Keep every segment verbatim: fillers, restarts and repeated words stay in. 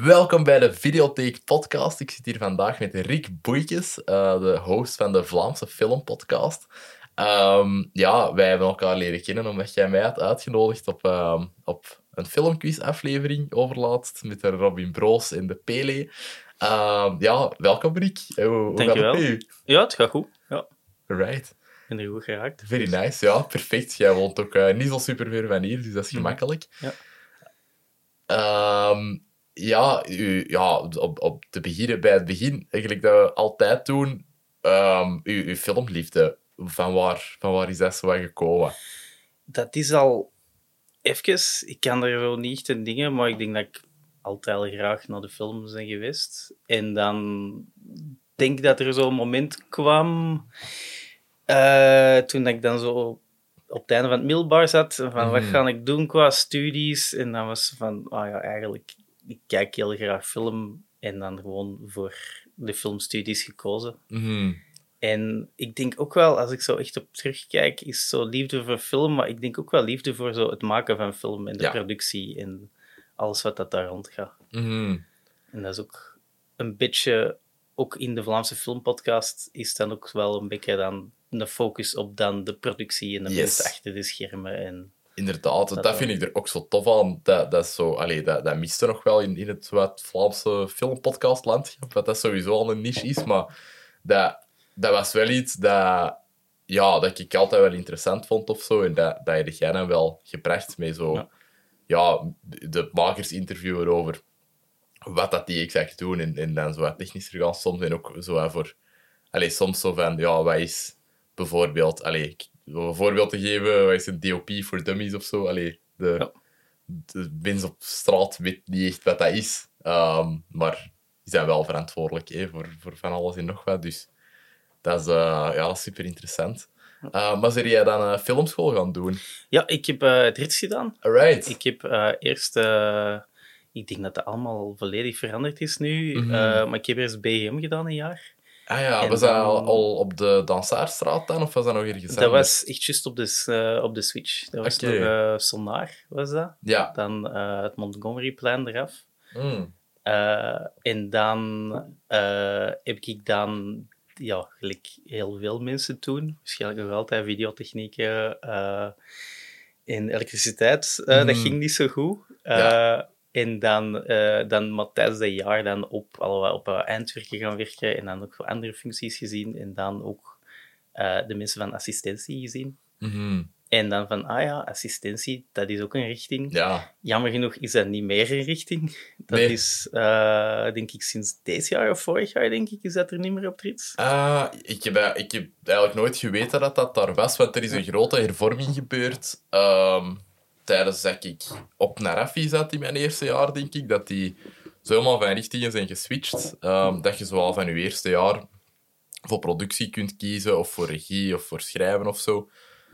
Welkom bij de Videotheek podcast. Ik zit hier vandaag met Rick Boeikes, uh, de host van de Vlaamse Filmpodcast. Um, ja, wij hebben elkaar leren kennen omdat jij mij had uitgenodigd op, um, op een filmquiz-aflevering overlaatst met de Robin Broos en de Pele. Um, ja, welkom Rick. Hoe, hoe gaat het met u? Ja, het gaat goed. Ja. Right. Ik ben er goed geraakt. Very nice, ja, perfect. Jij woont ook uh, niet zo super ver van hier, dus dat is gemakkelijk. Ja. Um, Ja, u, ja op, op te beginnen, bij het begin, eigenlijk dat we altijd doen, um, uw, uw filmliefde, van waar, van waar is dat zo gekomen? Dat is al even, ik kan er wel niet echt in dingen, maar ik denk dat ik altijd al graag naar de films ben geweest. En dan denk ik dat er zo'n moment kwam, uh, toen ik dan zo op het einde van het middelbaar zat, van mm-hmm. wat ga ik doen qua studies? En dan was van, ah ja, eigenlijk... Ik kijk heel graag film en dan gewoon voor de filmstudies gekozen. Mm-hmm. En ik denk ook wel, als ik zo echt op terugkijk, is zo liefde voor film, maar ik denk ook wel liefde voor zo het maken van film en de ja. productie en alles wat dat daar rond gaat. Mm-hmm. En dat is ook een beetje, ook in de Vlaamse Filmpodcast, is dan ook wel een beetje dan de focus op dan de productie en de yes. mensen achter de schermen en... Inderdaad, dat, dat vind ik er ook zo tof aan. Dat, dat, is zo, allee, dat, dat miste nog wel in, in het wat Vlaamse filmpodcastlandschap, wat dat sowieso al een niche is, maar dat, dat was wel iets dat, ja, dat ik altijd wel interessant vond of zo, en dat, dat heb jij dan wel gebracht met zo, ja, ja de makers interviewen over wat dat die exact doen, en, en dan zo wat technischer gaan soms, en ook zo voor, allee, soms zo van, ja, wat is bijvoorbeeld, allee, om een voorbeeld te geven, wat is een D O P voor dummies of zo? Allee, de, ja. de mensen op straat weten niet echt wat dat is. Um, maar die zijn wel verantwoordelijk hè, voor, voor van alles en nog wat. Dus dat is, uh, ja, dat is super interessant. Uh, maar zou jij dan een filmschool gaan doen? Ja, ik heb uh, het rits gedaan. Alright. Ik heb uh, eerst... Uh, ik denk dat dat allemaal volledig veranderd is nu. Mm-hmm. Uh, maar ik heb eerst B G M gedaan, een jaar. Ah ja, en was dan, dat al, al op de Dansaarstraat dan? Of was dat nog ergens anders? Dat was echt juist op de, uh, op de Switch. Dat was okay. nog uh, Sonar, was dat. Ja. Dan uh, het Montgomeryplein eraf. Mm. Uh, en dan uh, heb ik dan, ja, gelijk heel veel mensen toen, waarschijnlijk nog altijd videotechnieken uh, en elektriciteit, uh, mm. dat ging niet zo goed. Uh, ja. En dan, uh, dan maar tijdens dat jaar dan op, op uh, eindwerken gaan werken en dan ook voor andere functies gezien. En dan ook uh, de mensen van assistentie gezien. Mm-hmm. En dan van, ah ja, assistentie, dat is ook een richting. Ja. Jammer genoeg is dat niet meer een richting. Dat nee. is, uh, denk ik, sinds dit jaar of vorig jaar, denk ik, is dat er niet meer op rit. Uh, ik, heb, ik heb eigenlijk nooit geweten dat dat daar was, want er is een grote hervorming gebeurd... Um... tijdens dat ik op Narafi zat in mijn eerste jaar, denk ik, dat die zo helemaal van richtingen zijn geswitcht. Um, dat je zoal van je eerste jaar voor productie kunt kiezen, of voor regie, of voor schrijven of zo.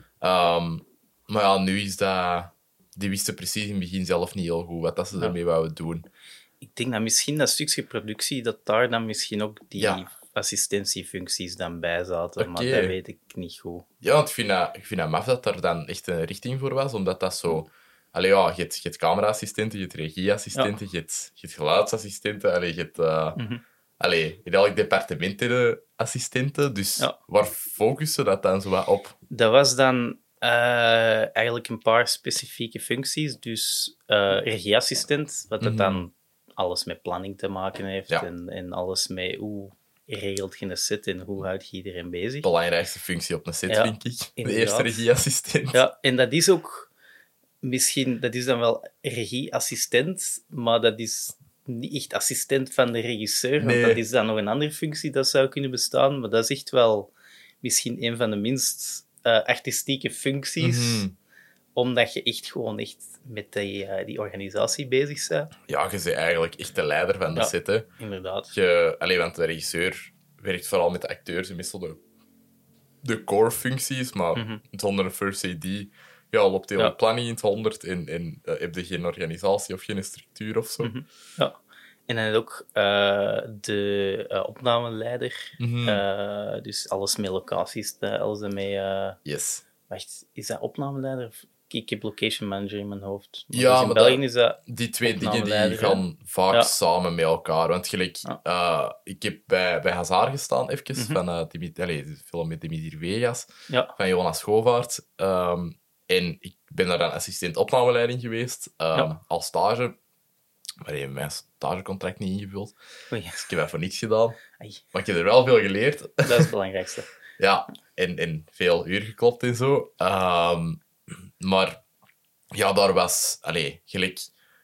Um, maar ja, nu is dat... Die wisten precies in het begin zelf niet heel goed wat dat ze ja. ermee wouden doen. Ik denk dat misschien dat stukje productie, dat daar dan misschien ook die... Ja. assistentiefuncties dan bij zaten, okay. Maar dat weet ik niet goed. Ja, want ik vind dat, ik vind dat maf dat er dan echt een richting voor was, omdat dat zo... Allee, ja, je hebt, je hebt camera-assistenten, je hebt regieassistenten, ja. je, hebt, je hebt geluidsassistenten, allee, je hebt... Uh, mm-hmm. Allee, in elk departement hebben assistenten, dus ja. Waar focussen dat dan zo wat op? Dat was dan uh, eigenlijk een paar specifieke functies, dus uh, regieassistent, wat mm-hmm. dat dan alles met planning te maken heeft ja. en, en alles met hoe regelt je een set en hoe houd je iedereen bezig. Belangrijkste functie op een set, ja, denk ik. De inderdaad. Eerste regieassistent. Ja, en dat is ook misschien, dat is dan wel regieassistent, maar dat is niet echt assistent van de regisseur, nee. Want dat is dan nog een andere functie dat zou kunnen bestaan, maar dat is echt wel misschien een van de minst uh, artistieke functies, mm-hmm. Omdat je echt gewoon echt met die, uh, die organisatie bezig bent. Ja, je bent eigenlijk echt de leider van de ja, set, hè. Inderdaad. Je, allee, want de regisseur werkt vooral met de acteurs en meestal de, de core-functies, maar mm-hmm. zonder een first A D ja, loopt heel ja. de planning in het honderd en, en uh, heb je geen organisatie of geen structuur of zo. Mm-hmm. Ja. En dan ook uh, de uh, opnameleider. Mm-hmm. Uh, dus alles met locaties, alles met... Uh... Yes. Wacht, is dat opnameleider? ik heb location manager in mijn hoofd. Maar Ja, dus in maar België dat- is dat... Die twee dingen die opnameleider, gaan vaak Ja. samen met elkaar. Want gelijk, Ja. eh, ik heb bij, bij Hazard gestaan, even, Mhm. van uh, Dimit- allee, de film met Dimitri Vegas, Ja, van Jonas Schovaert. Ehm, en ik ben daar dan assistent opnameleiding geweest, ehm, Ja. als stage. Maar die hebben mijn stagecontract niet ingevuld. oei. Dus ik heb dat voor niets gedaan. Ai, Maar ik heb er wel veel geleerd. dat is het belangrijkste. Ja, en, en veel uur geklopt en zo. Ehm, maar ja, daar was, allee, gelijk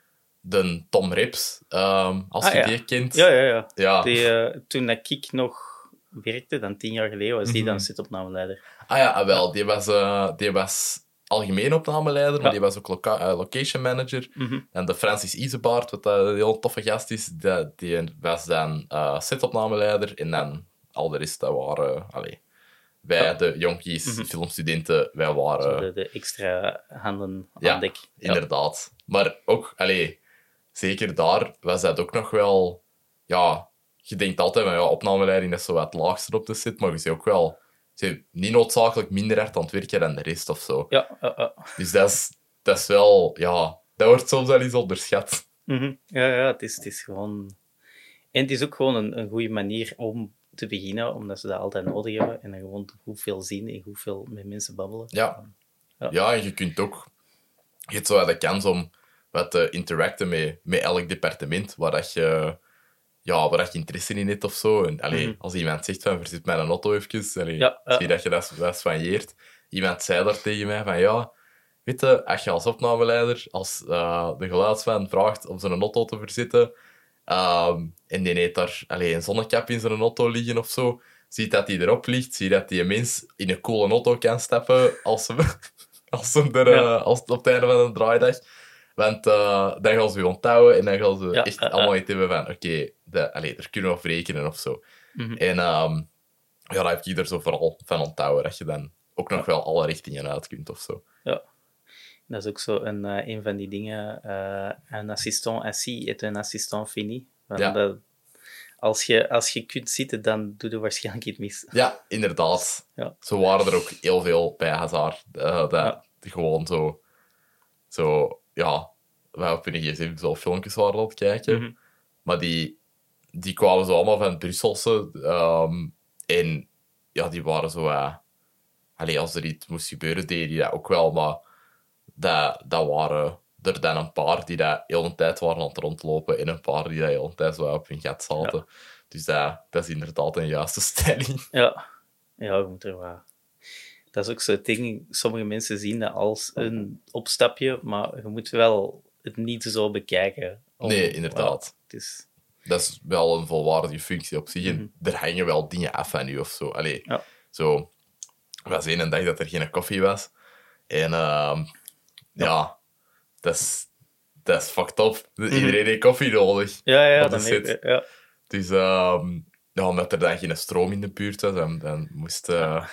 de Tom Rips, ehm, als Ah, je ja. die kent. Ja, ja, ja. Ja. Die, eh, toen dat ik nog werkte, dan tien jaar geleden, was die Mhm. dan setopnameleider. Ah ja, ah, wel, die was, eh, die was algemeen opnameleider, maar Ja. die was ook loca- eh, location manager. Mhm. En de Francis Isebaard, wat dat een heel toffe gast is, die, die was dan uh, setopnameleider. En dan al de rest, dat waren... allee, wij, Ja. de jonkies, Mhm. filmstudenten, wij Zo waren... de, de extra handen Ja, aan dek. Ja. inderdaad. Maar ook, allee, zeker daar was dat ook nog wel... Ja, je denkt altijd van, ja, opnameleiding dat is zo wat laagste op de set, maar je bent ook wel... Je bent niet noodzakelijk minder hard aan het werken dan de rest of zo. Ja, ja, ja. Dus dat is, dat is wel... Ja, dat wordt soms wel eens onderschat. Mhm. ja, ja het, is, het is gewoon... En het is ook gewoon een, een goede manier om te beginnen, omdat ze dat altijd nodig hebben. En dan gewoon goed veel zien en goed veel met mensen babbelen. Ja. Ja. Ja, en je kunt ook... Je hebt zo de kans om wat te interacten met, met elk departement waar dat je... Ja, waar dat je interesse in hebt of zo. En, allee, Mhm. als iemand zegt van, verzit mij een auto even, allee, Ja, ja. zie dat je dat, dat soigneert. Iemand zei daar tegen mij van, ja, weet je, als je als opnameleider, als uh, de geluidsman vraagt om zijn auto te verzitten, um, en die heeft daar allee, een zonnekap in zijn auto liggen of zo, ziet dat die erop ligt, zie dat die mens in een coole auto kan stappen als hem, als hem er, Ja. uh, als, op het einde van een draaidag. Want uh, dan gaan ze je onthouden en dan gaan ze Ja, echt uh, uh. allemaal iets hebben van, oké, okay, daar kunnen we op rekenen of zo. Mhm. En um, ja, daar heb ik er zo vooral van onthouden, dat je dan ook nog wel alle richtingen uit kunt of zo. Ja. Dat is ook zo een, uh, een van die dingen. Uh, een assistant assis est un assistant fini. Want Ja. dat, als, je, als je kunt zitten, dan doe je waarschijnlijk iets mis. Ja, inderdaad. Ja. Zo waren er ook heel veel bij Hazard. Uh, dat Ja. gewoon zo... Zo, ja... Wij op hun gsm zo filmpjes waren aan het kijken. Mhm. Maar die, die kwamen zo allemaal van het Brusselse. Um, en ja, die waren zo... Uh, allee, als er iets moest gebeuren, deden die dat ook wel. Maar dat, dat waren er dan een paar die dat heel de tijd waren aan het rondlopen. En een paar die dat heel de tijd zo op hun gat zaten. Ja. Dus dat, dat is inderdaad een juiste stelling. Ja. Ja, je moet er wel... Dat is ook zo'n ding. Sommige mensen zien dat als een opstapje, maar je moet wel het niet zo bekijken. Om- Nee, inderdaad. Ja, het is... Dat is wel een volwaardige functie op zich. En Mhm. er hangen wel dingen af van u of zo. Allee, Ja. zo... Er was één dag dat er geen koffie was. En uh, ja, dat is, dat is fucked up. Iedereen heeft koffie nodig. Ja, ja, Op de dan set. heeft- ja. Dus um, ja, omdat er dan geen stroom in de buurt was, dan, dan moest... Uh,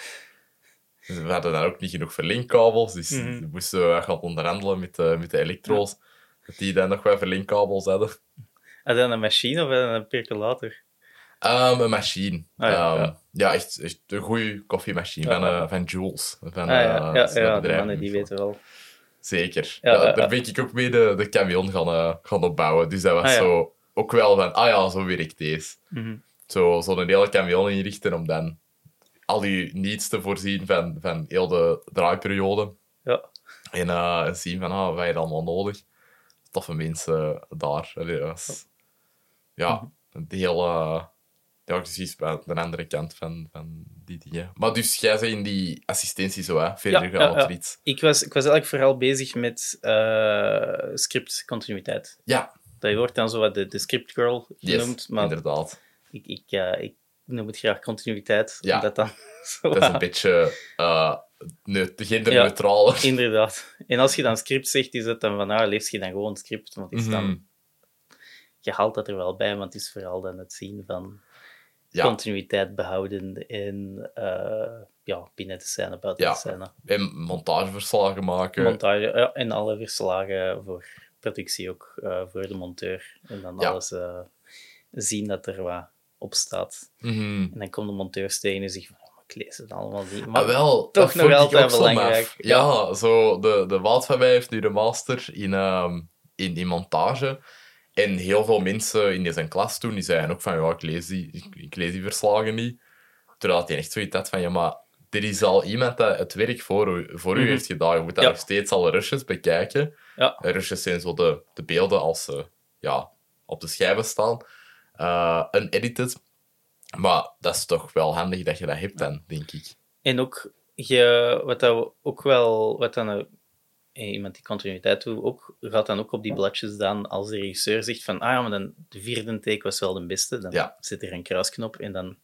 we hadden dan ook niet genoeg verlinkkabels, dus Mhm. we moesten we gaan onderhandelen met, uh, met de elektro's. Dat die dan nog wel verlinkkabels hadden. Is dat een machine of is dat een percolator? Um, een machine. Ah, ja, Um, ja. ja, echt, echt een goede koffiemachine Ja, van, ja. uh, van Jules. Van, Ah, ja, uh, ja, zo'n ja, de bedrijf. mannen die weten wel. Zeker. Ja, Ja, ja, daar ja. ben ik ook mee de, de camion gaan, uh, gaan opbouwen. Dus dat was Ah, ja. zo ook wel van, ah ja, zo werkt deze. Mhm. Zo, zo'n hele camion inrichten om dan al je needs te voorzien van, van heel de draaiperiode. Ja. En uh, zien van, ah, wat heb je allemaal nodig? Toffe mensen daar. Allee, dat was, ja, een heel... Uh, ja, precies, bij de andere kant van, van die dingen. Maar dus, jij zei in die assistentie zo, hè? Verder Ja, gaan ja, op ja. iets. Ik was, ik was eigenlijk vooral bezig met uh, scriptcontinuïteit. Ja, Dat wordt dan zo wat de, de script girl genoemd, yes, maar inderdaad. ik, ik, uh, ik noem het graag continuïteit. Ja. Omdat dan zo Dat is een wat- beetje uh, ne- genderneutraal. Inderdaad. En als je dan script zegt, is het dan van, ah, lees je dan gewoon script, want het is Mhm. dan... Je haalt dat er wel bij, want het is vooral dan het zien van Ja, continuïteit behouden en uh, ja, binnen de scène, buiten Ja. de scène. en montageverslagen maken. Montage, ja, en alle verslagen voor productie ook, uh, voor de monteur. En dan Ja. alles uh, zien dat er wat op staat. Mhm. En dan komt de monteur tegen en zegt van, ik ik lees het allemaal niet. Maar Ah, wel, toch dat nog vond ik altijd ook zo belangrijk. maf. Ja, zo, de, de Wout van mij heeft nu de master in, ehm, in, in montage. En heel veel mensen in zijn klas toen, die zeiden ook van, ja, ik lees die, ik, ik lees die verslagen niet. Terwijl hij echt zoiets had van, ja, maar er is al iemand dat het werk voor u, voor Mhm. u heeft gedaan. Je moet daar Ja. nog steeds alle rushes bekijken. Ja. En rushes zijn zo de, de beelden als ze ja, op de schijven staan. Uh, unedited. Maar dat is toch wel handig dat je dat hebt dan, denk ik. En ook, je, wat dat ook wel, wat dan nou, eh, iemand die continuïteit doet, ook, gaat dan ook op die bladjes dan, als de regisseur zegt van, ah ja, maar dan, de vierde take was wel de beste, dan Ja. zit er een kruisknop en dan...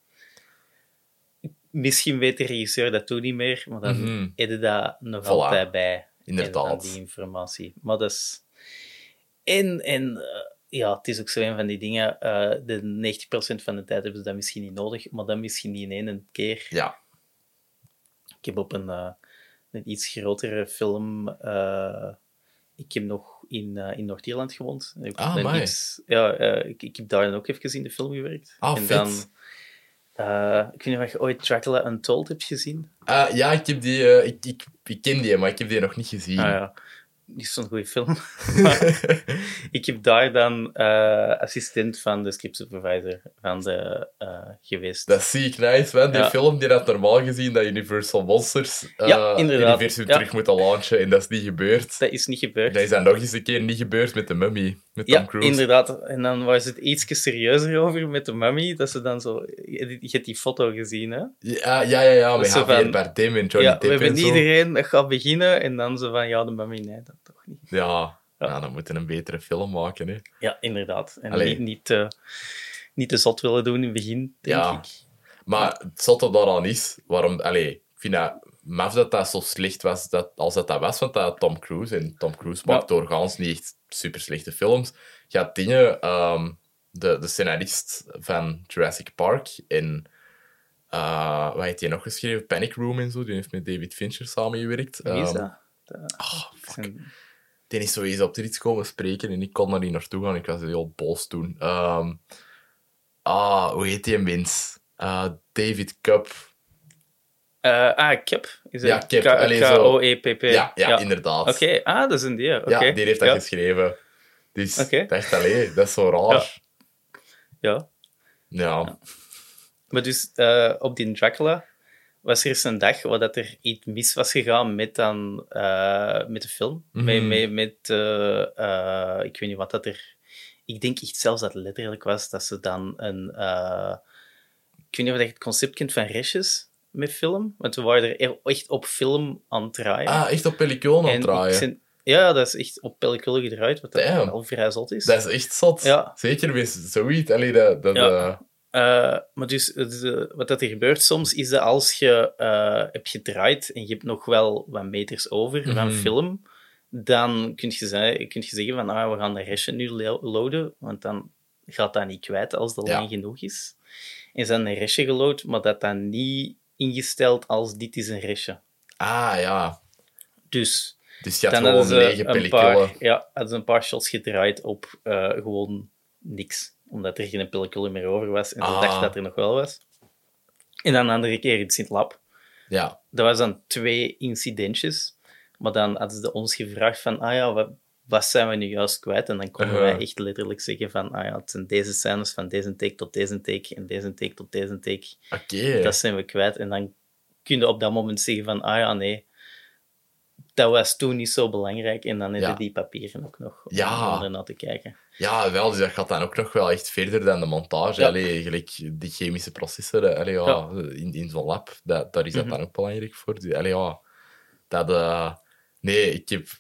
Misschien weet de regisseur dat toen niet meer, maar dan Mhm. heb je dat nog Voilà. altijd bij. Inderdaad. En dan die informatie. Maar dat is... En, en uh, ja, het is ook zo een van die dingen, uh, de negentig procent van de tijd hebben ze dat misschien niet nodig, maar dan misschien niet in één keer. Ja. Ik heb op een, uh, een iets grotere film... Uh, ik heb nog in, uh, in Noord-Ierland gewoond. Ik Ah, ben amai. iets, ja, uh, ik, ik heb daar dan ook even in de film gewerkt. Ah, en vet. dan, uh, ik weet niet of je ooit Dracula Untold hebt gezien. Uh, ja, ik, heb die, uh, ik, ik, ik ken die, maar ik heb die nog niet gezien. Ah ja, die is zo'n goede film. Ik heb daar dan uh, assistent van de script supervisor van de, uh, geweest. Dat zie ik nice, man. Die Ja. film die had normaal gezien dat Universal Monsters uh, Ja, inderdaad. universum Ja. terug moeten launchen en dat is niet gebeurd. Dat is niet gebeurd. Dat is dan nog eens een keer niet gebeurd met de Mummy, met Tom Ja, Cruise. inderdaad. En dan was het iets serieuzer over met de Mummy, dat ze dan zo... Je je hebt die foto gezien, hè? Ja, ja, ja, ja. Dat met is zo Javier van- Bardem en Johnny Ja, we Depp hebben en zo. iedereen dat gaat beginnen en dan zo van, ja, de Mummy, nee, dat toch niet. Ja. Ja. Ja, dan moeten we een betere film maken, hè. Ja, inderdaad. En Allee. niet, niet, te, niet te zot willen doen in het begin, denk Ja. ik. Maar het zotte daaraan is, waarom... Allee, ik vind dat maf dat dat zo slecht was dat, als dat, dat was, want dat Tom Cruise, en Tom Cruise maakt Ja. doorgaans niet echt super slechte films. Je had dingen... ehm, de, de scenarist van Jurassic Park en... Uh, wat heeft hij nog geschreven? Panic Room en zo. Die heeft met David Fincher samengewerkt. Wie is Ehm, dat? Dat Oh, is een- Die is sowieso op er iets komen spreken en ik kon daar niet naartoe gaan. Ik was heel boos toen. Ehm, ah, hoe heet die mens? Uh, David Cup. Uh, ah, Kip. Is Ja, het Kip. K- Allee, zo. K-O-E-P-P. Ja, ja, inderdaad. Oké, ah, dat is een die. Oké. Ja, die heeft dat ja. geschreven. Dus Oké. ik dacht, allee, dat is zo raar. Ja. Ja. Maar dus uh, op die Dracula was er eens een dag waar dat er iets mis was gegaan met, dan, uh, met de film. Mhm. Met, met, met uh, uh, ik weet niet wat dat er... Ik denk echt zelfs dat het letterlijk was dat ze dan een... Uh, ik weet niet of je het concept kent van restjes met film. Want we waren er echt op film aan het draaien. Ah, echt op pellicoon aan het En ik draaien. ben- ja, dat is echt op pellicule gedraaid, wat dat Damn. wel vrij zot is. Dat is echt zot. Ja. Zeker met zoiets. Allee, dat... dat Ja. eh, Uh, maar dus, uh, wat dat er gebeurt soms, is dat als je uh, hebt gedraaid en je hebt nog wel wat meters over van Mhm. film, dan kun je, zeggen, kun je zeggen van, ah, we gaan de restje nu lo- loaden, want dan gaat dat niet kwijt als de Ja. lijn genoeg is. En ze hebben een restje geload, maar dat dan niet ingesteld als dit is een restje. Ah, ja. Dus Dus je had dan gewoon hadden ze lege een pellicule. paar, ja, hadden ze een paar shots gedraaid op uh, gewoon niks. Omdat er geen pellicule meer over was. En ze Ah. dachten dat er nog wel was. En dan een andere keer in Sint-Lab. Ja. Dat was dan twee incidentjes. Maar dan hadden ze ons gevraagd van, ah ja, wat, wat zijn we nu juist kwijt? En dan konden Uh-huh. wij echt letterlijk zeggen van, ah ja, het zijn deze scènes van deze take tot deze take en deze take tot deze take. Oké. Dat zijn we kwijt. En dan kun je op dat moment zeggen van, ah ja, nee, dat was toen niet zo belangrijk. En dan hebben Ja. die papieren ook nog om, Ja. om ernaar te kijken. Ja, wel, dus dat gaat dan ook nog wel echt verder dan de montage. Ja. Allee, gelijk die chemische processen, allee, ja, Ja. in, in zo'n lab, dat, daar is dat Mhm. dan ook belangrijk voor. Dus, allee, ja, dat... eh, nee, ik heb...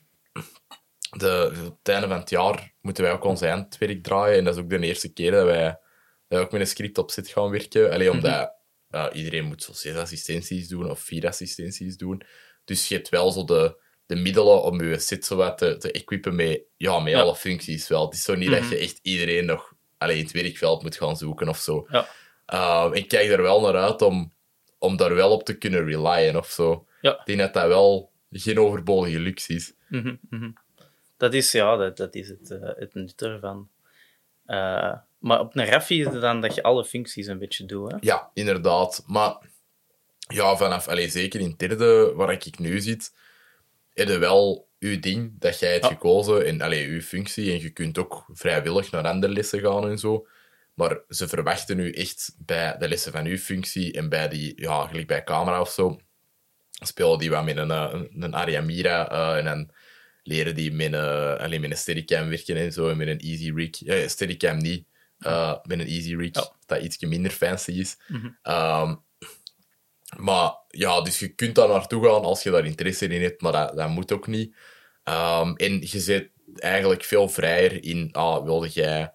De, op het einde van het jaar moeten wij ook ons eindwerk draaien. En dat is ook de eerste keer dat wij, dat wij ook met een script op zit gaan werken. Allee, omdat eh, iedereen moet zo zes assistenties doen of vier assistenties doen. Dus je hebt wel zo de, de middelen om je set zo wat te, te equipen met, ja, met Ja. alle functies wel. Het is zo niet Mhm. dat je echt iedereen nog allee, in het werkveld moet gaan zoeken of zo. Ja. Uh, en ik kijk er wel naar uit om, om daar wel op te kunnen relyen of zo. Ja. Ik denk dat dat wel geen overbodige luxe is. Mhm, mhm. Dat is, ja, dat, dat is het, uh, het nut ervan. Uh, maar op een Raffi is het dan dat je alle functies een beetje doet. Hè? Ja, inderdaad. Maar ja, vanaf, allee, zeker in het derde, waar ik nu zit, heb je wel je ding dat jij hebt Ja. gekozen en allee, je functie. En je kunt ook vrijwillig naar andere lessen gaan en zo. Maar ze verwachten nu echt bij de lessen van uw functie en bij die, ja, gelijk bij camera of zo, spelen die wat met een, eh, een, een Ariamira eh, en dan leren die met een, alleen met een Steadicam werken en zo, en met een Easy Rig. Ja, Steadicam niet, uh, met een Easy Rig, Ja. dat iets minder fancy is. Mhm. Ehm, maar ja, dus je kunt daar naartoe gaan als je daar interesse in hebt, maar dat, dat moet ook niet. Ehm, en je zit eigenlijk veel vrijer in, ah, wilde jij,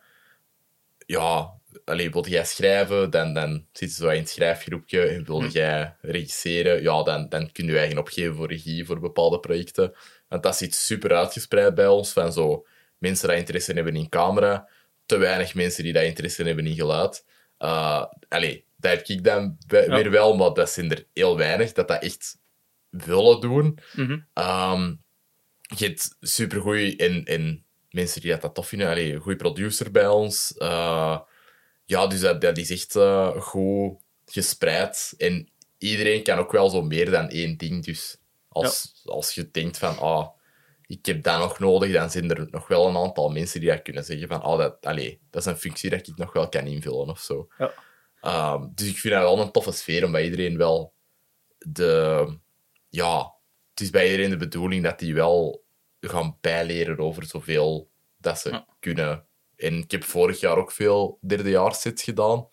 ja, allee, wilde jij schrijven, dan, dan zit je zo in het schrijfgroepje. En wilde jij regisseren, ja, dan, dan kun je eigen opgeven voor regie, voor bepaalde projecten. Want dat zit super uitgespreid bij ons, van zo mensen die interesse hebben in camera, te weinig mensen die dat interesse hebben in geluid. Uh, allee, dat heb ik dan bij- Ja. weer wel, maar dat zijn er heel weinig dat dat echt willen doen. Mhm. Um, je hebt supergoeie en, en mensen die dat, dat tof vinden. Allee, een goede producer bij ons. Uh, ja, dus dat, dat is echt uh, goed gespreid. En iedereen kan ook wel zo meer dan één ding. Dus als, als je denkt van, ah, ik heb dat nog nodig, dan zijn er nog wel een aantal mensen die dat kunnen zeggen van, ah, dat, allee, dat is een functie dat ik nog wel kan invullen of zo. Ja. Um, dus ik vind dat wel een toffe sfeer, omdat iedereen wel de... Ja, het is bij iedereen de bedoeling dat die wel gaan bijleren over zoveel dat ze Ja. kunnen. En ik heb vorig jaar ook veel derdejaarsets gedaan.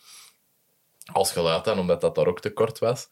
Als geluid dan, omdat dat daar ook te kort was.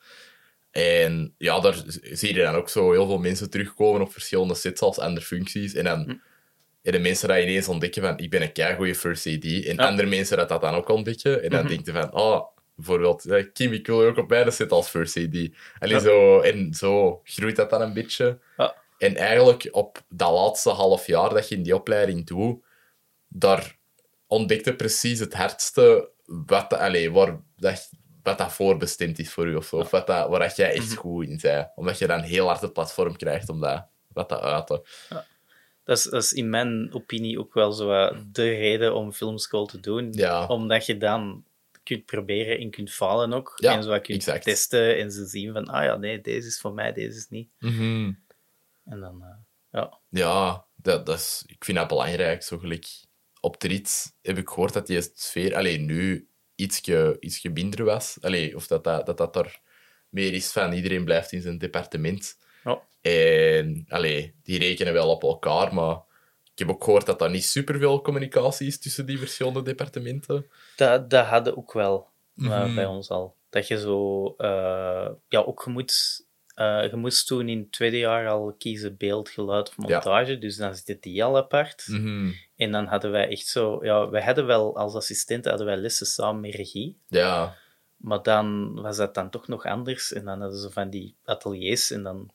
En ja, daar zie je dan ook zo heel veel mensen terugkomen op verschillende sets als andere functies. En dan Hm. en de mensen die ineens ontdekken van, ik ben een keigoeie first A D. En Ja. andere mensen dat dat dan ook ontdekken. En dan Mhm. denk je van, oh, bijvoorbeeld, eh, Kim, ik wil je ook op mijn set als first A D. Allee, Ja. zo, en zo groeit dat dan een beetje. Ja. En eigenlijk op dat laatste half jaar dat je in die opleiding doet, daar ontdekte precies het hardste wat, allee, waar, dat, wat dat voorbestemd is voor u. Of, zo, of wat dat, waar dat jij echt Mhm. goed in bent. Omdat je dan heel hard het platform krijgt om dat, wat dat uiten. Dat is, dat is in mijn opinie ook wel zo wat de reden om filmschool te doen. Ja. Omdat je dan kunt proberen en kunt falen ook. Ja, en zo wat kunt exact. testen en ze zien van, ah ja, nee, deze is voor mij, deze is niet. Mhm. En dan, eh, ja. Ja, dat, dat is, ik vind dat belangrijk. Zo gelijk op Trit heb ik gehoord dat die sfeer alleen nu ietsje, ietsje minder was. Allee, of dat dat, dat dat er meer is van iedereen blijft in zijn departement. Ja. En allee, die rekenen wel op elkaar, maar ik heb ook gehoord dat er niet superveel communicatie is tussen die verschillende departementen. Dat, dat hadden ook wel eh, Mhm. bij ons al. Dat je zo, eh, ja, ook je moet, eh, je moest toen in het tweede jaar al kiezen beeld, geluid of montage. Dus dan zitten die al apart. Mhm. En dan hadden wij echt zo, ja, wij hadden wel als assistenten hadden wij lessen samen met regie. Ja, Maar dan was dat dan toch nog anders. En dan hadden ze van die ateliers. En dan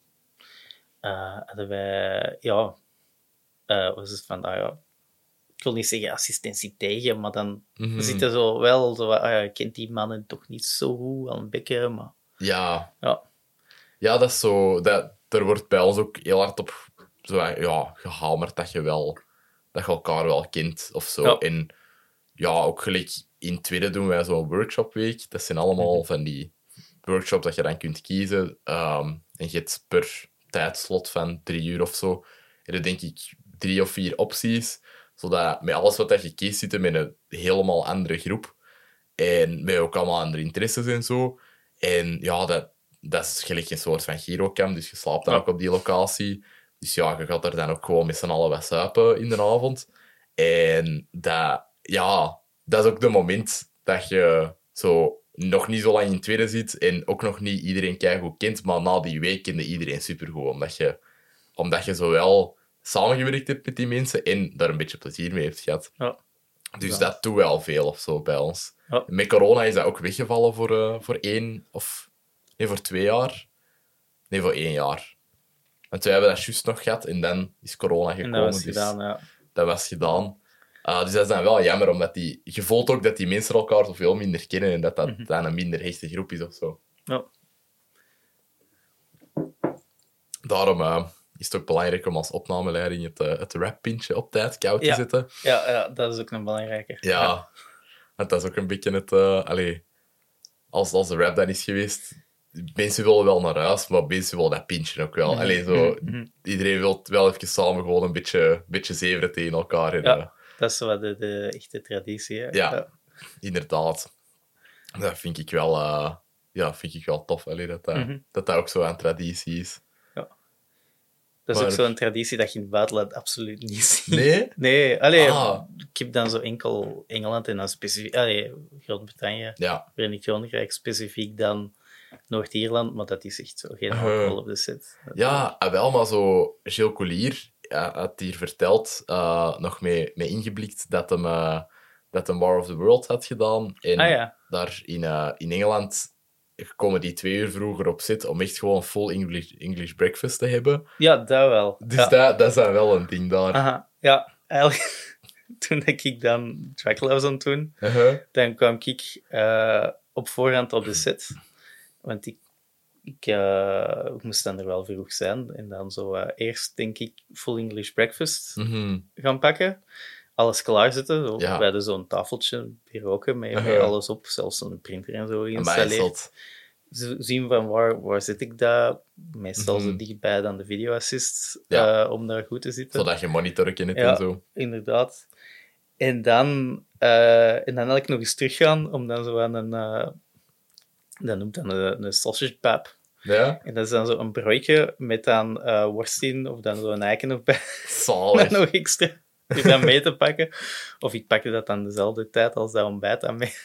eh, hadden wij, ja, eh, was het van, ah ja, ik wil niet zeggen assistentie tegen, maar dan Mhm. zit er zo wel, zo, ah ja, je kent die mannen toch niet zo goed, al een beetje, maar ja. ja. Ja, dat is zo... Dat, er wordt bij ons ook heel hard op zo, ja, gehamerd dat je wel... Dat je elkaar wel kent, of zo. Ja. En ja, ook gelijk in het tweede doen wij zo'n workshopweek. Dat zijn allemaal Mhm. van die workshops dat je dan kunt kiezen. Ehm, en je hebt per tijdslot van drie uur of zo. En dan denk ik drie of vier opties. Zodat met alles wat dat je kiest, zitten met een helemaal andere groep. En met ook allemaal andere interesses en zo. En ja, dat, dat is gelijk een soort van girocamp. Dus je slaapt dan Ja. ook op die locatie. Dus ja, je gaat er dan ook gewoon met z'n allen wat suipen in de avond. En dat, ja, dat is ook de moment dat je zo nog niet zo lang in het tweede zit en ook nog niet iedereen keigoed kent, maar na die week kende iedereen supergoed. Omdat je, omdat je zowel samengewerkt hebt met die mensen en daar een beetje plezier mee hebt gehad. Ja. Dus Ja. dat doet wel veel of zo bij ons. Ja. Met corona is dat ook weggevallen voor, eh, voor één of... Nee, voor twee jaar. Nee, voor één jaar. Want wij hebben dat juist nog gehad en dan is corona En gekomen. dat was dus gedaan, ja. dat was gedaan. Uh, dus dat is dan wel jammer, omdat die... Je voelt ook dat die mensen elkaar zoveel minder kennen en dat dat Mhm. dan een minder hechte groep is of zo. Ja. Daarom eh, is het ook belangrijk om als opnameleiding het, uh, het rappintje op tijd koud te Ja. zetten. Ja, ja, dat is ook een belangrijke. Ja, want dat is ook een beetje het... eh allee, als, als de rap dan is geweest, mensen willen wel naar huis, maar mensen willen dat pintje ook wel. Allee, zo, Mhm. iedereen wil wel even samen gewoon een beetje, beetje zeveren tegen elkaar. En, Ja. eh, Dat is wat de, de echte traditie. Hè? Ja. inderdaad. Dat vind ik wel, eh, ja, vind ik wel tof, allee, dat, dat, Mhm. dat dat ook zo een traditie is. Dat is Maar- ook zo'n traditie dat je in het buitenland absoluut niet ziet. Nee? Nee, allee, Ah. ik heb dan zo enkel Engeland en dan specifiek... Allee, Groot-Brittannië, Ja. Verenigd Koninkrijk, specifiek dan Noord-Ierland, maar dat is echt zo geen Uh. alcohol op de set. Ja, ah, wel, maar zo... Gilles Collier ja, had hier verteld, eh, nog mee, mee ingeblikt, dat hem, eh, dat hem War of the Worlds had gedaan. En Ah ja, daar in, eh, in Engeland komen die twee uur vroeger op zit om echt gewoon full English, English breakfast te hebben. ja, dat wel. Dus ja. dat, dat is dan wel een ding daar. Aha, ja, eigenlijk... Toen ik dan Dracula was aan het doen, Uh-huh. dan kwam ik eh, op voorhand op de set. Want ik, ik, eh, ik moest dan er wel vroeg zijn. En dan zo eh, eerst, denk ik, full English breakfast Mhm. gaan pakken. Alles klaarzetten. Zo, Ja. bij de zo'n tafeltje hier roken, met, met Uh-huh. alles op. Zelfs een printer en zo Amai, geïnstalleerd. zot. Zo zien van waar, waar zit ik dat? Meestal Mhm. zo dichtbij dan de videoassist, Ja. eh, om daar goed te zitten. Zodat je monitor kent Ja. en zo. Inderdaad. En dan, eh en dan wil ik nog eens teruggaan om dan zo aan een, eh dat noemt dan een, een sausage pap. Ja? En dat is dan zo een broodje met dan eh worst in, of dan zo een eiken nog bij, Zalig. nog extra, die dan mee te pakken. Of ik pakte dat dan dezelfde tijd als dat ontbijt dan mee.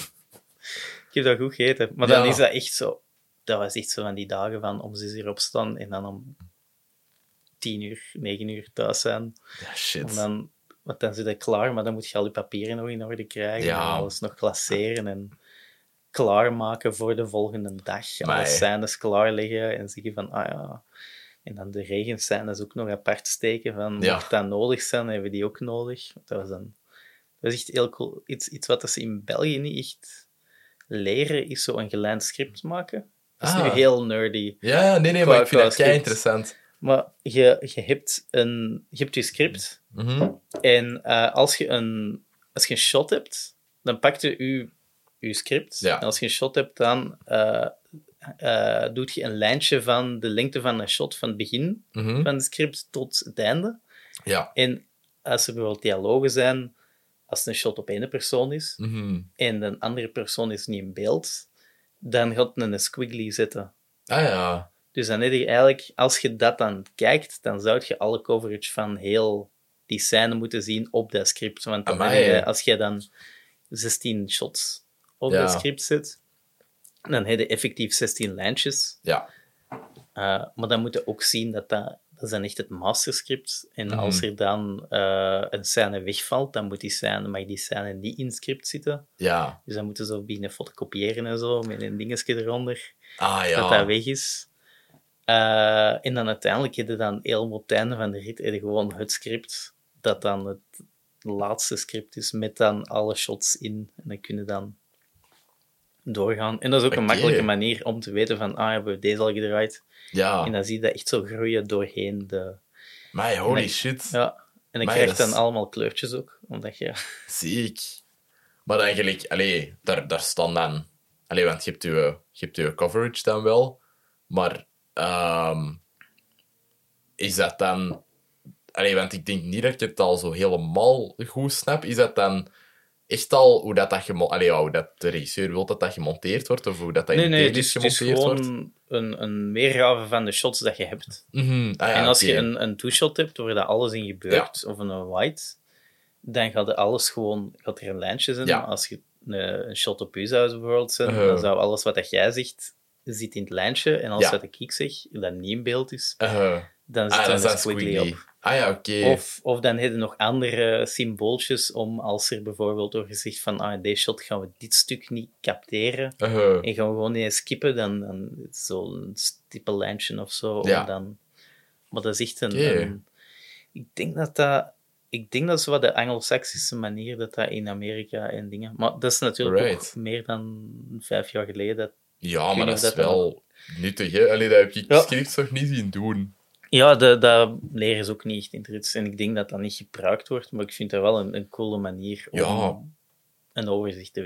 Ik heb dat goed gegeten. Maar dan Ja. is dat echt zo, dat was echt zo van die dagen van om zes uur opstaan en dan om tien uur, negen uur thuis zijn. Ja, Om shit. dan, want dan zit het klaar, maar dan moet je al je papieren nog in orde krijgen. Ja. En alles nog klasseren en klaarmaken voor de volgende dag. Alle Amai. scènes klaarleggen en zeggen van, ah ja... En dan de regenscènes ook nog apart steken van, Ja. mocht dat nodig zijn, hebben we die ook nodig. Dat was, dan, dat was echt heel cool. Iets, iets wat ze in België niet echt leren, is zo een gelijnd script maken. Dat is Ah. nu heel nerdy. Ja, ja, nee, nee, Qua- maar ik vind qua dat kei script. interessant. Maar je, je, hebt een, je hebt je script... Mhm. En eh, als, je een, als je een shot hebt, dan pakt je je, je script. Ja. En als je een shot hebt, dan uh, uh, doet je een lijntje van de lengte van een shot van het begin Mhm. van het script tot het einde. Ja. En als er bijvoorbeeld dialogen zijn, als het een shot op één persoon is Mhm. en een andere persoon is niet in beeld, dan gaat het een squiggly zetten. Ah ja. Dus dan heb je eigenlijk, als je dat dan kijkt, dan zou je alle coverage van heel die scène moeten zien op dat script. Want dan Amai. heb je, als je dan zestien shots op Ja. dat script zet, dan heb je effectief zestien lijntjes. Ja. Uh, maar dan moet je ook zien dat dat, dat is dan echt het masterscript. En Mhm. als er dan uh, een scène wegvalt, dan moet die scène, mag die scène niet in het script zitten. Ja. Dus dan moeten ze zo beginnen fotocopiëren en zo, met een dingetje eronder Ah ja. dat dat weg is. Uh, en dan uiteindelijk heb je dan helemaal op het einde van de rit heb je gewoon het script, dat dan het laatste script is, met dan alle shots in. En dan kun je dan doorgaan. En dat is ook Oké. een makkelijke manier om te weten van, ah, hebben we deze al gedraaid? Ja. En dan zie je dat echt zo groeien doorheen de... Maar holy Nee. shit. Ja. En dan Maar krijg je dat is- dan allemaal kleurtjes ook, omdat je... Ziek. Maar dan gelijk, allee, daar, daar staan dan... Allee, want je hebt je, je hebt je coverage dan wel, maar ehm, is dat dan... Allee, want ik denk niet dat ik het al zo helemaal goed snap. Is dat dan echt al hoe dat, dat, gemo- allee, ja, hoe dat de regisseur wil dat dat gemonteerd wordt, of hoe dat, dat Nee, in nee, het technisch is, het is gemonteerd wordt? gewoon een, een weergave van de shots dat je hebt. Mhm. Ah, ja, En als oké. je een, een two-shot hebt, waar dat alles in gebeurt, of een white, dan gaat er alles gewoon, gaat er een lijntje zijn. Ja. Als je een, een shot op je zou bijvoorbeeld zijn, Uh-huh. dan zou alles wat dat jij zegt, zit in het lijntje. En als Ja. wat ik zeg, dat niet in beeld is, Uh, dan zit ah, er dat is een dan squiggly squiggly. op. Ah ja, oké. Of, of dan heb je nog andere symbooltjes om, als er bijvoorbeeld door gezegd van, ah, in deze shot gaan we dit stuk niet capteren, Uh, en gaan we gewoon eens skippen, dan, dan is het zo'n stippellijntje of zo. Ja. Om dan, maar dat is echt een, Oké. een... Ik denk dat dat... Ik denk dat is wat de Anglo-Saxische manier dat dat in Amerika en dingen... Maar dat is natuurlijk Right. ook meer dan vijf jaar geleden. Dat, ja, weet maar niet dat of is dat dan wel nuttig, hè? Allee, dat heb ik Ja. scripts nog niet zien doen. ja, dat, dat leren ze ook niet echt interessant. En ik denk dat dat niet gebruikt wordt, maar ik vind dat wel een, een coole manier om Ja. een overzicht te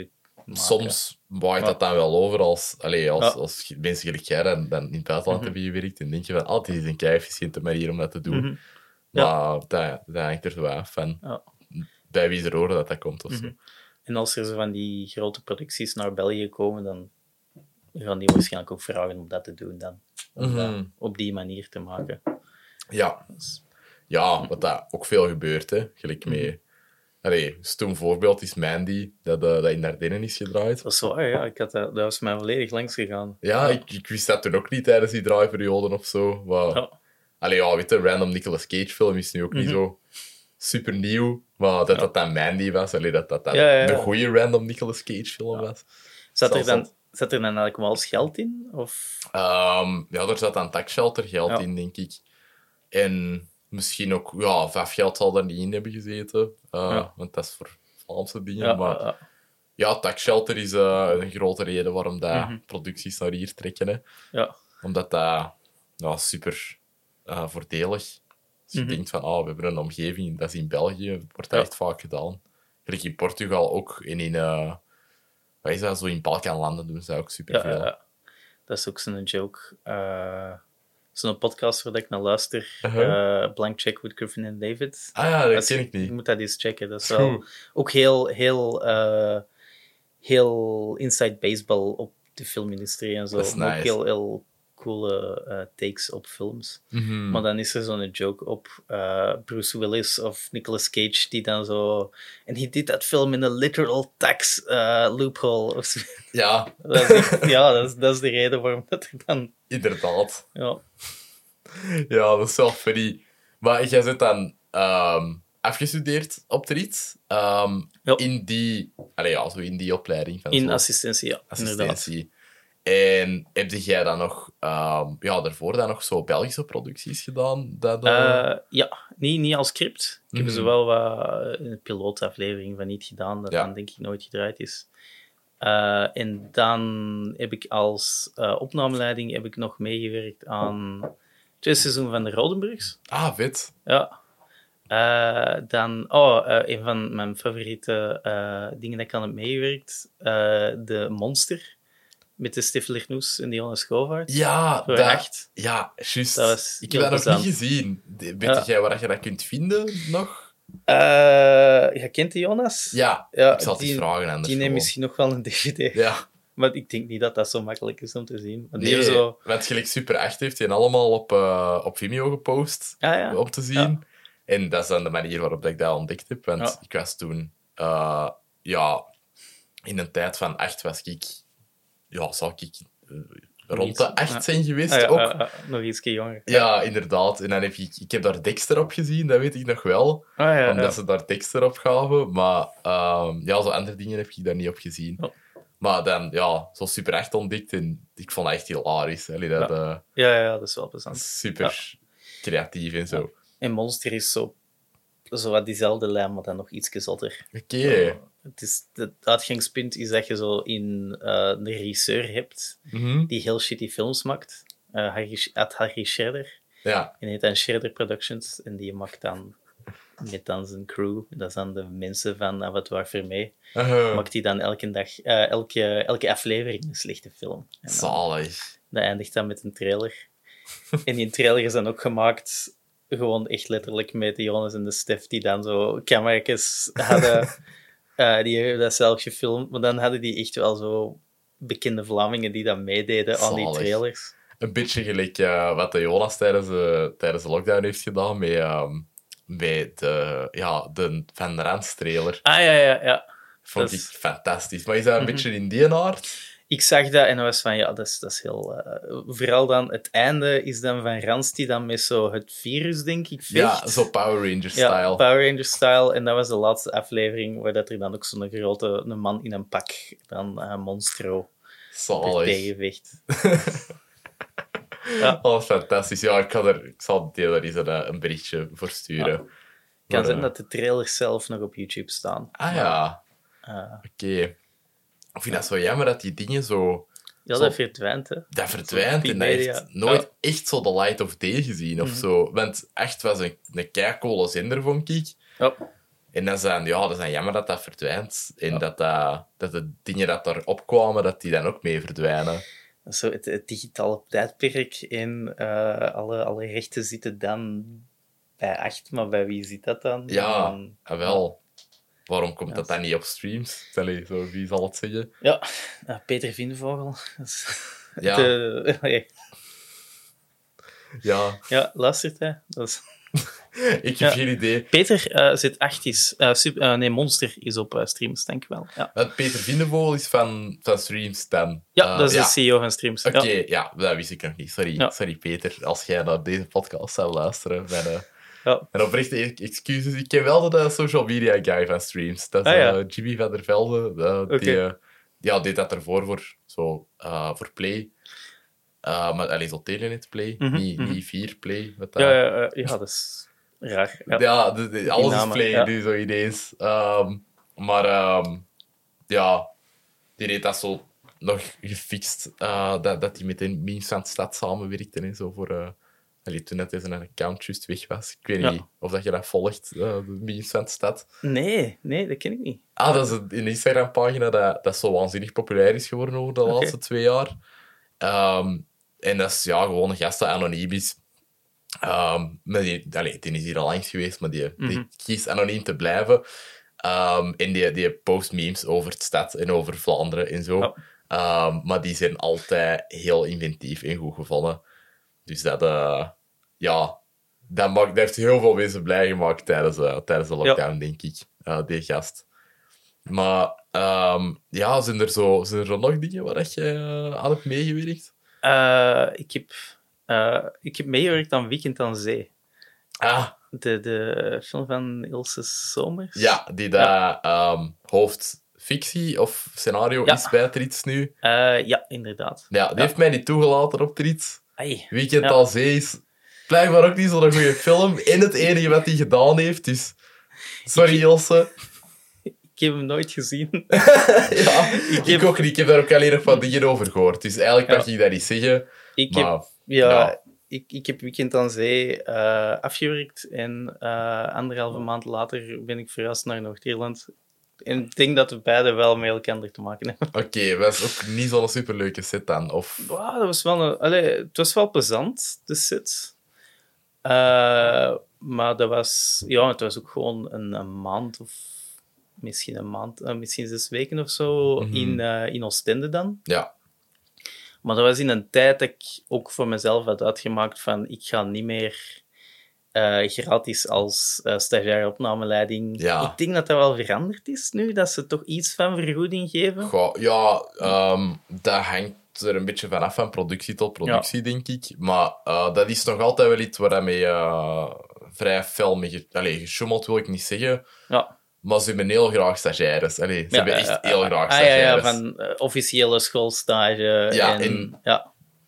maken. soms waait Ja. dat dan wel over als, allee, als, Ja. als mensen gelijk jij dan, dan in het buitenland Mhm. hebben gewerkt. En denk je van, altijd is een kei-efficiënte manier om dat te doen. Mhm. Ja. Maar dat, dat hangt er zo af van. Ja. Bij wie ze horen dat dat komt of zo. Mhm. En als er zo van die grote producties naar België komen, dan gaan die waarschijnlijk ook vragen om dat te doen dan. Om Mhm. dat op die manier te maken. Ja. Dus, Ja, wat dat ook veel gebeurt, hè. Gelijk Mhm. mee... Allee, een stoem voorbeeld is Mandy, dat, uh, dat in Ardennen is gedraaid. dat is waar, ja. Ik had dat, dat was mij volledig langs gegaan. Ja, Ik, ik wist dat toen ook niet tijdens die draaiperiode of zo. Maar... Ja. Allee, ja, weet je, een random Nicolas Cage film is nu ook niet Mhm. zo super nieuw. Maar dat dat dan Mandy was, allee, dat dat dan Ja, ja, ja. de goede random Nicolas Cage film Ja. was. Zat er, Zelfs dan, dat- zat er dan eigenlijk wel eens geld in? Of... Ehm, ja, er zat een taxshelter geld Ja. in, denk ik. En misschien ook, ja, vijf geld zal er niet in hebben gezeten. Uh, Ja. Want dat is voor Vlaamse dingen. Ja, maar ja, ja. ja, taxshelter is uh, een grote reden waarom dat Mhm. producties naar hier trekken. Hè. Ja. Omdat dat ja, super uh, voordelig is. Als je Mhm. denkt van, oh, we hebben een omgeving, dat is in België, wordt dat Ja. echt vaak gedaan. Gelijk in Portugal ook. En in, uh, wat is dat, zo in Balkanlanden doen ze dat ook super Ja, veel. ja, ja. Dat is ook zo'n joke. Uh, zo'n podcast waar ik naar luister. Uh-huh. uh, Blank Check with Griffin en David. Ah ja, dat Als ken je- ik niet. Je moet dat eens checken. Dat is Goed. wel ook heel, heel, uh, heel inside baseball op de filmindustrie en zo. Dat is Maar ook nice. heel, heel coole uh, takes op films. Mhm. Maar dan is er zo'n joke op uh, Bruce Willis of Nicolas Cage die dan zo... En he did that film in a literal tax uh, loophole. Of zo. Ja, Dat is echt- ja, dat is, dat is de reden waarom dat er dan... inderdaad. Ja, Ja, dat is wel funny. Maar jij zit dan ehm, afgestudeerd op de iets. ehm, Ja. In die... Allee, ja, zo in die opleiding. Van in zo assistentie, ja, inderdaad. assistentie. En heb jij dan nog... ehm, ja, daarvoor dan nog zo Belgische producties gedaan? Dat, eh, Uh, ja, niet, niet als script. Ik heb Mhm. ze wel wat in de pilootaflevering van niet gedaan, dat Ja. dan denk ik nooit gedraaid is. Uh, en dan heb ik als uh, opnameleiding heb ik nog meegewerkt aan twee seizoenen van de Rodenburgs. Ah, vet. Ja. Uh, dan, oh, uh, een van mijn favoriete uh, dingen dat ik aan heb meegewerkt, uh, de Monster, met de Stef Lernoes en Dionne Schoovaert. Ja, Voor dat, echt. ja, juist. Dat was Ik heel heb dat nog niet plezant. gezien. De- Weet Ja. jij waar je dat kunt vinden nog? Uh, je kent die Jonas? Ja, Ja, ik zal het die- eens vragen anders. Die neemt gewoon. misschien nog wel een D V D. Ja, Maar ik denk niet dat dat zo makkelijk is om te zien. Want die nee, hebben zo... want gelijk Super echt heeft hij allemaal op, eh, op Vimeo gepost. Ja, ja. Om te zien. Ja. En dat is dan de manier waarop dat ik dat ontdekt heb. Want Ja. ik was toen... eh, ja, in een tijd van acht was ik... Ja, zou ik eh, rond Iets, de acht ja. zijn geweest Ah, ja, ook. ah, ah, nog iets jonger. Ja, inderdaad. En dan heb ik... Ik heb daar Dexter op gezien, dat weet ik nog wel. Ah, ja, Omdat ja. ze daar Dexter op gaven. Maar ehm, ja, zo andere dingen heb ik daar niet op gezien. Oh. Maar dan, ja, zo Super echt ontdekt. En ik vond het echt hilarisch. Allee, dat, eh, Ja, ja, dat is wel plezant. super creatief en zo. En Monster is zo, zo wat diezelfde lijn, maar dan nog iets zotter. Oké. Het, is, het uitgangspunt is dat je zo in uh, een regisseur hebt Mhm. die heel shitty films maakt. Uh, Harry, Ad Harry Scherder. Ja. En heet dan Scherder Productions. En die maakt dan met dan zijn crew, dat zijn de mensen van Abattoir Vermeer, Uh-huh. maakt hij dan elke dag, uh, elke, elke aflevering een slechte film. En dan, Zalig. dat eindigt dan met een trailer. En die trailer is dan ook gemaakt gewoon echt letterlijk met de Jonas en de Stef die dan zo camera's hadden. uh, die hebben dat zelf gefilmd, maar dan hadden die echt wel zo bekende Vlamingen die dan meededen aan die Zalig. trailers. Een beetje gelijk eh, wat de Jonas tijdens de, tijdens de lockdown heeft gedaan met, ehm, met de, ja, de Van Rans trailer. Ah ja, ja, ja. Vond Dat ik is- fantastisch. Maar is dat een Mhm. beetje in die aard? Ik zag dat en dat was van, ja, dat is, dat is heel... uh, vooral dan, het einde is dan van Rans die dan met zo het virus, denk ik, vecht. Ja, zo Power Ranger-style. Ja, Power Ranger style. En dat was de laatste aflevering waar dat er dan ook zo'n grote een man in een pak dan uh, Monstro er Zalig. tegenvecht. Ja. Oh, fantastisch. Ja, ik, kan er, ik zal deel er eens een, eh, een berichtje voor sturen. Ja. Het kan Maar, zijn eh, dat de trailers zelf nog op YouTube staan. Ah ja, Uh, oké. Ik vind dat zo jammer dat die dingen zo... ja, Zo- dat verdwijnt, hè. Dat verdwijnt Zo, en dat media. heeft nooit Ja. echt zo de light of day gezien of Mhm. zo. Want echt was een, een keicoole zender, vond ik. Ja. En dan zijn, ja, dat is dan jammer dat dat verdwijnt. En Ja. dat, dat, dat de dingen dat erop kwamen, dat die dan ook mee verdwijnen. Zo het, het digitale tijdperk en uh, alle, alle rechten zitten dan bij acht, maar bij wie zit dat dan? Ja, dan, en wel. Waarom komt Ja, dat dan niet op streams? Allee, zo, wie zal het zeggen? Ja, uh, Peter Vindvogel. Ja. De, okay. Ja. Ja, luistert hij. Dat is... Ik heb Ja. geen idee. Peter uh, zit acht is. Uh, sub, uh, nee, Monster is op uh, streams, denk ik wel. Ja, Uh, Peter Vindevogel is van, van streams dan. ja Uh, dat is ja. de C E O van streams. Oké, Ja. ja, dat wist ik nog niet. Sorry, Ja. sorry Peter, als jij naar deze podcast zou luisteren. Mijn, uh, Ja. En oprechte excuses. Ik ken wel de uh, social media guy van streams. Dat is Ah, ja. uh, Jimmy van der Velde. Uh, Oké. Die uh, ja, deed dat ervoor voor, zo, uh, voor Play. Uh, maar alleen zo Telenet Play, Mhm, niet, mhm. niet vier Play. Met dat. Ja, ja, ja, ja, dat is raar. Ja. Ja, de- de- alles is namen, Play ja. nu zo ineens. Um, maar um, ja, die deed dat zo nog gefixt. Uh, dat, dat hij met de memes van de stad samenwerkte en zo voor... Uh, allee, toen net zijn account juist weg was. Ik weet Ja. niet of dat je dat volgt, uh, de memes van de stad. Nee, nee, dat ken ik niet. Ah, dat is een, een Instagram-pagina dat, dat zo waanzinnig populair is geworden over de Oké. laatste twee jaar. Um, en dat is ja, gewoon een gast dat anoniem is. Um, maar die, allee, die is hier al langs geweest, maar die, die Mhm. kiest anoniem te blijven. Um, en die, die post memes over het stad en over Vlaanderen en zo. Ja. Um, maar die zijn altijd heel inventief en goed gevonden. Dus dat, uh, ja, dat, maakt, dat heeft heel veel mensen blij gemaakt tijdens, uh, tijdens de lockdown, denk ik. Uh, die gast. Maar um, ja, zijn er, zo, zijn er zo nog dingen waar dat je uh, aan hebt meegewerkt? Uh, ik, heb, uh, ik heb meegewerkt aan Weekend aan Zee. Ah, De, de film van Ilse Somers. ja, die dat um, hoofdfictie of scenario Ja. is bij Triets nu. Uh, ja, inderdaad. Ja, die Ja. heeft mij niet toegelaten op Triets. Ai. Weekend Ja. aan Zee is blijkbaar ook niet zo'n goede film. En het enige wat hij gedaan heeft, dus... Sorry, Ilse. Ik heb hem nooit gezien. Ja, ik, heb- ook niet. Ik heb daar ook alleen nog wat dingen over gehoord. Dus eigenlijk Ja. mag ik dat niet zeggen. Ik Maar, heb, ja, ja. Ik, ik heb Weekend aan Zee uh, afgewerkt en uh, anderhalve maand later ben ik verhuisd naar Noord-Ierland. En ik denk dat we beide wel met elkaar te maken hebben. Oké, okay, dat is ook niet zo'n superleuke set dan. Of... Wow, dat was wel een, allee, het was wel plezant, de set. Uh, maar dat was, ja, het was ook gewoon een, een maand of misschien een maand, uh, misschien zes weken of zo Mhm. in, uh, in Oostende dan. Ja. Maar dat was in een tijd dat ik ook voor mezelf had uitgemaakt van ik ga niet meer uh, gratis als uh, stagiair opnameleiding. Ja. Ik denk dat dat wel veranderd is nu, dat ze toch iets van vergoeding geven. Goh, ja, um, dat hangt er een beetje vanaf van productie tot productie, denk ik. Maar uh, dat is nog altijd wel iets waar dat mee uh, vrij fel mee ge- Allee, gesjoemeld, wil ik niet zeggen. Ja. Maar ze hebben heel graag stagiaires. Allee, ze Ja, hebben ja, echt ja, heel ja. graag Ah, ja, ja, stagiaires. van uh, officiële schoolstage. Ja, en, en- ja.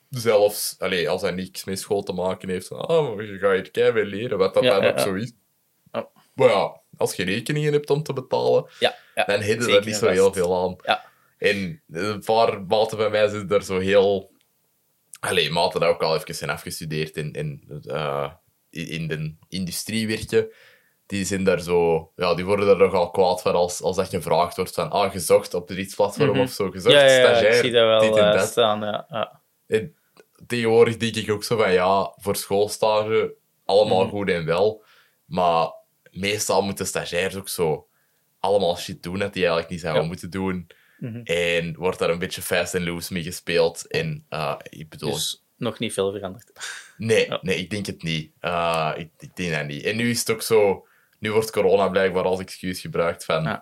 Zelfs allee, als hij niks met school te maken heeft, van, ah, maar je gaat hier keihard leren, wat dat Ja, dan ja, ook ja. zo is. Ja. Maar ja, als je rekeningen hebt om te betalen, Ja, ja, dan heb je zeker daar niet en zo vast. heel veel aan. Ja. En een paar maten bij mij zitten daar zo heel... Allee, maten dat ook al even zijn afgestudeerd in, in, uh, in de industrie werken. Die zijn daar zo... Ja, die worden er nogal kwaad van als, als dat gevraagd wordt van ah, gezocht op de Rietsplatform Mhm. of zo. Gezocht, Ja, ja, ja, stagiair, ik zie dat wel dit en uh, dat. staan. Ja, ja. En tegenwoordig denk ik ook zo van, ja, voor schoolstage, allemaal Mhm. goed en wel. Maar meestal moeten stagiairs ook zo allemaal shit doen dat die eigenlijk niet zouden Ja. moeten doen. Mhm. En wordt daar een beetje fast and loose mee gespeeld. En uh, ik bedoel... Dus nog niet veel veranderd. Nee, Ja. nee, ik denk het niet. Uh, ik, ik denk dat niet. En nu is het ook zo... Nu wordt corona blijkbaar als excuus gebruikt van... Ja.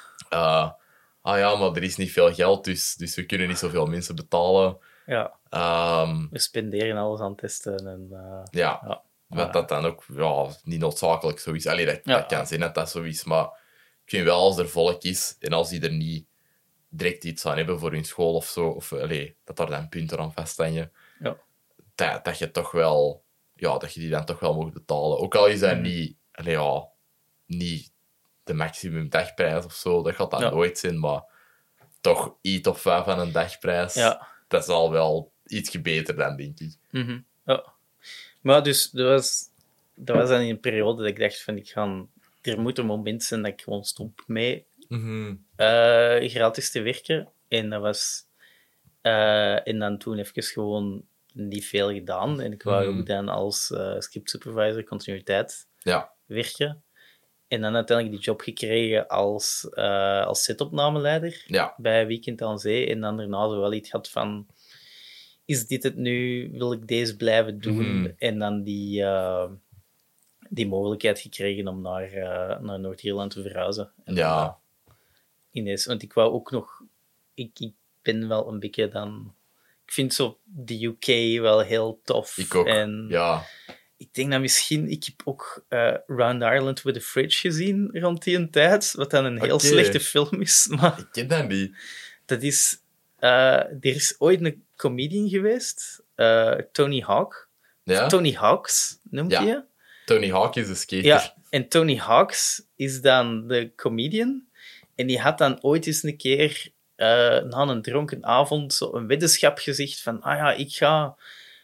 uh, ah ja, maar er is niet veel geld, dus, dus we kunnen niet zoveel mensen betalen. Ja, Um, we spenderen alles aan testen. En, uh, ja, ja. wat dat dan ook ja, niet noodzakelijk zo is. Allee, dat, Ja. dat kan zijn dat dat zo is, maar ik vind wel als er volk is en als die er niet direct iets aan hebben voor hun school of zo, of allee, dat daar dan punten aan vasthangen, Ja. dat, dat je toch wel, ja, dat je die dan toch wel mag betalen. Ook al is dat Mhm. niet, allee, ja, niet de maximum dagprijs of zo, dat gaat dat Ja. nooit zijn, maar toch iets of vijf van een dagprijs, Ja. dat is al wel iets beter dan, denk ik. Mhm. Ja. Maar dus, dat was, dat was dan in een periode dat ik dacht van, ik ga er moet een moment zijn dat ik gewoon stop mee Mm-hmm. uh, gratis te werken. En dat was... Uh, en dan toen even gewoon niet veel gedaan. En ik wou mm-hmm. ook dan als uh, script supervisor continuïteit ja. werken. En dan uiteindelijk die job gekregen als, uh, als setopnameleider ja. bij Weekend aan Zee. En dan daarna zo wel iets had van... Is dit het nu? Wil ik deze blijven doen? Mm-hmm. En dan die, uh, die mogelijkheid gekregen om naar, uh, naar Noord-Ierland te verhuizen. En ja. Dan, uh, ineens, want ik wou ook nog... Ik, ik ben wel een beetje dan... Ik vind zo de U K wel heel tof. Ik ook, en ja. Ik denk dat misschien... Ik heb ook uh, Round Ireland with the Fridge gezien rond die tijd, wat dan een heel okay. slechte film is. Maar ik ken dat niet. Dat is... Uh, er is ooit een comedian geweest, uh, Tony Hawk. Ja? Tony Hawks noemt hij ja. Tony Hawk is de skater. Ja, en Tony Hawks is dan de comedian. En die had dan ooit eens een keer... Uh, na een dronken avond zo een weddenschap gezegd van ah ja, ik ga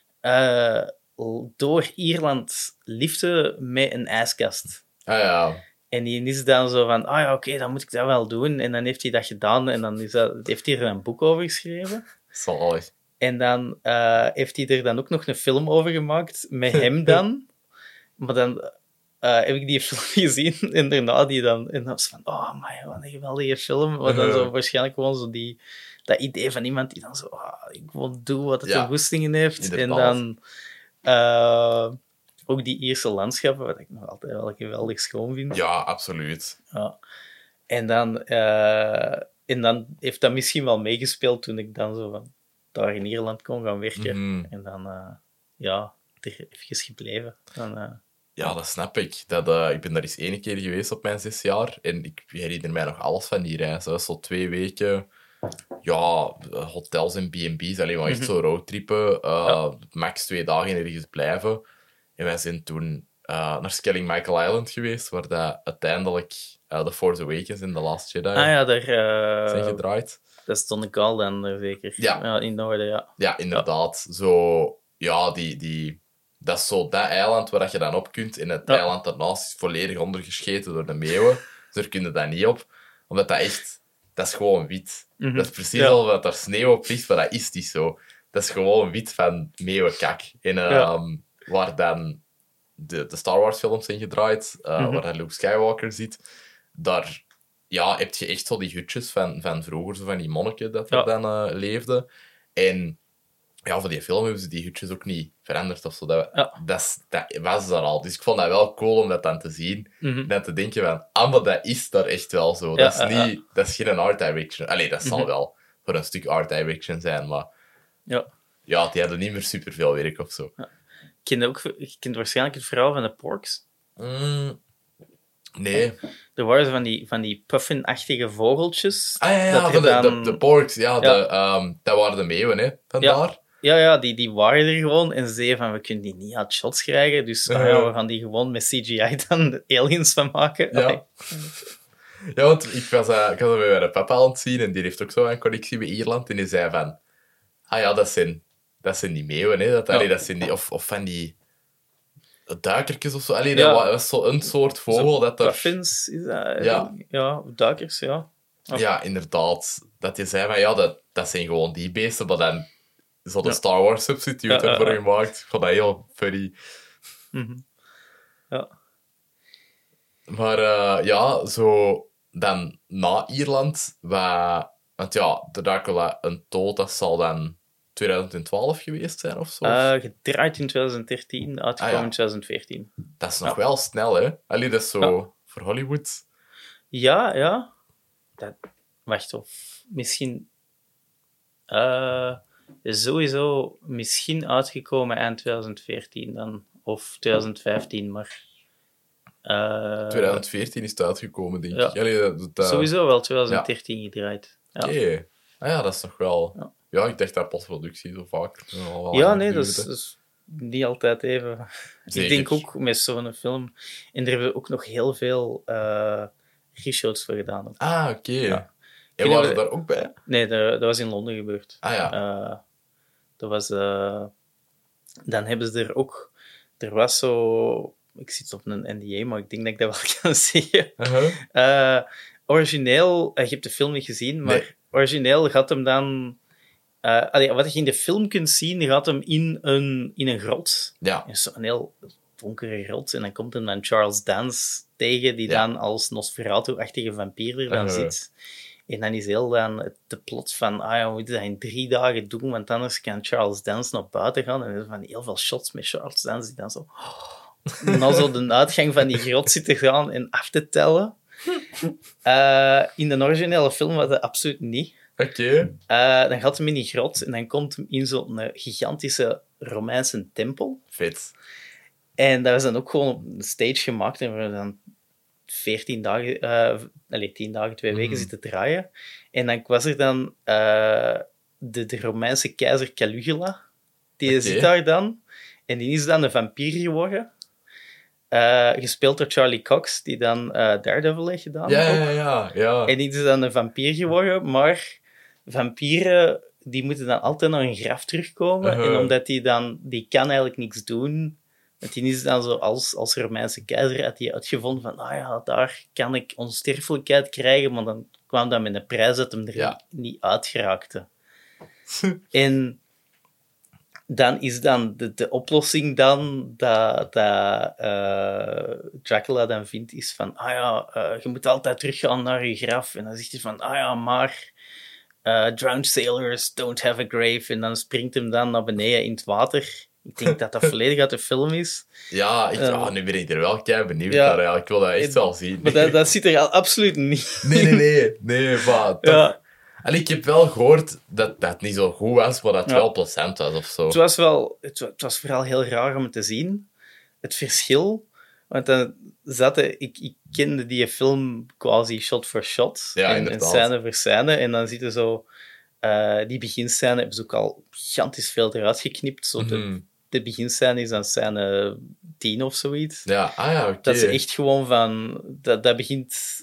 uh, door Ierland liften met een ijskast. Ah ja. En die is dan zo van ah ja, oké, okay, dan moet ik dat wel doen. En dan heeft hij dat gedaan en dan is dat, heeft hij er een boek over geschreven. Zalig. En dan uh, heeft hij er dan ook nog een film over gemaakt met hem dan. Maar dan... Uh, heb ik die film gezien en daarna die dan... En dan was van, oh my, wat een geweldige film. Maar dan zo waarschijnlijk gewoon zo die... Dat idee van iemand die dan zo... Oh, ik wil doen wat het ja, een goestingen heeft. Inderdaad. En dan... Uh, ook die Ierse landschappen, wat ik nog altijd wel geweldig schoon vind. Ja, absoluut. Ja. En dan... Uh, en dan heeft dat misschien wel meegespeeld toen ik dan zo van... Daar in Ierland kon gaan werken. Mm. En dan... Uh, ja, er even gebleven. Dan... Uh, Ja, dat snap ik. Dat, uh, ik ben daar eens één keer geweest op mijn zes jaar en ik herinner mij nog alles van die reis. Dat was zo twee weken, ja, hotels en B en B's, alleen maar echt zo roadtrippen. Uh, ja. Max twee dagen ergens blijven. En wij zijn toen uh, naar Skelling Michael Island geweest, waar dat uiteindelijk uh, The Force Awakens en The Last Jedi ah, ja, daar, uh, zijn gedraaid. Dat is Don Gal dan zeker. Ja. ja. In Noorden, ja. Ja, inderdaad. Ja. Zo, ja, die... die Dat is zo dat eiland waar je dan op kunt. En het ja. eiland daarnaast is volledig ondergescheten door de meeuwen. Dus daar kun je dat niet op. Omdat dat echt... Dat is gewoon wit. Mm-hmm. Dat is precies ja. al wat er sneeuw op ligt, maar dat is niet zo. Dat is gewoon wit van meeuwenkak. En um, ja. waar dan de, de Star Wars films zijn gedraaid, uh, mm-hmm. waar dan Luke Skywalker zit, daar ja, heb je echt zo die hutjes van, van vroeger, zo van die monniken dat er ja. dan uh, leefden. En... Ja, voor die film hebben ze die hutjes ook niet veranderd of zo. Dat, ja. dat, dat was er al. Dus ik vond dat wel cool om dat dan te zien. Mm-hmm. En te denken van, ah, maar dat is daar echt wel zo. Ja, dat, is niet, ja. dat is geen art direction. Allee, dat mm-hmm. zal wel voor een stuk art direction zijn, maar... Ja, ja die hadden niet meer superveel werk of zo. Ja. Je kent ook, je kent waarschijnlijk het verhaal van de Porks. Mm, nee. Er waren zo van die, van die puffin-achtige vogeltjes. Ah ja, ja, de, dan... de, de Porks. Ja, ja. De, um, dat waren de meeuwen, hè, vandaar. Ja. Ja, ja, die, die waren er gewoon en ze zeiden van, we kunnen die niet uit shots krijgen, dus uh, ja, we gaan die gewoon met C G I dan de aliens van maken. Ja, ja want ik was, uh, ik was er bij mijn papa aan het zien en die heeft ook zo een connectie met Ierland en die zei van, ah ja, dat zijn, dat zijn die meeuwen, hè. Dat, ja. allee, dat zijn die, of, of van die duikertjes of zo. Allee, ja. Dat was zo een soort vogel zo dat er... Puffins, is dat? Ja. Ja, duikers, ja. Oh. Ja, inderdaad. Dat je zei van, ja, dat, dat zijn gewoon die beesten, maar dan... Zo de ja. Star Wars substitute ja, ervoor ja, ja. gemaakt. Ik vond dat heel funny. Mm-hmm. Ja. Maar uh, ja, zo dan na Ierland, waar, want ja, de Dracula Untold, dat zal dan twintig twaalf geweest zijn of zo? Uh, gedraaid in twintig dertien, uitgekomen ah, ja. in twintig veertien. Dat is nog ja. wel snel, hè? Allee, dat is zo ja. voor Hollywood. Ja, ja. Dat, wacht, of misschien... Uh, sowieso misschien uitgekomen eind twintig veertien dan, of twintig vijftien, maar... Uh, twintig veertien is het uitgekomen, denk ja. ik. Allee, dat, dat, sowieso wel twintig dertien ja. gedraaid. Ja. Oké. Okay. Ah ja, dat is nog wel... Ja, ja ik dacht dat postproductie zo vaak... Ja, nee, dat is, dat is niet altijd even... Zeker. Ik denk ook met zo'n film... En daar hebben we ook nog heel veel uh, reshoots voor gedaan. Ook. Ah, oké. Okay. Ja. En waren we daar ook bij? Nee, dat, dat was in Londen gebeurd. Ah ja. Uh, dat was... Uh, dan hebben ze er ook... Er was zo... ik zit op een N D A, maar ik denk dat ik dat wel kan zeggen. Uh-huh. Uh, origineel, uh, je hebt de film niet gezien, maar Nee. origineel gaat hem dan... Uh, allee, wat je in de film kunt zien, gaat hem in een, in een grot. Ja. In zo'n heel donkere grot. En dan komt hem dan Charles Dance tegen, die Ja. dan als Nosferatu-achtige vampier er dan Uh-huh. zit. En dan is heel dan het de plot van, ah ja, we moeten dat in drie dagen doen, want anders kan Charles Dance naar buiten gaan. En er zijn van heel veel shots met Charles Dance, die dan zo... En dan zo de uitgang van die grot zit te gaan en af te tellen. Uh, in de originele film was dat absoluut niet. Oké. Okay. Uh, dan gaat hem in die grot en dan komt hem in zo'n gigantische Romeinse tempel. Vet. En dat was dan ook gewoon op een stage gemaakt en we hebben dan veertien dagen, uh, allez, tien dagen, twee weken mm. zitten draaien. En dan was er dan uh, de, de Romeinse keizer Caligula. Die okay. zit daar dan. En die is dan een vampier geworden. Uh, gespeeld door Charlie Cox, die dan uh, Daredevil heeft gedaan. Ja, ja, ja, ja. En die is dan een vampier geworden, maar vampieren die moeten dan altijd naar een graf terugkomen. Uh-huh. En omdat die dan... Die kan eigenlijk niks doen. Want die is dan zo als, als Romeinse keizer had hij uitgevonden van ah ja, daar kan ik onsterfelijkheid krijgen, maar dan kwam dat met een prijs dat hem er ja. niet uitgeraakte. En dan is dan de, de oplossing dan dat, dat uh, Dracula dan vindt, is van ah ja, uh, je moet altijd teruggaan naar je graf. En dan zegt hij van ah ja, maar uh, drowned sailors don't have a grave. En dan springt hem dan naar beneden in het water. Ik denk dat dat volledig uit de film is. Ja, ik, uh, oh, nu ben ik er wel kei benieuwd ja, naar. Ja. Ik wil dat echt wel zien. Maar dat, dat zit er al absoluut niet. Nee, nee, nee. nee maar ja. En ik heb wel gehoord dat dat niet zo goed was, maar dat het ja. wel plezant was of zo. Het was wel... Het, het was vooral heel raar om het te zien. Het verschil. Want dan zaten... Ik, ik kende die film quasi shot for shot. Ja, en, en scène voor scène. En dan zitten zo... Uh, die beginscène hebben ze ook al gigantisch veel eruit geknipt. Zo de, mm-hmm. de beginscène is dan scène tien of zoiets. Ja, ah ja, oké. Okay. Dat is echt gewoon van... Dat, dat begint...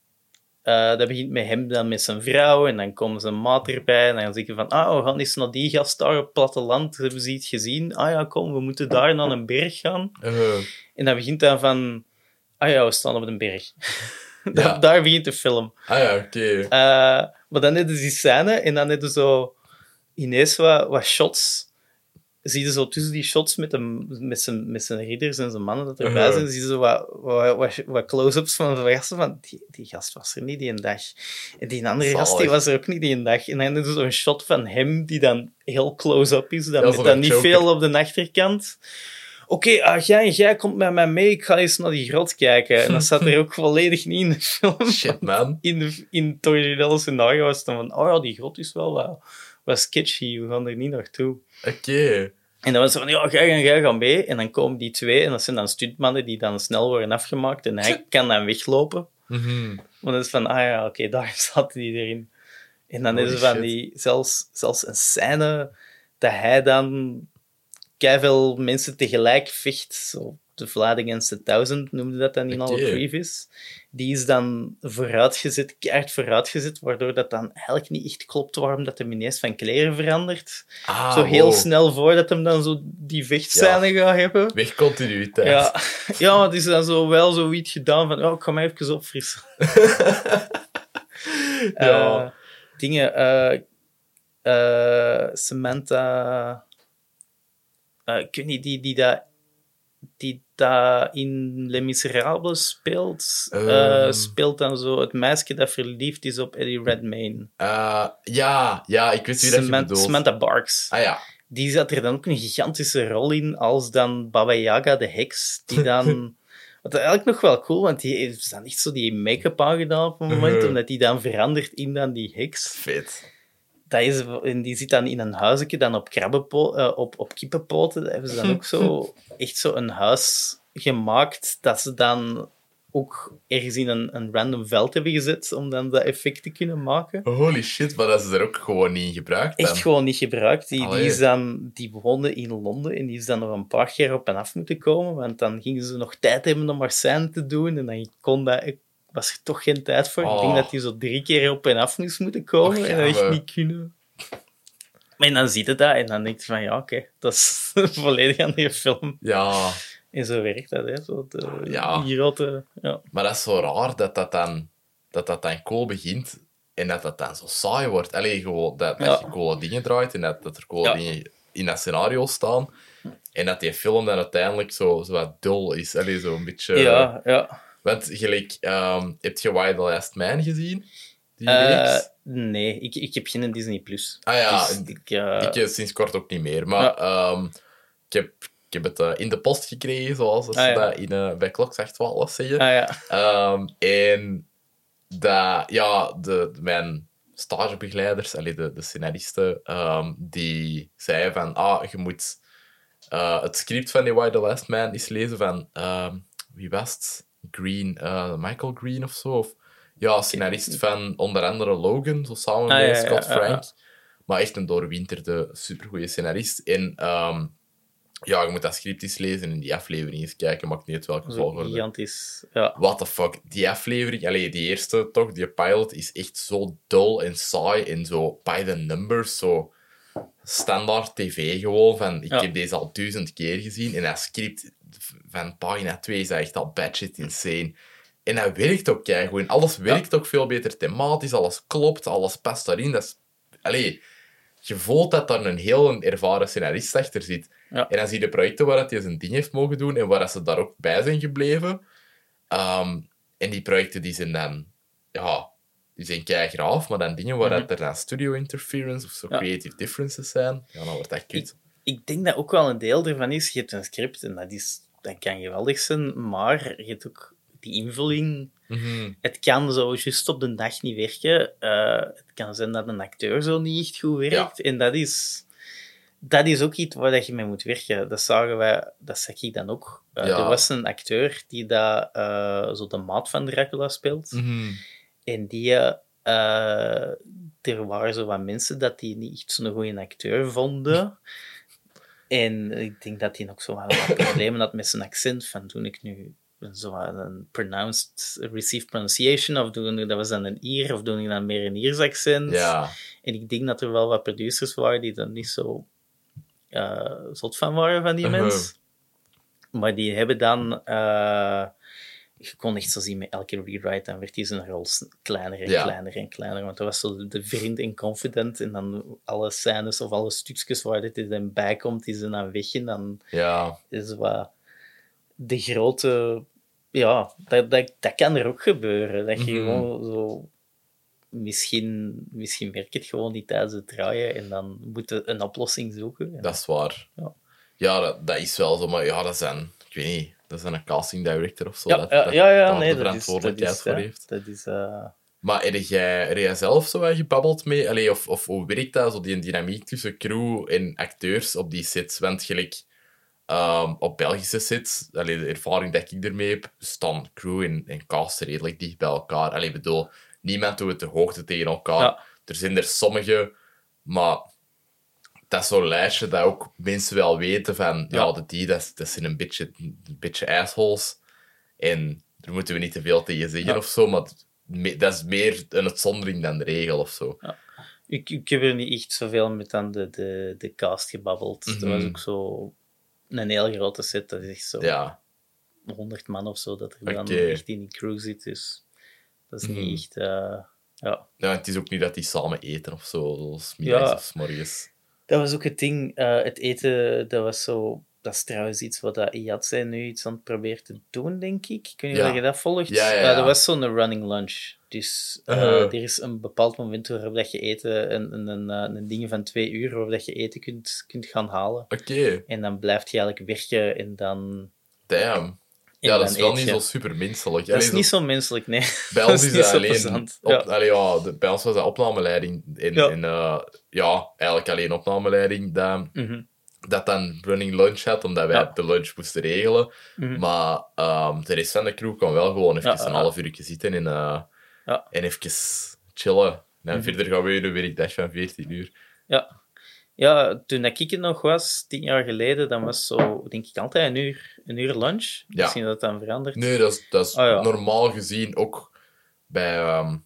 Uh, dat begint met hem dan met zijn vrouw en dan komt zijn maat erbij en dan zeg je van ah, we gaan eens naar die gast daar op het platteland, hebben ze iets gezien? Ah ja, kom, we moeten daar naar een berg gaan. Uh. En dan begint dan van ah ja, we staan op een berg. Ja. Daar begint de film. Ah ja, oké. Okay. Uh, maar dan hebben ze die scène en dan hebben ze zo ineens wat, wat shots. Zie je zo tussen die shots met, hem, met, zijn, met zijn ridders en zijn mannen dat erbij zijn, uh-huh. zie je zo wat, wat, wat, wat close-ups van de gasten van die, die gast was er niet die een dag. En die andere Zalig. gast die was er ook niet die een dag. En dan is er zo'n shot van hem die dan heel close-up is, dan met dan niet joker. veel op de achterkant. Oké, okay, uh, jij, jij komt met mij mee, ik ga eens naar die grot kijken. En dat staat er ook volledig niet in de film. Shit, man. In, de, in het originele scenario was het dan van, oh ja, die grot is wel wat, wat sketchy, we gaan er niet naartoe. Oké. Okay. En dan was het van, ja, jij en jij gaan mee. En dan komen die twee, en dat zijn dan stuntmannen die dan snel worden afgemaakt. En hij kan dan weglopen. Mm-hmm. Maar dan is van, ah ja, oké, okay, daar zaten die erin. En dan Holy is er van die, zelfs, zelfs een scène dat hij dan keiveel mensen tegelijk vecht. Zo, The Vlad Against the Thousand noemde dat dan in okay. alle previews. Die is dan vooruitgezet, keihard vooruitgezet, waardoor dat dan eigenlijk niet echt klopt waarom dat hem ineens van kleren verandert. Ah, zo heel wow. snel voordat hem dan zo die vechtscène ja. gaat hebben. Wegcontinuïteit. Ja. ja, maar het is dan zo wel zoiets gedaan van, oh, ik ga mij even opfrissen. ja. uh, dingen, uh, uh, Samantha, uh, ik weet niet, die, die dat die dat in Les Miserables speelt, um, uh, speelt dan zo het meisje dat verliefd is op Eddie Redmayne. Uh, ja, ja, ik weet wie dat je bedoelt. Samantha Barks. Ah ja. Die zat er dan ook een gigantische rol in als dan Baba Yaga, de heks, die dan... Wat eigenlijk nog wel cool, want die heeft dan echt zo die make-up aangedaan op een moment, uh-huh. omdat die dan verandert in dan die heks. Vet. Dat is, en die zit dan in een huisje, dan op, krabbenpo- uh, op, op kippenpoten. Dat hebben ze dan ook zo, echt zo een huis gemaakt, dat ze dan ook ergens in een, een random veld hebben gezet, om dan dat effect te kunnen maken. Holy shit, maar dat is er ook gewoon niet gebruikt dan. Echt gewoon niet gebruikt. Die, die, is dan, die woonde in Londen en die is dan nog een paar keer op en af moeten komen, want dan gingen ze nog tijd hebben om maar scène te doen en dan kon dat... was er toch geen tijd voor. Oh. Ik denk dat hij zo drie keer op en af moest moeten komen. Och, ja, en dat echt niet kunnen. En dan ziet het dat en dan denk je van, ja, oké, okay, dat is volledig aan die film. Ja. En zo werkt dat, hè. Zo de, Ja. die grote... Ja. Maar dat is zo raar dat dat dan, dat dat dan cool begint en dat dat dan zo saai wordt. Allee, gewoon dat, dat Ja. je coole dingen draait en dat, dat er coole Ja. dingen in dat scenario staan. En dat die film dan uiteindelijk zo, zo wat dull is. Allee, zo een beetje... ja, ja. Want gelijk, ehm, heb je Why the Last Man gezien? Die Eh, reeks? nee, ik, ik heb geen Disney+. Plus. Ah ja, Dus ik, eh, ik eh, sinds kort ook niet meer. Maar Ja. ehm, ik, heb, ik heb het eh, in de post gekregen, zoals ze Ah, ja. dat in, eh, bij Klokslag twaalf zeggen. ah ja. Ehm, en dat, ja, de, mijn stagebegeleiders, allee, de, de scenaristen, ehm, die zeiden van, ah, je moet eh, het script van die Why the Last Man eens lezen van, ehm, wie was het? Green, eh, Michael Green of zo? Of, ja, scenarist van onder andere Logan, zo samen Ah, met ja, ja, Scott ja, Frank. ja. Maar echt een doorwinterde, supergoeie scenarist. En ehm, ja, je moet dat script eens lezen en die aflevering eens kijken, maakt niet uit welke Zo volgorde. gigantisch. Ja. What the fuck, die aflevering, allee, die eerste toch, die pilot, is echt zo dull en saai en zo by the numbers, zo standaard tv gewoon, van ik Ja. heb deze al duizend keer gezien en dat script van pagina twee is echt al batshit insane. En dat werkt ook keigoed. En alles werkt ook veel beter thematisch, alles klopt, alles past daarin. Dat is... Allee, je voelt dat daar een heel ervaren scenarist achter zit. Ja. En dan zie je de projecten waar hij zijn ding heeft mogen doen en waar dat ze daar ook bij zijn gebleven. Ehm, en die projecten die zijn dan... Ja, die zijn keigraaf, maar dan dingen waar Mhm. dat er dan studio interference of zo Ja. creative differences zijn, ja, dan wordt dat kut. Ik denk dat ook wel een deel ervan is, je hebt een script en dat, is, dat kan geweldig zijn, maar je hebt ook die invulling. Mhm. Het kan zo juist op de dag niet werken. Uh, het kan zijn dat een acteur zo niet echt goed werkt. Ja. En dat is, dat is ook iets waar dat je mee moet werken. Dat zagen wij, dat zag ik dan ook. Uh, Ja. Er was een acteur die dat, uh, zo de maat van Dracula speelt. Mhm. En die... Uh, er waren zo wat mensen dat die niet echt zo'n goede acteur vonden. En ik denk dat hij ook zo wel wat problemen had met zijn accent. Van toen ik nu zo een pronounced, received pronunciation, of doen dat was dan een Ier, of doen ik dan meer een Iers accent. Ja. En ik denk dat er wel wat producers waren die er niet zo uh, zot van waren van die Uh-huh. mens. Maar die hebben dan... Uh, je kon echt zo zien met elke rewrite, dan werd die zijn rol kleiner en Ja. kleiner en kleiner. Want dat was zo de vriend en confident. En dan alle scènes of alle stukjes waar dit er dan bij komt, die zijn dan weg. En dan Ja. is wat de grote... Ja, dat, dat, dat kan er ook gebeuren. Dat je Mhm. gewoon zo... Misschien, misschien werkt het gewoon niet tijdens het draaien en dan moet je een oplossing zoeken. Dat is waar. Ja. Ja, dat, dat is wel zo, maar ja, dat zijn... Ik weet niet, dat is een casting director of zo. Ja, dat, ja, dat ja, ja daar nee, de dat is... Dat verantwoordelijkheid is, voor ja, heeft. dat is uh... Maar heb jij, heb jij zelf zo wat gebabbeld mee? Allee, of, of hoe werkt dat, zo die dynamiek tussen crew en acteurs op die sets? Want gelijk um, op Belgische sets, allee, de ervaring dat ik ermee heb, staan crew en, en cast redelijk dicht bij elkaar. Allee, bedoel, niemand doet het de hoogte tegen elkaar. Ja. Er zijn er sommige, maar dat is zo'n lijstje dat ook mensen wel weten van, ja, Ja. de die, dat, dat zijn een beetje, een beetje assholes. En daar moeten we niet te veel tegen zeggen Ja. of zo, maar me- dat is meer een uitzondering dan de regel of zo. Ik, ik heb er niet echt zoveel met aan de, de, de cast gebabbeld. Mhm. Dat was ook zo een heel grote set. Dat is echt zo Ja, honderd man of zo dat er dan Oké. echt in die crew zit. Dus dat is Mhm. niet echt... Uh, ja. ja, het is ook niet dat die samen eten of zo, zoals middags Ja. of 's morgens. Dat was ook het ding. Uh, het eten, dat was zo... Dat is trouwens iets wat dat Iyad zijn nu iets aan het proberen te doen, denk ik. Ik weet niet Ja. of je dat volgt. Ja, ja, Uh, ja. dat was zo'n running lunch. Dus uh, Uh-huh. er is een bepaald moment waarop dat je eten... Een, een, een, een, een ding van twee uur waarop dat je eten kunt, kunt gaan halen. Oké, En dan blijft je eigenlijk werken en dan... damn. en Ja, dat dan is wel eet niet je. zo super menselijk. Dat is Allee, niet zo- zo menselijk, nee. Bij dat ons is is niet dat zo alleen... plezant. Op, Ja. allee, ja, de, bij ons was dat opnameleiding. En, Ja. en, uh, ja, eigenlijk alleen opnameleiding. Dat, Mhm. dat dan running lunch had, omdat wij Ja. de lunch moesten regelen. Mhm. Maar um, de rest van de crew kon wel gewoon even Ja, ja, een ja. half uur zitten en, uh, Ja. en even chillen. En Mhm. verder gaan we weer een werkdag van veertien uur. Ja. Ja, toen dat ik er nog was, tien jaar geleden, dan was zo, denk ik, altijd een uur, een uur lunch. Ja. Misschien dat dat dan verandert. Nee, dat is, dat is Ah, ja. normaal gezien ook bij, um,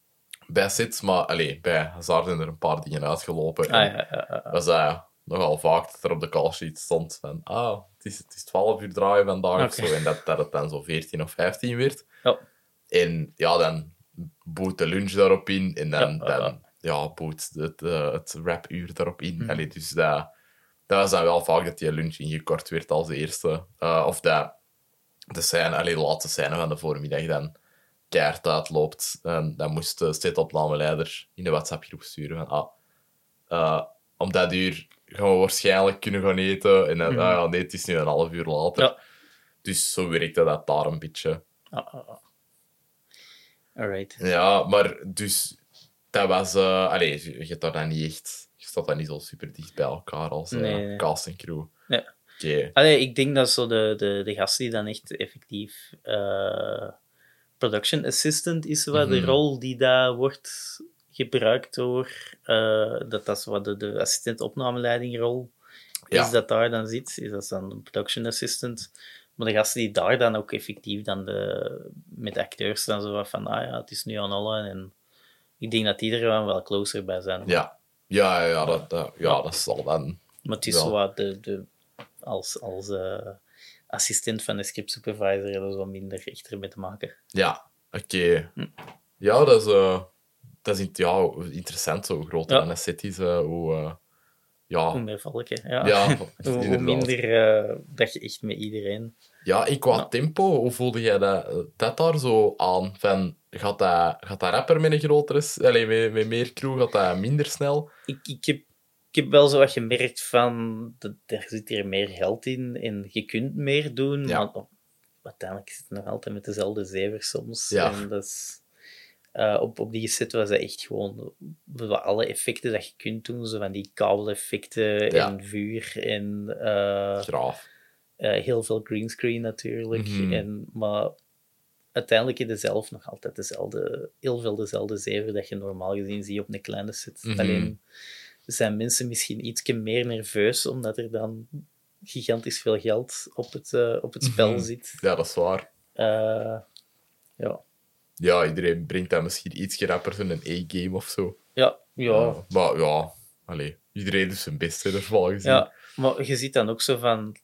bij sits, maar allee, bij Hazard zijn er een paar dingen uitgelopen. Ah, En ja, ja, ja. was dat nogal vaak dat er op de call sheet stond van ah, het is, het is twaalf uur draaien vandaag Okay. of zo. En dat, dat het dan zo veertien of vijftien werd. Ja. En ja, dan boet de lunch daarop in. En dan, Ja, ja, ja. dan ja, boet het, uh, het rapuur daarop in. Mhm. Allee, dus dat, dat was dan wel vaak dat die lunch ingekort werd als eerste. Uh, of dat de, scène, allee, de laatste scène van de voormiddag dan keihard uitloopt. En dan moest de stedenopnameleider in de WhatsApp-groep sturen van ah, uh, om dat uur gaan we waarschijnlijk kunnen gaan eten. En dan, Mhm. ah ja, nee, het is nu een half uur later. Ja. Dus zo werkte dat daar een beetje. Ah, ah, ah. Alright. Ja, maar dus dat was... Uh, allee, je, je hebt daar dan niet echt... Je staat dan niet zo super dicht bij elkaar als uh, Nee, nee. cast en crew. Ja. Okay. Allee, ik denk dat zo de, de, de gast die dan echt effectief uh, production assistant is, wat Mhm. de rol die daar wordt gebruikt door, uh, dat dat is wat de, de assistent opnameleidingrol Ja. is dat daar dan zit, is dat dan een production assistant. Maar de gasten die daar dan ook effectief dan de, met de acteurs dan zo wat van, ah ja, het is nu aan alle en ik denk dat die er wel wel closer bij zijn. Ja. Ja, ja, ja, dat, dat, ja, dat zal dan... Maar het is Ja. zo wat de, de, als, als uh, assistent van de script supervisor er zo minder echt ermee te maken. Ja, oké. Okay. Hm. Ja, dat is, uh, dat is ja, interessant, zo groter Ja. dan een set is. Uh, hoe, uh, ja. Hoe meer valk, hè. Ja. Ja, hoe, hoe inderdaad. minder uh, dat je echt met iedereen... Ja, en qua Ja. tempo, hoe voelde jij dat, dat daar zo aan? Van, gaat, dat, gaat dat rapper met een grotere... Allee, met, met meer crew, gaat dat minder snel? Ik, ik, heb, ik heb wel zo wat gemerkt van, dat, er zit hier meer geld in en je kunt meer doen, Ja. maar op- uiteindelijk zit het nog altijd met dezelfde zever soms. Ja. En dat is, uh, op, op die set was dat echt gewoon wat alle effecten dat je kunt doen, zo van die kabeleffecten Ja. en vuur en uh, Graaf. uh, heel veel greenscreen natuurlijk. Mhm. En, maar uiteindelijk heb je zelf nog altijd dezelfde, heel veel dezelfde zever dat je normaal gezien ziet op een kleine set. Mhm. Alleen zijn mensen misschien iets meer nerveus, omdat er dan gigantisch veel geld op het, uh, op het spel Mhm. zit. Ja, dat is waar. Uh, ja. Ja, iedereen brengt dat misschien iets rapper in een A-game of zo. Ja, ja. Uh, maar ja, allee, iedereen doet zijn best, hè, normaal gezien. Ja, maar je ziet dan ook zo van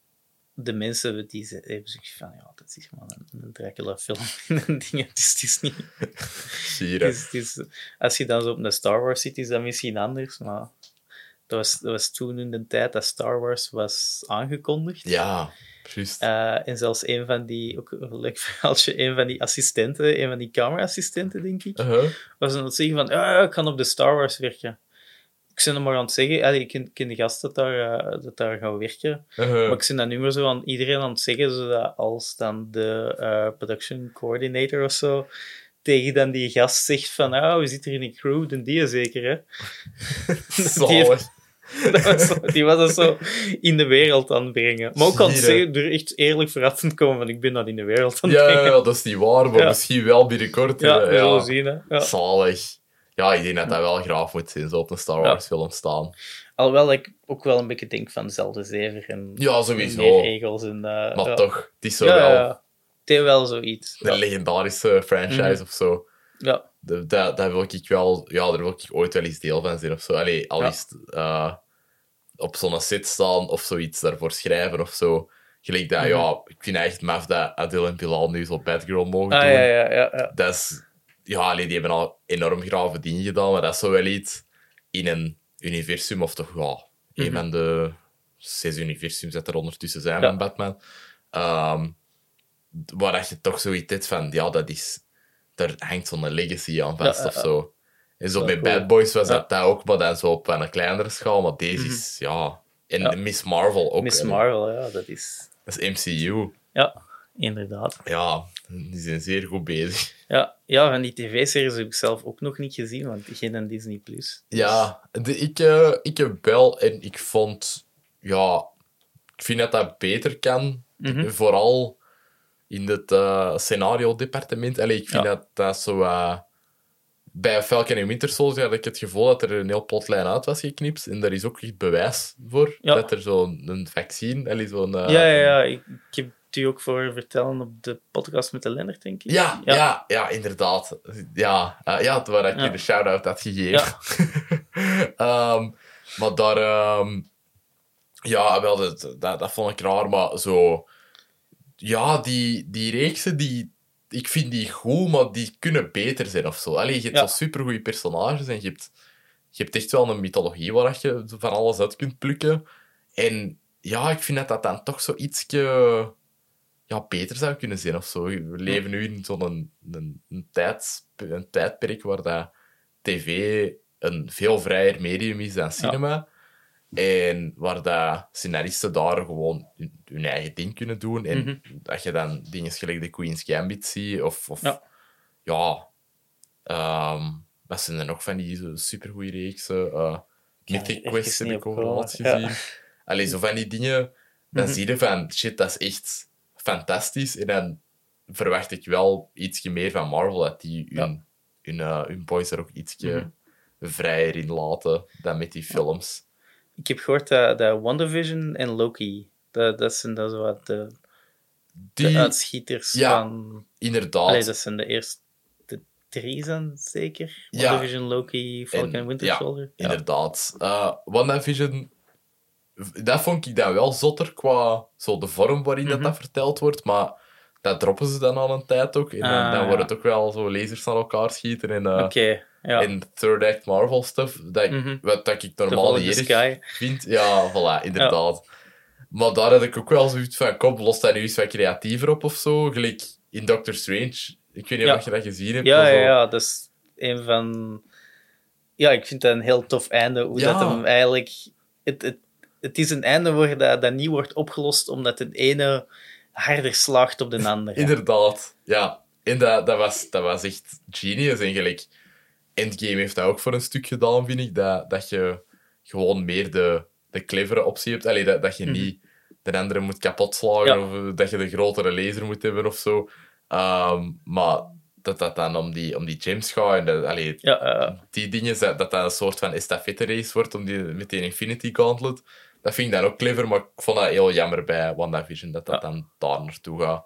de mensen die ze hebben zoiets van, ja, dat is gewoon een, een Dracula-film en een ding. Het is, het is niet... Zie je Het dat? is, het is, als je dan zo op een Star Wars zit, is dat misschien anders, maar dat was, dat was toen in de tijd dat Star Wars was aangekondigd. Ja, juist. Uh, en zelfs een van die, ook een leuk verhaaltje, een van die assistenten, een van die camera-assistenten, denk ik, Uh-huh. was aan het zeggen van, ja, ik kan op de Star Wars werken. Ik ben hem maar aan het zeggen, allee, ik ken, ken de gast dat daar, uh, dat daar gaan werken, Uh-huh. maar ik ben dat nu maar zo aan iedereen aan het zeggen, zodat als dan de uh, production coordinator of zo tegen dan die gast zegt van, ah, we zitten hier in een crew, dan die zeker, hè. die, Zalig. dat was zo, die was dat zo in de wereld aan het brengen. Maar ook aan het Zie je. zeggen, er echt eerlijk vooruit te komen van, ik ben dat in de wereld aan het Ja, brengen. ja, dat is niet waar, maar Ja. misschien wel binnenkort. Ja, eh, we zullen zien, hè. Ja. Zalig. Ja, ik denk dat dat wel graaf moet zijn, zo op een Star Wars film staan. Alhoewel dat ik ook wel een beetje denk van dezelfde zever en Ja, sowieso. meer regels. En, uh, Maar ja. toch, het is zo Ja, wel ja, ja. Het heeft wel zoiets. een Ja. legendarische franchise Mhm. of zo. Ja. Dat, dat, dat wil ik wel... Ja, daar wil ik ooit wel eens deel van zijn of zo. Allee, al Ja. is het uh, op zo'n set staan of zoiets daarvoor schrijven of zo. Gelijk dat, Mhm. ja, ik vind echt maf dat Adil en Bilal nu zo Batgirl mogen Ah, doen. ja, ja, ja, ja. Dat is... Ja, allee, die hebben al enorm grave dingen gedaan, maar dat is zo wel iets in een universum, of toch wel een Mhm. van de zes universums dat er ondertussen zijn Ja. van Batman. Ehm, waar dat je toch zoiets hebt van, ja, dat is... Daar hangt zo'n legacy aan vast Ja, ja, of ja. zo. En zo Dat met is cool. Bad Boys was Ja. dat, dat ook, maar dan zo op een kleinere schaal. Maar deze Mhm. is, ja... En Ja. Miss Marvel ook. Miss allee, Marvel, ja, dat is... Dat is M C U. Ja, inderdaad. Ja, die zijn zeer goed bezig. Ja, ja, van die tv-series heb ik zelf ook nog niet gezien, want geen en Disney+. Plus. Ja, de, ik, eh, ik heb wel en ik vond, ja, ik vind dat dat beter kan. Mhm. Vooral in het eh, scenario-departement. Allee, ik vind Ja. dat dat zo... eh, bij Falcon en Winter Soldier had ik het gevoel dat er een heel plotlijn uit was geknipt. En daar is ook echt bewijs voor. Ja. Dat er zo'n een vaccin... Allee, zo'n, eh, Ja, ja, ja. Ik, ik heb het u ook voor vertellen op de podcast met de Lennart, denk ik. Ja, ja. ja, inderdaad. Ja, uh, ja waar ik Ja. je de shout-out had gegeven. Ehm, maar daar... ehm, Ja, wel, dat, dat, dat vond ik raar, maar zo... Ja, die, die reeksen, die, ik vind die goed, maar die kunnen beter zijn of zo. Allee, je hebt Ja. wel supergoeie personages en je hebt, je hebt echt wel een mythologie waar je van alles uit kunt plukken. En ja, ik vind dat dat dan toch zo ietsje ja, beter zou kunnen zijn of zo. We leven nu in zo'n een, een, een, tijds, een tijdperk waar dat tv een veel vrijer medium is dan cinema. En waar dat scenaristen daar gewoon hun, hun eigen ding kunnen doen. En Mhm. dat je dan dingen gelijk de Queen's Gambit ziet. Of, of Ja. ja... ehm, wat zijn er nog van die zo supergoeie reeksen? Uh, Mythic er Quest even heb niet ik op ook wel komen. laatst Ja. gezien. Allee, zo van die dingen. Dan Mhm. zie je van, shit, dat is echt fantastisch. En dan verwacht ik wel ietsje meer van Marvel. Dat die hun, hun, eh, hun boys er ook ietsje Mhm. vrijer in laten dan met die films. Ik heb gehoord dat, dat WandaVision en Loki, dat, dat zijn dat zo wat de, de Die, uitschieters ja, van... inderdaad. Allee, dat zijn de eerste drie dan zeker? Ja. WandaVision, Loki, Falcon en Winter ja, Soldier? Ja, inderdaad. Uh, WandaVision, dat vond ik dan wel zotter qua zo de vorm waarin dat, Mhm. dat verteld wordt, maar dat droppen ze dan al een tijd ook. En dan, Ah, dan wordt ja. het ook wel zo lasers aan elkaar schieten en, uh, Oké, ja. en third act Marvel stuff. Dat, Mhm. Wat dat ik The normaal Hole in niet the erg Sky. vind. Ja, voilà, inderdaad. Maar daar had ik ook wel zoiets van, kom, los daar nu eens wat creatiever op of zo. Gelijk in Doctor Strange. Ik weet niet Ja. of je dat gezien hebt. Ja, maar ja, zo- ja, dat is een van... Ja, ik vind dat een heel tof einde, hoe Ja. dat hem eigenlijk... Het, het, het is een einde waar dat, dat niet wordt opgelost, omdat de ene harder slaagt op de andere. Inderdaad, ja. En dat, dat, was, dat was echt genius eigenlijk. Endgame heeft dat ook voor een stuk gedaan, vind ik. Dat, dat je gewoon meer de, de clevere optie hebt. Allee, dat, dat je niet de andere moet kapotslagen Ja. of eh, dat je de grotere laser moet hebben of zo. Ehm, maar dat dat dan om die, om die gems gaat en dat, allee, Ja, eh, die dingen, dat dat een soort van estafette race wordt om die, met die Infinity Gauntlet. Dat vind ik dan ook clever, maar ik vond dat heel jammer bij WandaVision, dat dat Ja. dan daar naartoe gaat.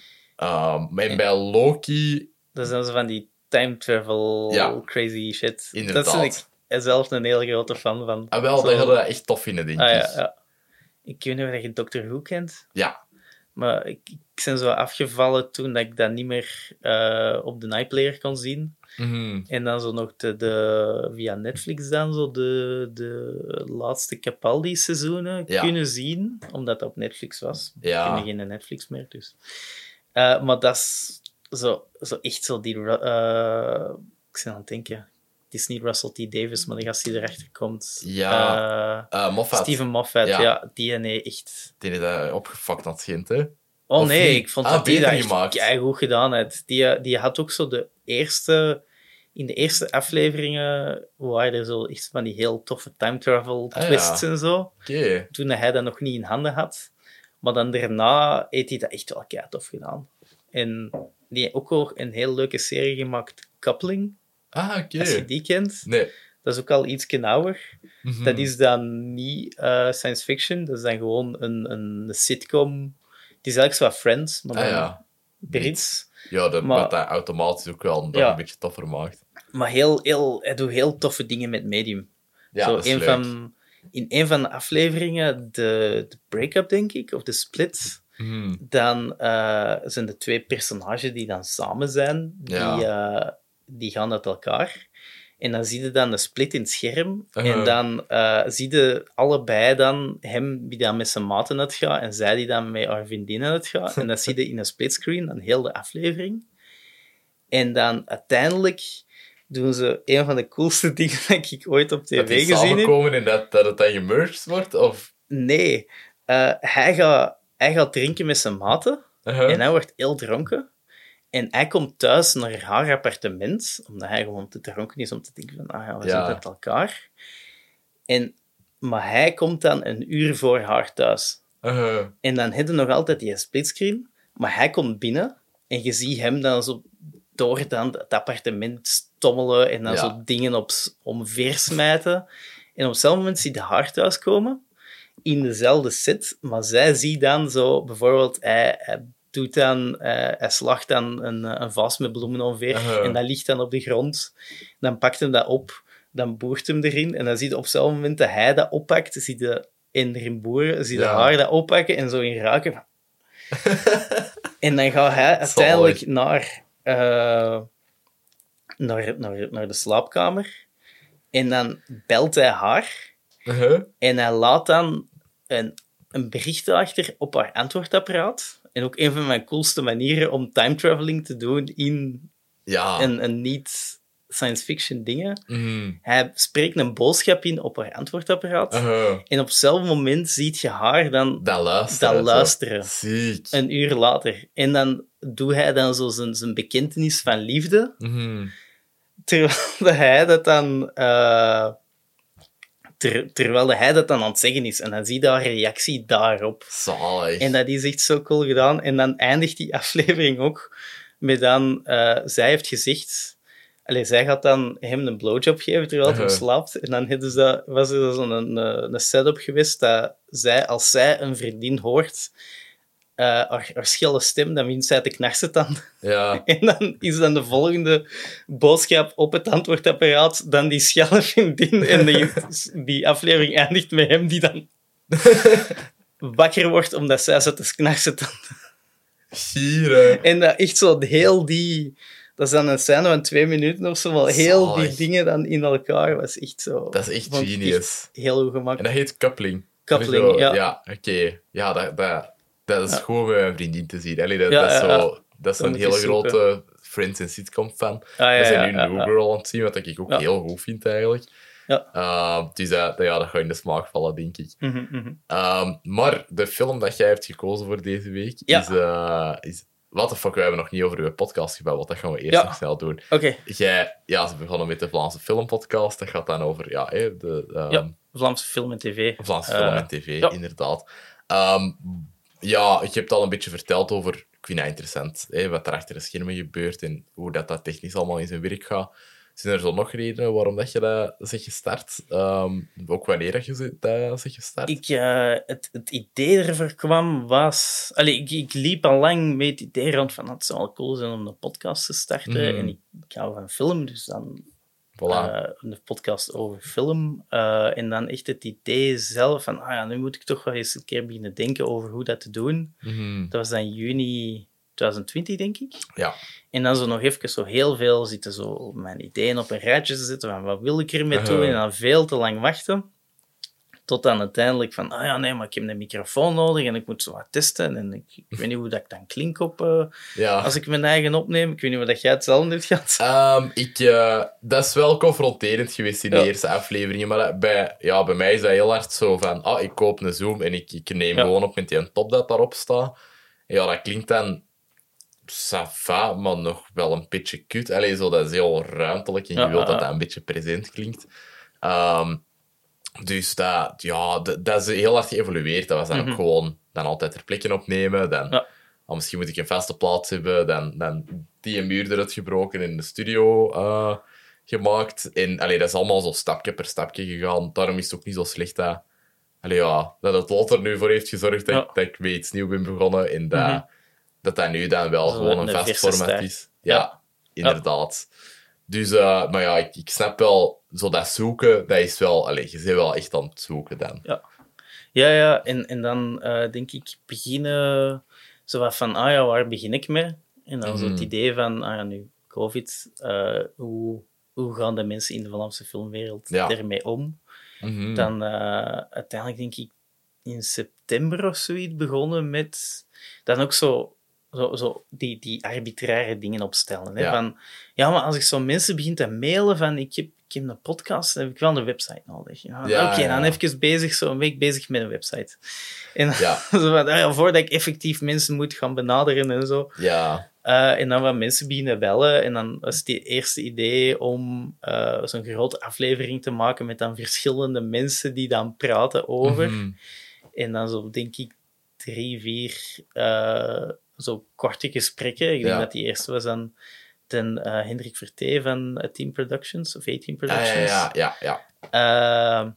Um, en bij Loki... dat zijn zo van die time travel Ja. crazy shit. Inderdaad. Dat ben ik zelf een heel grote fan van. Ah, wel, Zo- dat hadden we echt tof vinden, denk Ah, ik. ja, ja. Ik weet niet of je Doctor Who kent, Ja. maar ik, ik ben zo afgevallen toen dat ik dat niet meer eh, op de iPlayer kon zien. Mhm. En dan zo nog de, de, via Netflix dan zo de, de laatste Capaldi-seizoenen Ja. kunnen zien, omdat dat op Netflix was. Ja. Ik ken geen Netflix meer, dus. Eh, maar dat is zo, zo echt zo die... Ru- eh, ik ben aan het denken... Het is niet Russell T. Davis, maar de gast die erachter komt. Ja. Eh, Uh, Moffat, Steven Moffat, Ja. ja. Die nee, echt... die heeft dat opgefakt aan het Gent, hè? Oh Of nee, niet? ik vond Ah, dat die dat beter echt gemaakt. keigoed gedaan heeft. Die, die had ook zo de eerste... In de eerste afleveringen waren er zo echt van die heel toffe time travel Ah, ja. twists en zo. Oké. Toen hij dat nog niet in handen had. Maar dan daarna heeft hij dat echt wel kei tof gedaan. En die heeft ook al een heel leuke serie gemaakt, Coupling, Ah, oké. als je die kent. Nee. Dat is ook al iets ouder. Mhm. Dat is dan niet eh, science fiction, dat is dan gewoon een, een sitcom. Het is eigenlijk zo wat Friends, maar dan Ah, ja. Brits. Ja, dat, Maar- wat dat automatisch ook wel nog Ja. een beetje toffer maakt. Maar heel, heel, hij doet heel toffe dingen met medium. Ja, Zo dat is een leuk. van, in een van de afleveringen, de, de break-up, denk ik, of de split, Mhm. dan eh, zijn de twee personages die dan samen zijn, die, eh, die gaan uit elkaar. En dan zie je dan een split in het scherm. Uh-huh. En dan eh zie je allebei dan hem die dan met zijn maten uitgaat en zij die dan met haar vriendinnen uitgaat. En dat zie je in een splitscreen, dan heel de aflevering. En dan uiteindelijk doen ze een van de coolste dingen dat ik ooit op Dat tv die gezien heb. samenkomen en dat, dat het dan gemerged wordt? Of... Nee, Eh, hij, gaat, hij gaat drinken met zijn maten. Uh-huh. En hij wordt heel dronken. En hij komt thuis naar haar appartement, omdat hij gewoon te dronken is om te denken van, ah ja, we Ja. zijn met elkaar. En, maar hij komt dan een uur voor haar thuis. Uh-huh. En dan heb je nog altijd die splitscreen, maar hij komt binnen en je ziet hem dan zo door dan het appartement stommelen en dan Ja. zo dingen op, omver smijten. En op hetzelfde moment zie je haar thuiskomen, in dezelfde set, maar zij ziet dan zo, bijvoorbeeld, hij, hij doet dan, eh, hij slacht dan een, een vas met bloemen omver Uh-huh. en dat ligt dan op de grond. Dan pakt hem dat op, dan boert hem erin en dan zie je op hetzelfde moment dat hij dat oppakt, zie je en Rimboer zie je Ja. haar dat oppakken en zo in raken. En dan gaat hij uiteindelijk naar, uh, naar, naar, naar de slaapkamer. En dan belt hij haar. Uh-huh. En hij laat dan een, een bericht achter op haar antwoordapparaat. En ook een van mijn coolste manieren om time traveling te doen in Ja. een, een niet science fiction dingen. Mm. Hij spreekt een boodschap in op haar antwoordapparaat. Uh-huh. En op hetzelfde moment ziet je haar dan Dat luisteren. dat luisteren. Ziek. Een uur later. En dan doet hij dan zo zijn, zijn bekentenis van liefde. Mm. Terwijl hij dat dan... Uh, ter, terwijl hij dat dan aan het zeggen is. En dan zie je haar reactie daarop. Zalig. En dat is echt zo cool gedaan. En dan eindigt die aflevering ook met dan... Uh, zij heeft gezegd... Allee, zij gaat dan hem een blowjob geven terwijl hij Uh-huh. slaapt. En dan hebben ze, was er zo'n een, een setup geweest dat zij, als zij een vriendin hoort, uh, haar, haar schelle stem, dan vindt zij te knarsen dan. Ja. En dan is dan de volgende boodschap op het antwoordapparaat dan die schelle vriendin. En die, die aflevering eindigt met hem die dan wakker wordt omdat zij zit te knarsen dan. Gieren. En dat echt zo heel die... Dat is dan een scène van twee minuten of zo, wel heel Zalig. die dingen dan in elkaar. Was echt zo... Dat is echt vond ik genius. echt heel goed gemaakt. En dat heet coupling. Coupling, Zo, ja. Ja, oké. Ja, dat, dat, dat is Ja. gewoon met mijn vriendin te zien. Allee, dat, Ja, dat is, ja, zo, ja. dat is Dat een moet je hele zoeken. grote Friends en sitcom fan. Ah, ja, We zijn ja, nu ja, New ja. Girl aan het zien, wat ik ook Ja. heel goed vind eigenlijk. Ja. Uh, dus dat, dat- ja, dat gaat in de smaak vallen, denk ik. Mhm, mhm. Um, maar de film dat jij hebt gekozen voor deze week Ja. is, uh, is... What the fuck, we hebben nog niet over uw podcast gebeld. Dat gaan we eerst Ja. nog snel doen. Oké, Jij, ja, ze begonnen met de Vlaamse Filmpodcast. Dat gaat dan over ja, hè, de um, ja. Vlaamse film en tv. Vlaamse Eh, film en tv, ja. inderdaad. Um, ja, je hebt al een beetje verteld over... Ik vind dat interessant, hè, wat er achter de schermen gebeurt en hoe dat, dat technisch allemaal in zijn werk gaat. Zijn er zo nog redenen waarom dat je dat zegt gestart? Um, ook wanneer dat je ze- dat zegt gestart? Ik, eh, het, het idee ervoor kwam was... Allee, ik, ik liep al lang met het idee rond van het zou wel cool zijn om een podcast te starten. Mhm. En ik, ik hou van film, dus dan Voilà. uh, een podcast over film. Uh, en dan echt het idee zelf van, ah ja, nu moet ik toch wel eens een keer beginnen denken over hoe dat te doen. Mhm. Dat was dan juni twintig twintig, denk ik. Ja. En dan zo nog even zo heel veel zitten zo mijn ideeën op een rijtje te zetten van wat wil ik ermee doen Uh-huh. en dan veel te lang wachten. Tot dan uiteindelijk van, ah ja, nee, maar ik heb een microfoon nodig en ik moet zo wat testen en ik, ik weet niet hoe dat ik dan klink op, uh, Ja. als ik mijn eigen opneem. Ik weet niet wat dat jij hetzelfde hebt gehad. Um, ik, uh, dat is wel confronterend geweest in de Ja. eerste afleveringen, maar dat- bij, ja, bij mij is dat heel hard zo van, ah, ik koop een Zoom en ik, ik neem Ja. gewoon op met die top dat daarop staat. Ja, dat klinkt dan ça va, maar nog wel een beetje kut. Allee, zo, dat is heel ruimtelijk en je Ja, wilt ja, dat ja. dat een beetje present klinkt. Um, dus dat, ja, dat, dat is heel hard geëvolueerd. Dat was dan Mhm. ook gewoon dan altijd ter plekke opnemen, dan... Ja. Oh, misschien moet ik een vaste plaats hebben, dan, dan die een muur eruit gebroken en in de studio uh, gemaakt. En allee, dat is allemaal zo stapje per stapje gegaan. Daarom is het ook niet zo slecht dat, allee, ja, dat het lot er nu voor heeft gezorgd dat, Ja. ik, dat ik weer iets nieuws ben begonnen. En dat, Mhm. dat dat nu dan wel Zo gewoon een een vast verse format start. is. Ja, Ja. inderdaad. Dus, uh, maar ja, ik, ik snap wel, zo dat zoeken, dat is wel, allee, je bent wel echt aan het zoeken dan. Ja, ja, ja. En, en dan uh, denk ik beginnen zo wat van, ah ja, waar begin ik mee? En dan zo het Mhm. idee van, ah ja, nu COVID, uh, hoe, hoe gaan de mensen in de Vlaamse filmwereld Ja. ermee om? Mhm. Dan uh, uiteindelijk denk ik in september of zoiets begonnen met dan ook zo, zo, zo die, die arbitraire dingen opstellen. Hè? Ja. Van, ja, maar als ik zo mensen begin te mailen van ik heb, ik heb een podcast, dan heb ik wel een website nodig. Ja, Ja, Oké, ja. dan even bezig, zo een week bezig met een website. En Ja. zo van, ah ja, voordat ik effectief mensen moet gaan benaderen en zo. Ja, Uh, en dan wat mensen beginnen bellen. En dan was het eerste idee om uh, zo'n grote aflevering te maken met dan verschillende mensen die dan praten over. Mhm. En dan zo, denk ik, drie, vier uh, zo korte gesprekken. Ik denk Ja. dat die eerste was dan ten uh, Hendrik Vertee van uh, Team Productions, of A-Team Ah, Productions. ja, ja, ja, ja. Uh,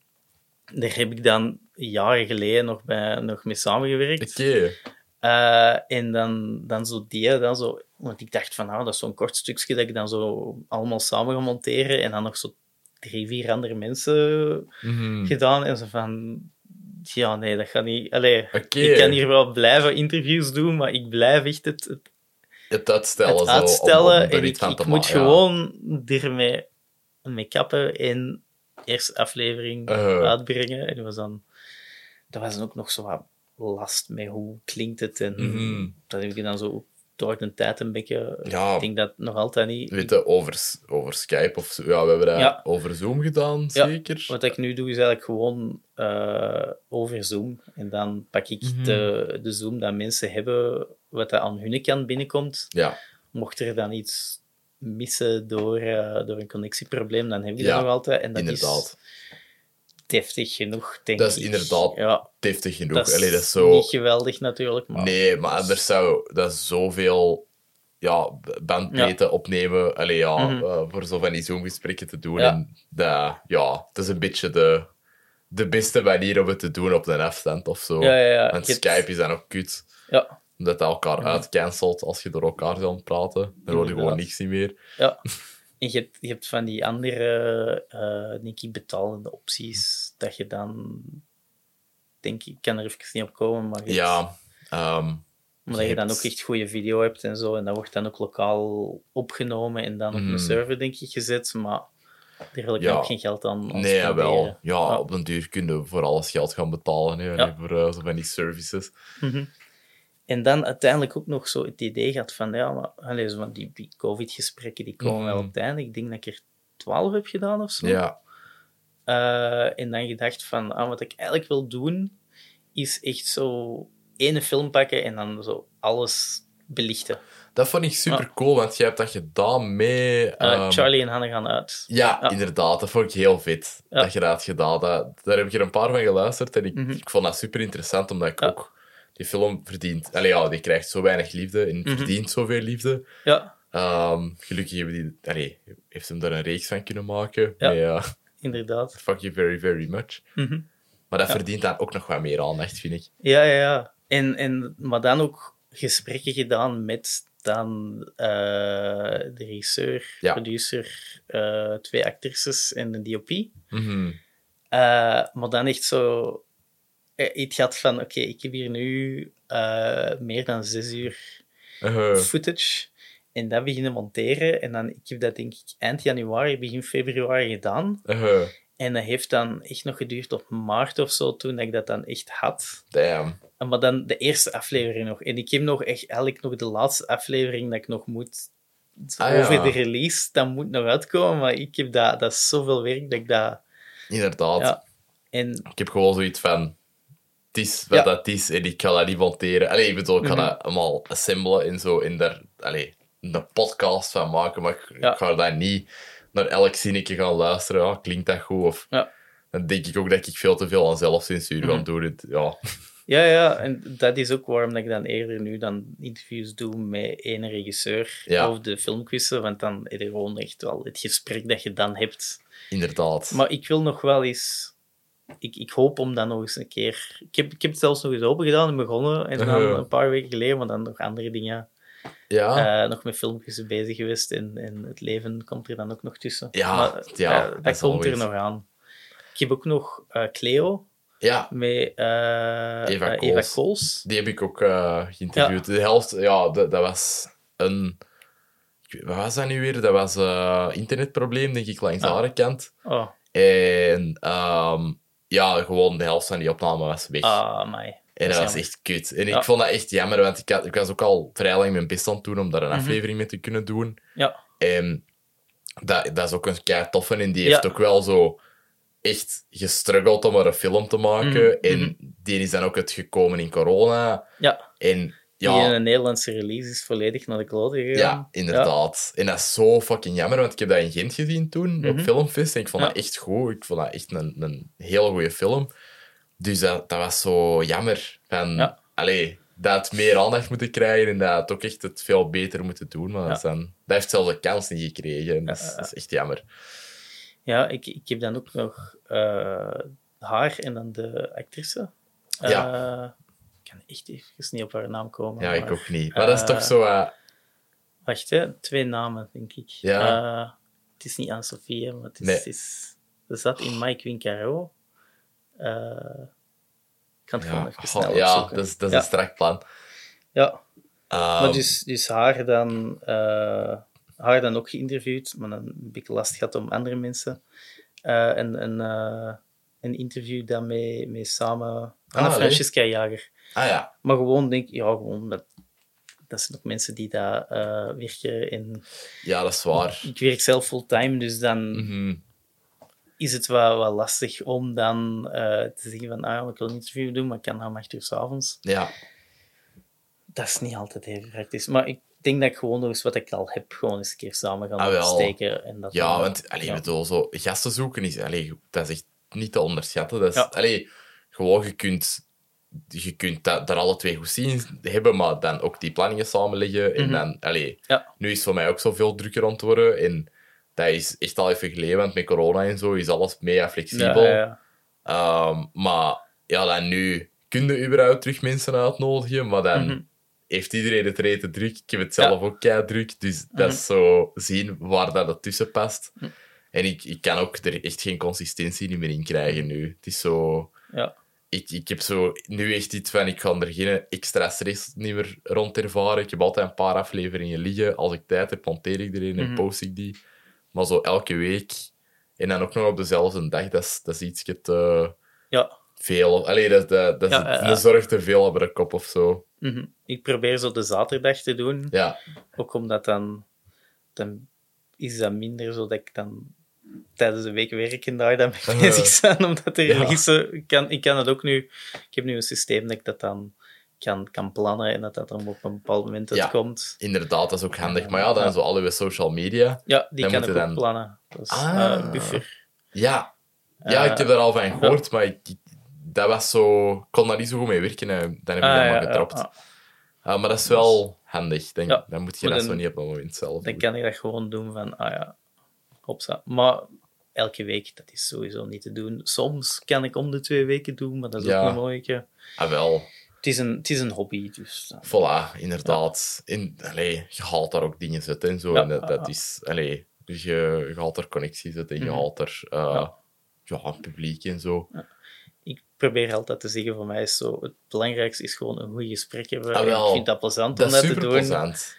daar heb ik dan jaren geleden nog, bij, nog mee samengewerkt. Oké. Uh, en dan, dan zo die, dan zo, want ik dacht van, nou, dat is zo'n kort stukje dat ik dan zo allemaal samen ga monteren en dan nog zo drie, vier andere mensen Mhm. gedaan en zo van, Ja, nee, dat gaat niet. Allee, Oké. ik kan hier wel blijven interviews doen, maar ik blijf echt het, het, Het uitstellen. het zo, om- uitstellen. om er en iets ik, van te ik moet maken, ja. gewoon ermee mee kappen en eerste aflevering Uh-huh. uitbrengen. En dat was dan, dat was dan ook nog zo wat last met hoe klinkt het. En Mhm. dat heb ik dan zo door de tijd een beetje... Ja. Ik denk dat nog altijd niet... Weet je, over, over Skype of zo. Ja, we hebben dat Ja. over Zoom gedaan, Ja, zeker. Wat ik nu doe, is eigenlijk gewoon eh, over Zoom. En dan pak ik Mhm. de, de Zoom dat mensen hebben, wat dat aan hun kant binnenkomt. Ja, Mocht er dan iets missen door, eh, door een connectieprobleem, dan heb je Ja, dat nog altijd. En dat inderdaad. is deftig genoeg, denk Dat is ik. inderdaad Ja, deftig genoeg. dat is, Allee, dat is zo... niet geweldig natuurlijk, maar... Nee, maar anders zou dat is zoveel ja, bandbreedte opnemen. Allee, ja, Mhm. eh, voor zo van die Zoom-gesprekken te doen. Ja. En dat, ja, het is een beetje de, de beste manier om het te doen op een afstand of zo. Ja, ja, ja. Want Je hebt- Skype is dan ook kut. Ja, Omdat dat elkaar Ja. uitcancelt als je door elkaar bent aan het praten. Dan hoor je gewoon Inderdaad. niks niet meer. ja. En je hebt, je hebt van die andere, eh denk ik, betalende opties, dat je dan... Denk ik, ik kan er even niet op komen, maar je hebt- Ja, ehm, omdat je je dan hebt- ook echt goede video hebt en zo. En dat wordt dan ook lokaal opgenomen en dan op Mhm. een server, denk ik, gezet. Maar daar wil ik Ja. nou ook geen geld aan, aan nee, spenderen. wel. Ja, Ja. op den duur kun je voor alles geld gaan betalen. Hè, Ja. voor eh, zo van die services. Mhm. En dan uiteindelijk ook nog zo het idee gehad van, ja, maar allez, zo van die, die COVID-gesprekken, die komen wel Mhm. op het einde. Ik denk dat ik er twaalf heb gedaan of zo. Ja, Eh, en dan gedacht van, ah, wat ik eigenlijk wil doen, is echt zo ene film pakken en dan zo alles belichten. dat vond ik super cool, want jij hebt dat gedaan mee... Eh, ehm, Charlie en Hanne gaan uit. Ja, Ja. inderdaad. Dat vond ik heel vet, Ja. dat je dat had gedaan. Dat, daar heb ik er een paar van geluisterd en ik, Mhm. ik vond dat super interessant, omdat ik Ja. ook... Die film verdient... Allee, ja, die krijgt zo weinig liefde en Mhm. verdient zoveel liefde. Ja, Ehm, gelukkig hebben die... Allee, heeft hem daar een reeks van kunnen maken. Ja. Met, eh, inderdaad. Fuck you very, very much. Mhm. Maar dat Ja. verdient dan ook nog wat meer aandacht, vind ik. Ja, ja, ja. En, en, maar dan ook gesprekken gedaan met dan eh, de regisseur, Ja. producer, eh, twee actrices en de D O P. Mhm. Eh, maar dan echt zo eh, iets gehad van, oké, ik heb hier nu eh, meer dan zes uur Uh, footage en dat beginnen monteren. En dan, ik heb dat denk ik eind januari, begin februari gedaan. uh, En dat heeft dan echt nog geduurd tot maart of zo, toen ik dat dan echt had. damn. En Maar dan de eerste aflevering nog. En ik heb nog echt eigenlijk nog de laatste aflevering dat ik nog moet... Ah, ja. over de release, dat moet nog uitkomen. Maar ik heb dat... Dat is zoveel werk dat ik dat... Inderdaad. Ja. En... Ik heb gewoon zoiets van... Het is wat Ja. dat is en ik ga dat niet monteren. Allee, ik bedoel, ik ga Mhm. dat allemaal assemblen en zo en daar allee, een podcast van maken, maar ik, Ja. ik ga daar niet naar elk zinnetje gaan luisteren. Ja, klinkt dat goed? Of Ja. dan denk ik ook dat ik veel te veel aan zelfcensuur Mhm. ga doen. Het- Ja. Ja, ja. En dat is ook waarom dat ik dan eerder nu dan interviews doe met één regisseur Ja. of de filmquizzen. Want dan heb je gewoon echt wel het gesprek dat je dan hebt. Inderdaad. Maar ik wil nog wel eens... Ik, ik hoop om dan nog eens een keer... Ik heb, ik heb het zelfs nog eens open gedaan en begonnen. En dan Uh-huh. een paar weken geleden, maar dan nog andere dingen. ja, Eh, nog met filmpjes bezig geweest en, en het leven komt er dan ook nog tussen. Ja, maar, ja, eh, dat dat is komt er always. nog aan. Ik heb ook nog eh, Cleo ja, met eh, Eva eh, Kools. Kools. die heb ik ook eh, geïnterviewd. De helft, ja, dat, dat was een... ik weet- Wat was dat nu weer? Dat was een internetprobleem, denk ik, langs de Ah. andere kant. Oh, En ehm, ja, gewoon de helft van die opname was weg. ah, my. en dat is was jammer. echt kut. En Ja. ik vond dat echt jammer, want ik, had, ik was ook al vrij lang mijn best aan het doen om daar een Mhm. aflevering mee te kunnen doen. Ja, En dat, dat is ook een kei toffe. En die Ja. heeft ook wel zo echt gestruggeld om er een film te maken. Mhm, En mhm. die is dan ook het gekomen in corona. ja. En Die ja, in een Nederlandse release is volledig naar de klote gegaan. ja, inderdaad. En dat is zo fucking jammer, want ik heb dat in Gent gezien toen, op Mhm. Filmfest. En ik vond Ja. dat echt goed. Ik vond dat echt een, een hele goede film. Dus dat, dat was zo jammer. Van, Ja. allee, dat het meer aandacht moeten krijgen en dat het ook echt het veel beter moeten doen. Maar dat, is dan, dat heeft zelfs de kans niet gekregen. En dat, is, dat is echt jammer. Ja, ik, ik heb dan ook nog eh, haar en dan de actrice. Ja. Eh, ik kan echt even niet op haar naam komen. Ja, ik maar- ook niet. Maar dat is eh, toch zo... eh, Wacht, hè. Twee namen, denk ik. Ja. Eh, het is niet Anne-Sophie, hè, maar het is... Nee. Het is er zat in Mike Wincaro. Eh Ik kan het Ja, gewoon even oh, snel ja opzoeken. dat is, dat is Ja. een strak plan. Ja, Um, maar dus, dus haar, dan, uh, haar dan ook geïnterviewd, maar dan een beetje last gehad om andere mensen. Uh, en een, uh, een interview dan mee, mee samen... Anna Ah, Francisca Jager. Ah ja. Maar gewoon denk ik, ja, gewoon dat, dat zijn ook mensen die daar uh, werken. En Ja, dat is waar. ik werk zelf fulltime, dus dan Mm-hmm. is het wel, wel lastig om dan uh, te zeggen van, ah, ik wil een interview doen, maar ik kan om acht uur 's avonds. Ja. Dat is niet altijd even praktisch. Maar ik denk dat ik gewoon nog eens wat ik al heb, gewoon eens een keer samen gaan Ah, steken. En dat ja, dan, want allee, ja. bedoel, zo, gasten zoeken is, allee, dat is echt niet te onderschatten. Dat is, Ja. allee, gewoon, je kunt, je kunt dat, daar alle twee goed zien hebben, maar dan ook die planningen samenleggen. En Mhm. dan, allee, Ja. nu is het voor mij ook zoveel drukker aan het worden. En dat is echt al even geleden, want met corona en zo is alles mega flexibel. Ja, ja, ja. Um, maar ja, dan nu kun je überhaupt terug mensen uitnodigen, maar dan Mhm. heeft iedereen het rete druk. Ik heb het zelf Ja. ook kei druk, dus dat is zo zien waar dat het tussen past. Mhm. En ik, ik kan ook er echt geen consistentie meer in krijgen nu. Het is zo... Ja. Ik, ik heb zo nu echt iets van, ik ga er geen extra stress niet meer rond ervaren. Ik heb altijd een paar afleveringen liggen. Als ik tijd heb, monteer ik erin en Mhm. post ik die. Maar zo elke week, en dan ook nog op dezelfde dag, dat is, dat is iets te Ja. veel. Allee, dat, dat, dat is Ja, ja, ja. een zorg te veel op de kop of zo. Mhm. Ik probeer zo de zaterdag te doen. Ja, Ook omdat dan, dan is dat minder zo dat ik dan tijdens de week werk en daar dan mee Uh, bezig ben. Omdat er ja. release... Ik kan, ik kan het ook nu... Ik heb nu een systeem dat ik dat dan kan, kan plannen en dat dat dan op een bepaald moment Ja. uitkomt. inderdaad, dat is ook handig. Maar ja, dan Ja. zo al uw social media. Ja, die Dan kan moet ik je ook dan- plannen. Dat is Ah. eh, Buffer. Ja, ja Eh, ik heb daar al van gehoord, maar ik, ik- dat was zo... Ik kon daar niet zo goed mee werken en dan heb ik Ah, dat ja, maar ja, getrapt. ja. Ah, maar dat is wel handig. Dan, Ja, dan moet je maar dat dan- zo niet op dat moment zelf Dan doen. kan ik dat gewoon doen van, ah ja, hopsa. Maar elke week, dat is sowieso niet te doen. Soms kan ik om de twee weken doen, maar dat is Ja. ook een mooie. Ah, wel. Het is een, het is een hobby, dus... eh, Voilà, inderdaad. In, allee, je haalt daar ook dingen uit en zo. Ja, en dat, ja, dat ja. is... Allee, dus je, je haalt er connecties uit en je Mhm. haalt er... uh, Ja. ja, publiek en zo. Ik probeer altijd te zeggen, voor mij is zo... Het belangrijkste is gewoon een goed gesprek hebben. Ah, En wel. ik vind dat plezant Dat om is dat te super doen. plezant.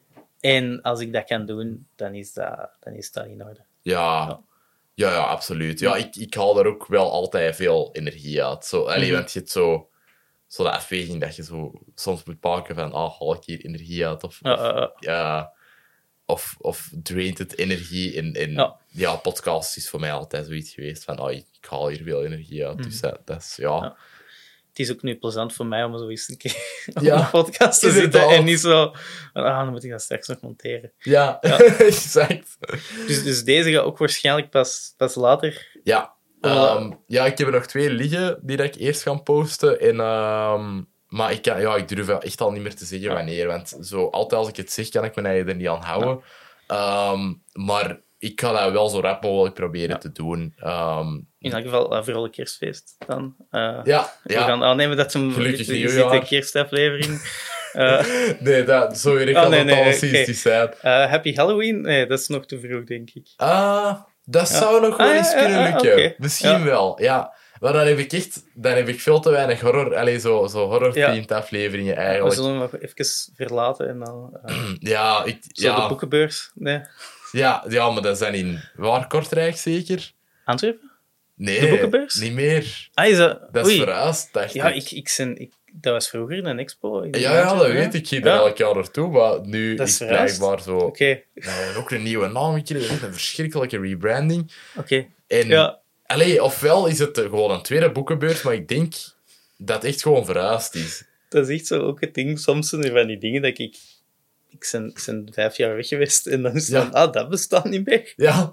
En als ik dat kan doen, dan is dat, dan is dat in orde. Ja. Ja. Ja, ja, absoluut. Ja, ik, ik haal daar ook wel altijd veel energie uit. Zo, allee, Mhm. want je hebt zo, zo de afweging dat je zo soms moet maken van, ah, haal ik hier energie uit? Of, Ja, of, ja, ja. ja, of, of draint het energie? In, in, Ja. ja. podcast is voor mij altijd zoiets geweest van, ah, ik haal hier veel energie uit. Dus dat, dat is, ja... Ja. Het is ook nu plezant voor mij om zo eens een keer op Ja, een podcast te inderdaad. zitten en niet zo... van, Ah, dan moet ik dat straks nog monteren. Ja, Ja. exact. Dus, dus deze gaat ook waarschijnlijk pas, pas later. Ja. Uh, Ehm, ja, ik heb er nog twee liggen die dat ik eerst ga posten. En, ehm, maar ik, kan, ja, ik durf echt al niet meer te zeggen Ja. wanneer. Want zo, altijd als ik het zeg, kan ik me eigen er niet aan houden. Ehm, maar ik ga dat wel zo rap mogelijk proberen Ja. te doen. Ehm, In elk geval, een vrolijk kerstfeest dan. Uh, ja, We ja. gaan aannemen dat hem... Gelukkig is dit nieuwjaar. de kerstaflevering. Uh, Nee, dat, zo erg Oh, kan nee, het nee, alleszins oké. niet zijn. uh, Happy Halloween? Nee, dat is nog te vroeg, denk ik. Ah, dat Ja. zou nog wel Ah, eens ja, kunnen ja, lukken. oké. Misschien Ja. wel, ja. Maar dan heb ik echt... Dan heb ik veel te weinig horror... Allee, zo, zo horror-themed afleveringen We eigenlijk. zullen hem nog even verlaten en dan... Uh, Ja, ik... zo de Ja, boekenbeurs? Nee. ja, ja, maar dat zijn in... Waar, Kortrijk zeker? Antwerpen? Nee, De boekenbeurs? niet meer. Ah, is dat... Dat is Oei. verhuisd, dacht Ja, ik. ik, ik zijn, ik, dat was vroeger een expo. in Ja, ja, dat Antwerpen, weet ik. Ik ging er Ja. elk jaar naartoe, maar nu Dat is is het verhuisd. blijkbaar zo... Oké, Nou, ook een nieuwe naam gekregen, echt een verschrikkelijke rebranding. oké. En, Ja. allee, ofwel is het eh, gewoon een tweede boekenbeurs, maar ik denk dat het echt gewoon verhuisd is. Dat is echt zo ook het ding. Soms zijn er van die dingen dat ik... Ik ben, ik ben vijf jaar weg geweest en dan is het Ja. van, ah, dat bestaat niet meer. Ja.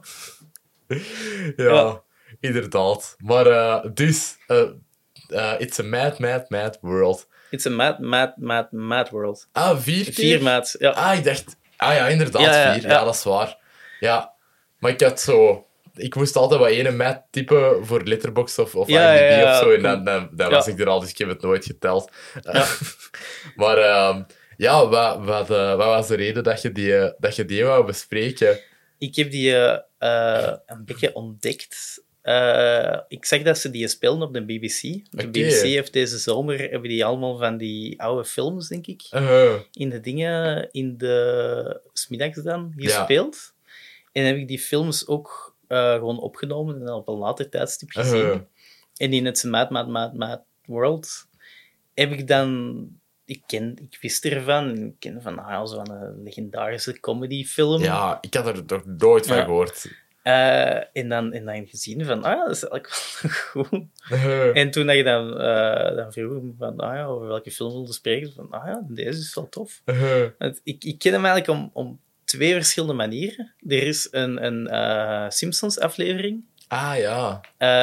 ja, Ja. inderdaad. Maar uh, dus, uh, uh, it's a mad, mad, mad world. It's a mad, mad, mad, mad world. Ah, vier keer? Vier maat, ja. Ah, ik dacht... Ah ja, inderdaad, Ja, ja, vier. Ja, ja. dat is waar. Ja. Maar ik had zo... Ik moest altijd wat ene mad typen voor Letterboxd of, of Ja, I M D B ja, ja. of zo. En dan, dan, dan Ja. was ik er al, dus ik heb het nooit geteld. Ja. maar uh, ja, wat, wat, uh, wat was de reden dat je die, uh, dat je die wou bespreken? Ik heb die uh, uh, een beetje ontdekt Uh, ik zag dat ze die spelen op de B B C. De Okay. B B C heeft deze zomer hebben die allemaal van die oude films, denk ik, Uh, in de dingen, in de 's middags dan, gespeeld. Ja. En heb ik die films ook uh, gewoon opgenomen en op een later tijdstip gezien. Uh, en in het Mad, Mad, Mad, Mad World heb ik dan... Ik, ken, ik wist ervan. Ik ken van ah, zo'n legendarische comedyfilm. Ja, ik had er toch nooit van ja. gehoord. Uh, en, dan, en dan gezien van, ah ja, dat is eigenlijk wel goed. Uh. En toen dat je dan, uh, dan vroeg van, ah ja, over welke film wilde spreken, van, ah ja, deze is wel tof. Uh. Ik, ik ken hem eigenlijk om, om twee verschillende manieren. Er is een, een uh, Simpsons-aflevering. Ah ja.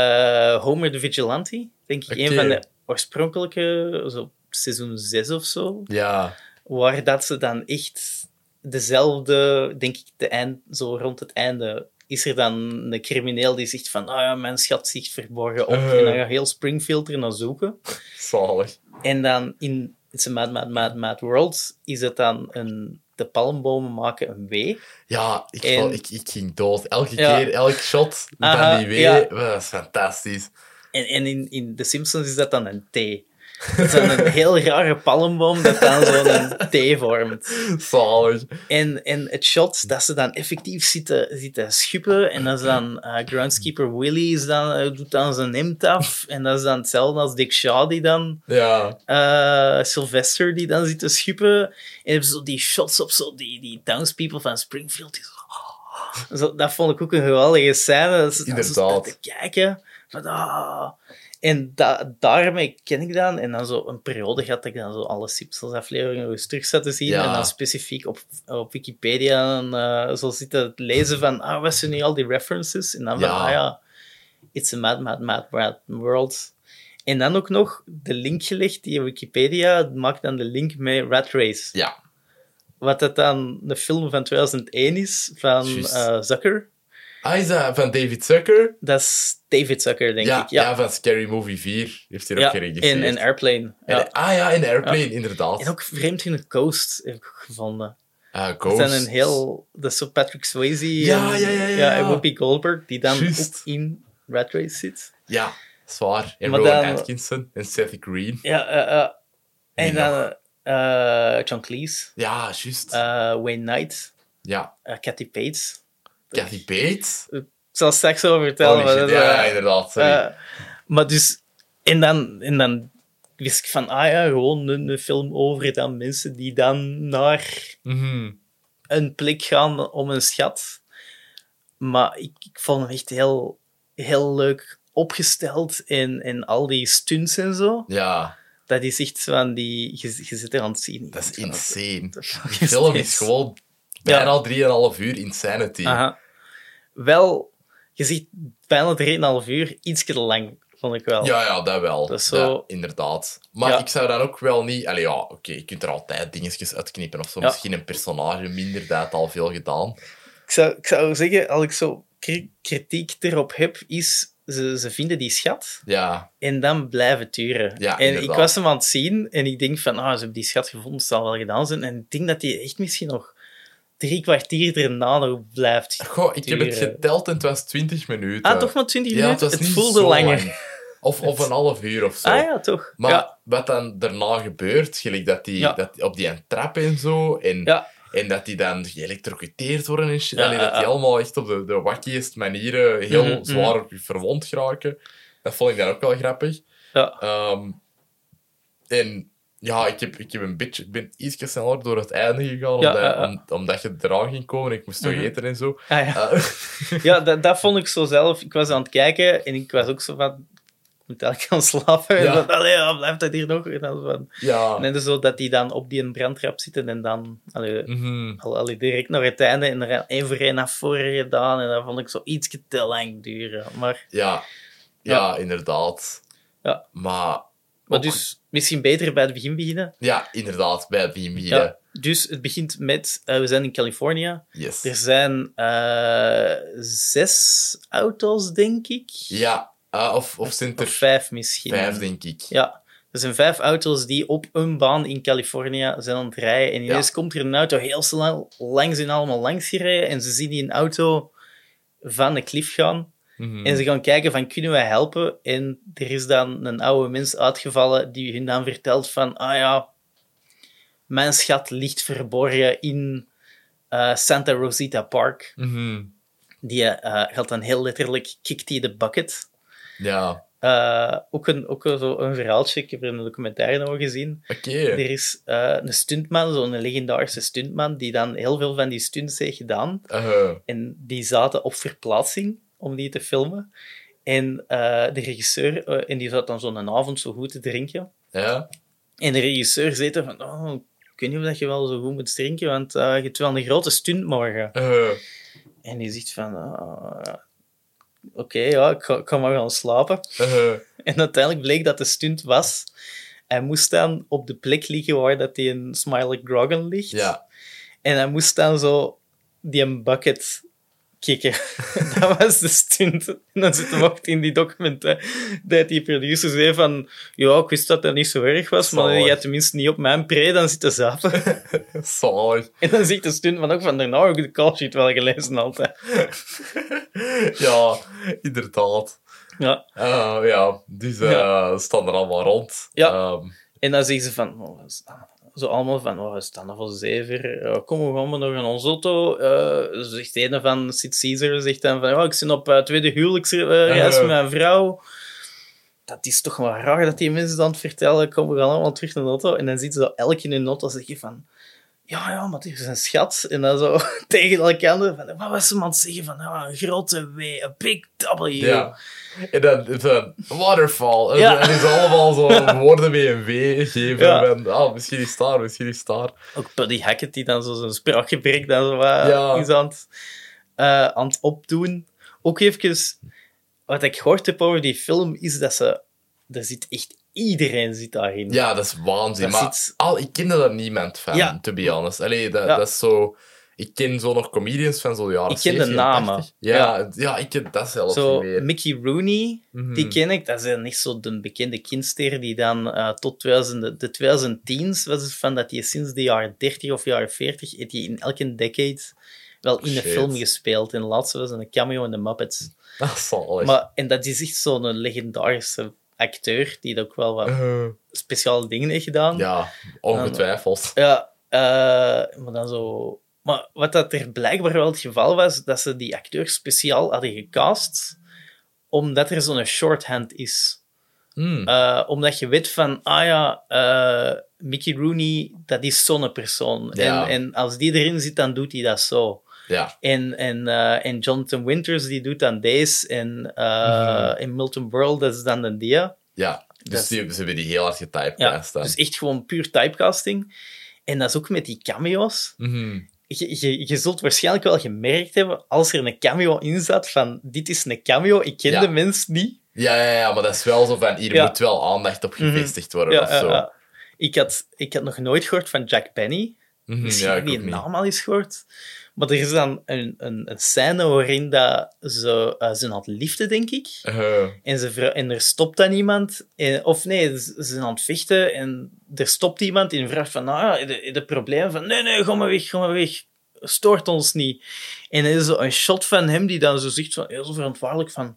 Uh, Homer the Vigilante, denk ik, okay. Een van de oorspronkelijke, zo seizoen zes of zo. Ja. Waar dat ze dan echt dezelfde, denk ik, de eind, zo rond het einde, is er dan een crimineel die zegt van, ah ja, mijn schat zit verborgen op. Uh. En dan gaat heel Springfield er naar zoeken. Zalig. En dan in It's a Mad, Mad, Mad, Mad World is het dan een... De palmbomen maken een W. Ja, ik, en... val, ik, ik ging dood. Elke ja. keer, elk shot Aha, van die W. Ja. Dat is fantastisch. En, en in, in The Simpsons is dat dan een T. Dat is dan een heel rare palmboom dat dan zo'n T vormt. Zalig. En, en het shot dat ze dan effectief zitten, zitten schuppen. En dat is dan uh, groundskeeper Willy is dan, uh, doet dan zijn hemd af. En dat is dan hetzelfde als Dick Shaw die dan... Ja. Uh, Sylvester die dan zit te schuppen. En hebben zo die shots op zo die, die townspeople van Springfield. Die zo, zo, dat vond ik ook een geweldige scène. Dat ze dan zo te kijken. Van, ah... En da- daarmee ken ik dan. En dan zo een periode gehad dat ik dan zo alle Simpsons-afleveringen weer terug zat te zien. Ja. En dan specifiek op, op Wikipedia en, uh, zo zitten lezen van, ah, wat zijn nu al die references? En dan ja. van, ah ja, it's a mad, mad, mad, mad world. En dan ook nog de link gelegd, die Wikipedia maakt dan de link met Rat Race. Ja. Wat dat dan een film van tweeduizend één is, van uh, Zucker. Ah, is dat van David Zucker? Dat is David Zucker, denk ja, ik. Ja. ja, van Scary Movie vier heeft hij ja, ook geregisseerd. in, in Airplane. Ja. En, ah ja, in Airplane, ja. inderdaad. En ook Vreemd in de Coast heb ik ook gevonden. Ah, uh, Ghost. Dat zijn een heel... Dat is zo Patrick Swayze ja, en, ja, ja, ja. Ja, en Whoopi Goldberg, die dan Just. ook in Rat Race zit. Ja, zwaar. En maar Rowan dan, Atkinson en Seth Green. Ja, uh, uh, en dan uh, John Cleese. Ja, juist. Uh, Wayne Knight. Ja. Uh, Kathy Bates. Kathy Bates? Ik zal straks over vertellen. Maar dat, ja, uh, inderdaad. Sorry. Uh, maar dus... En dan, en dan wist ik van, ah ja, gewoon een, een film over dan mensen die dan naar mm-hmm. een plek gaan om een schat. Maar ik, ik vond hem echt heel, heel leuk opgesteld en, en al die stunts en zo. Ja. Dat is echt van die... Je, je zit er aan het zien. Dat is insane. De film is gewoon bijna ja. drieënhalf uur insanity. Aha. Wel, je ziet bijna drieënhalf uur, iets te lang, vond ik wel. Ja, ja, dat wel. Dat is zo... ja, inderdaad. Maar ja. ik zou dan ook wel niet... Allee, ja, oké, okay, je kunt er altijd dingetjes uitknippen of zo. Ja. Misschien een personage minder, dat het al veel gedaan. Ik zou, ik zou zeggen, als ik zo kritiek erop heb, is... Ze, ze vinden die schat ja. en dan blijven turen. Ja, en inderdaad. ik was hem aan het zien en ik denk van, ah, ze hebben die schat gevonden, het zal wel gedaan zijn. En ik denk dat die echt misschien nog drie kwartier erna nog blijft. Goh, ik turen. heb het geteld en het was twintig minuten. Ah, toch maar twintig ja, minuten? Het, het voelde langer. Lang. Of, of een half uur of zo. Ah ja, toch. Maar ja. wat dan daarna gebeurt, gelijk dat die, ja. dat die op die trap en zo, en, ja. en dat die dan geëlectrocuteerd worden en shit, ja, allee, dat die ja. allemaal echt op de, de wackiest manieren heel mm-hmm. zwaar verwond geraken. Dat vond ik dan ook wel grappig. Ja. Um, en ja, ik, heb, ik heb een beetje, ik ben iets sneller door het einde gegaan, ja, omdat, ja, ja. Om, omdat je eraan ging komen. Ik moest toch mm-hmm. eten en zo. Ah, ja, uh, ja dat, dat vond ik zo zelf. Ik was aan het kijken en ik was ook zo van... Ik moet eigenlijk gaan slapen. Ja. En dan, allee, ja, blijft dat hier nog? En dan, van, ja. en dan zo dat die dan op die brandtrap zitten en dan allee, mm-hmm. allee, direct naar het einde en er één voor één naar voren gedaan. En dat vond ik zo iets te lang duren. Maar, ja. Ja, ja, inderdaad. Ja. Maar... Maar ook... dus misschien beter bij het begin beginnen. Ja, inderdaad, bij het begin beginnen. Ja, dus het begint met... Uh, we zijn in Californië. Yes. Er zijn uh, zes auto's, denk ik. Ja, uh, of, of zijn er... Of vijf misschien. Vijf, denk ik. Ja, er zijn vijf auto's die op een baan in Californië zijn aan het rijden. En ineens ja. komt er een auto heel snel langs en allemaal langs gereden. En ze zien die een auto van de klif gaan. Mhm. En ze gaan kijken van, kunnen we helpen? En er is dan een oude mens uitgevallen die hun dan vertelt van, ah ja, mijn schat ligt verborgen in uh, Santa Rosita Park. Mhm. Die uh, gaat dan heel letterlijk, kikt die de bucket. Ja. Uh, ook een, ook zo een verhaaltje, ik heb er een documentaire over gezien. Oké. Er is uh, een stuntman, zo'n legendarische stuntman, die dan heel veel van die stunts heeft gedaan. Uh-huh. En die zaten op verplaatsing om die te filmen. En uh, de regisseur, uh, en die zat dan zo'n avond zo goed te drinken. Ja. En de regisseur zei dan van, oh, ik weet niet of dat je wel zo goed moet drinken, want uh, je hebt wel een grote stunt morgen. Uh-huh. En die zegt van, uh, oké, okay, ja, ik ga, ik ga maar gaan slapen. Uh-huh. En uiteindelijk bleek dat de stunt was. Hij moest dan op de plek liggen waar dat die een Smiley Grogan ligt. Ja. En hij moest dan zo die een bucket kicken. Dat was de stunt. En dan zit hem ook in die documenten dat die producer zei van, ja, ik wist dat dat niet zo erg was, maar Zalig. je had tenminste niet op mijn pre dan zitten zapen. Zalig. En dan zegt de stuntman ook van, daarna heb ik de call sheet wel gelezen altijd. Ja, inderdaad. Ja. Uh, ja, dus uh, Ja. staan er allemaal rond. Ja. Um, En dan zeggen ze van, oh, zo allemaal van, oh, we staan nog wel zever. Uh, kom, we gaan maar nog in ons auto. Uh, zegt de ene van Sid Caesar, zegt dan van, oh, ik ben op uh, tweede huwelijksreis Uh. met mijn vrouw. Dat is toch wel raar dat die mensen dan vertellen, kom, we gaan allemaal terug naar de auto. En dan zitten ze elk in hun auto en zeggen van, ja, ja, maar het is een schat. En dan zo tegen elkaar, van, wat was ze aan het zeggen? Van, oh, een grote W, een big W. ja. En dan is een waterfall. En, Ja. en is allemaal zo woorden met een W geven. Ja. En, ah, misschien is het daar, misschien is het daar. Ook Buddy Hackett, die dan zo zijn spraakgebrek dan zo, uh, Ja. is aan het, uh, aan het opdoen. Ook even, wat ik gehoord heb over die film, is dat ze... Er zit echt... Iedereen zit daarin. Ja, dat is waanzin. Dat maar zit- al, ik kende daar niemand van, Ja. to be honest. Allee, dat, Ja. dat is zo... Ik ken zo nog comedians van zo jaren Ik ken de zeventig, namen. tachtig. Ja, ja. ja, ik ken dat zelfs Zo, niet meer. Mickey Rooney, Mhm. die ken ik. Dat is niet zo de bekende kindster die dan uh, tot tweeduizend, de twintig tien's was het van dat hij sinds de jaren dertig of jaren veertig heeft hij in elke decade wel in een Shit. film gespeeld. En de laatste was een cameo in The Muppets. Dat is zalig. Maar, en dat is echt zo'n legendarische acteur die ook wel wat Uh, speciale dingen heeft gedaan. ja, ongetwijfeld. Ja, eh, maar dan zo... Maar wat dat er blijkbaar wel het geval was, dat ze die acteur speciaal hadden gecast, omdat er zo'n shorthand is. Hmm. Uh, omdat je weet van, ah ja, uh, Mickey Rooney, dat is zo'n persoon. Ja. En, en als die erin zit, dan doet hij dat zo. Ja. En, en, uh, en Jonathan Winters, die doet dan deze. En, uh, Mhm. en Milton Berle, dat is dan de dia. Ja, dus Dat is- die, ze hebben die heel hard Ja, getypecast. dan. dus echt gewoon puur typecasting. En dat is ook met die cameo's. Mhm. Je, je, je zult waarschijnlijk wel gemerkt hebben, als er een cameo in zat, van dit is een cameo, ik ken Ja. de mens niet. Ja, ja, ja, maar dat is wel zo van, hier Ja. moet wel aandacht op gevestigd worden Ja, of ja, zo. ja. Ik, had, ik had nog nooit gehoord van Jack Benny. Mhm, Misschien ja, heb ik je ook die niet. naam al eens gehoord. Maar er is dan een, een, een scène waarin dat ze, uh, ze aan het liften, denk ik. Uh, En, ze, vra- en er stopt dan iemand. En, of nee, ze ze zijn aan het vechten en er stopt iemand en vraagt van, nou ja, de, de probleem van, nee, nee, ga maar weg, ga maar weg. Stoort ons niet. En er is zo een shot van hem die dan zo zegt, van, heel zo verantwoordelijk van,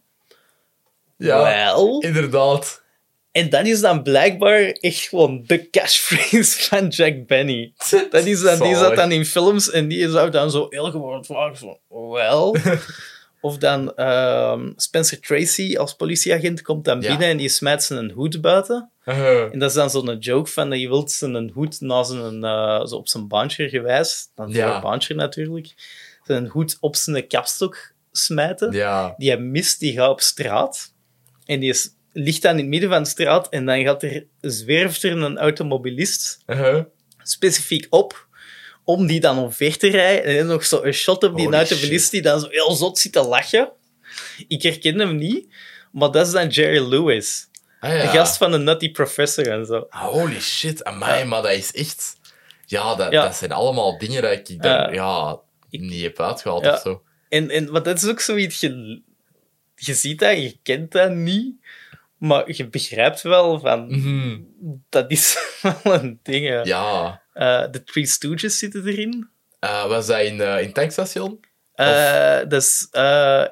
ja, wel... inderdaad. En dat is dan blijkbaar echt gewoon de catchphrase van Jack Benny. Dat is dan, die zat Zalig. dan in films en die zou dan zo heel gewoon vragen van, wel... Of dan ehm, Spencer Tracy als politieagent komt dan Ja. binnen en die smijt zijn hoed buiten. Uh, En dat is dan zo'n joke van dat je wilt zijn hoed na zijn, eh, zo op zijn baantje gewijs, dan Ja. voor een baantje natuurlijk, zijn hoed op zijn kapstok smijten. ja. Die hij mist, die gaat op straat. En die is, ligt dan in het midden van de straat en dan gaat er, zwerft er een automobilist Uh, specifiek op om die dan omver te rijden. En er is nog zo een shot op die Holy automobilist shit. die dan zo heel zot zit te lachen. Ik herken hem niet, maar dat is dan Jerry Lewis. ah, ja. De gast van de Nutty Professor en zo. Holy shit, amai, Ja. maar dat is echt... Ja dat, Ja. dat zijn allemaal dingen dat ik dan, Ja. ja, niet heb uitgehaald Ja. of zo. En, en want dat is ook zoiets, je, je ziet dat, je kent dat niet, maar je begrijpt wel van, Mhm. dat is wel een ding. hè. Ja. Eh, de Three Stooges zitten erin. Uh, was dat in, uh, in Tankstation? Eh, dat, is, eh, dat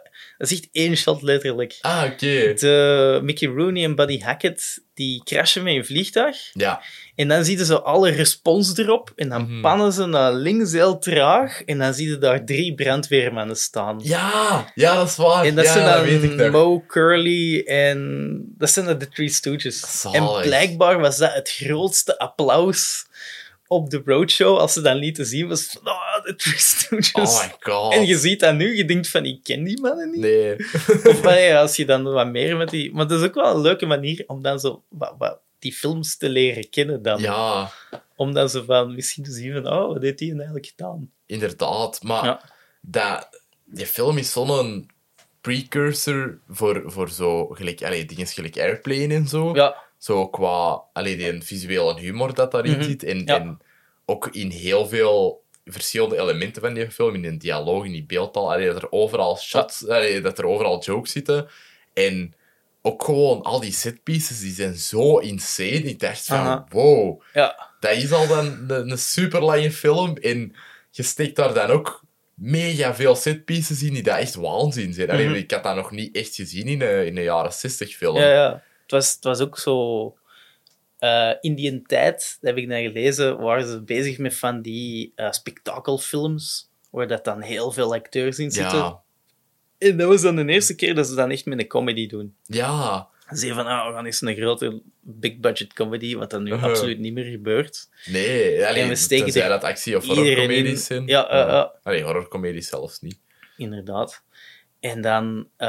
Dat is echt één shot, letterlijk. Ah, oké. Okay. De Mickey Rooney en Buddy Hackett, die crashen met een vliegtuig. Ja. En dan zie je zo alle respons erop. En dan Mm-hmm. pannen ze naar links heel traag. En dan zie je daar drie brandweermannen staan. Ja, ja, dat is waar. En dat ja, zijn dat weet ik dan nog. Mo, Curly en... Dat zijn dan de Three Stooges. Zalig. En blijkbaar was dat het grootste applaus op de roadshow. Als ze dan lieten zien, was het van, oh, de Three Stooges. Oh my god. En je ziet dat nu, je denkt van, ik ken die mannen niet. Nee. Of maar ja, als je dan wat meer met die... Maar dat is ook wel een leuke manier om dan zo... Wat, wat, die films te leren kennen dan. Ja. Om dan zo van misschien te zien van, oh, wat heeft die eigenlijk gedaan? Inderdaad, maar Ja. dat, die film is zo'n precursor voor, voor zo gelijk, allee, dingen gelijk Airplane en zo. Ja. Zo qua allee, die visuele humor dat daarin Mhm. zit. En, Ja. en ook in heel veel verschillende elementen van die film. In de dialoog, in die beeldtaal. Allee, dat er overal shots, allee, dat er overal jokes zitten. En ook gewoon al die setpieces, die zijn zo insane. Ik dacht van, Aha. wow. Ja. Dat is al dan een, een super lange film. En je steekt daar dan ook mega veel setpieces in die dat echt waanzin zijn. Allee, Mhm. ik had dat nog niet echt gezien in een, in een jaren zestig film. Ja, ja. Het was, het was ook zo... eh, in die tijd, dat heb ik dan gelezen, waren ze bezig met van die eh, spektakelfilms, waar dat dan heel veel acteurs in zitten. Ja. En dat was dan de eerste keer dat ze dan echt met een comedy doen. Ja. Ze zeggen van, ah, we gaan eens een grote big-budget comedy, wat dan nu Uh-huh. absoluut niet meer gebeurt. Nee, allee, En we steken tenzij er dat actie- of iedereen horrorcomedies in. zijn. Ja, eh, eh. Allee, horrorcomedies zelfs niet. Inderdaad. En dan, eh,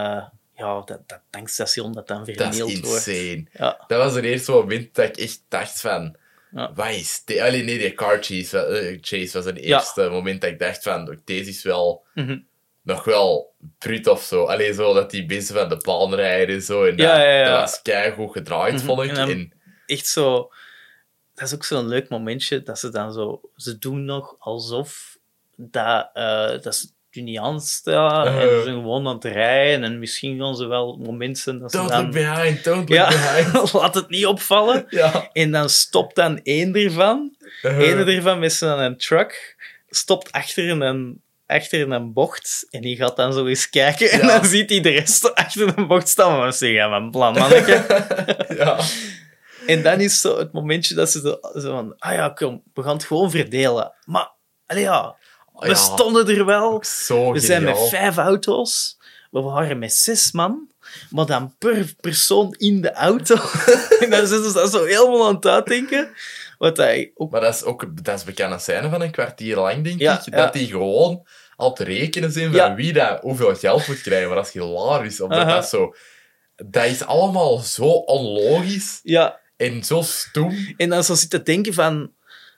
ja, dat, dat tankstation dat dan Dat is vernield wordt. insane. Ja, Dat was er eerst zo'n moment dat ik echt dacht van... Ja. Wat is dit? Allee, nee, die car chase, eh, chase was het eerste moment dat ik dacht van... Deze is wel... Mhm. nog wel brut of zo. Allee, zo dat die mensen van de baan rijden en zo. En dat, Ja, ja, ja. dat was keigoed gedraaid, Mhm. vond ik. En dan- En, echt zo... Dat is ook zo'n leuk momentje, dat ze dan zo... Ze doen nog alsof dat, eh, dat ze het niet aanstaan Uh-huh. en ze zijn gewoon aan het rijden en misschien gaan ze wel momenten zijn dat ze don't dan... look behind, don't look Ja, behind. laat het niet opvallen. Ja. En dan stopt dan één ervan. Uh-huh. Eén ervan met zijn truck stopt achter een, achter een bocht en die gaat dan zo eens kijken en Ja. dan ziet hij de rest achter een bocht staan. Maar ze zeggen, mijn plan, manneke. Ja. En dan is zo het momentje dat ze zo, zo van, ah ja, kom, we gaan het gewoon verdelen. Maar, allee ja, we Ja. stonden er wel. Zo We zijn met geniaal. vijf auto's. We waren met zes man. Maar dan per persoon in de auto. En dan zitten ze dat zo helemaal aan het uitdenken. Wat hij ook... Maar dat is ook dat is bekende scène van een kwartier lang, denk Ja, ik. ja. Dat die gewoon al te rekenen zijn van Ja. wie dat hoeveel geld moet krijgen. Maar dat is hilarisch. Omdat Aha. dat zo... Dat is allemaal zo onlogisch Ja, en zo stoem. en dan zo zitten denken van...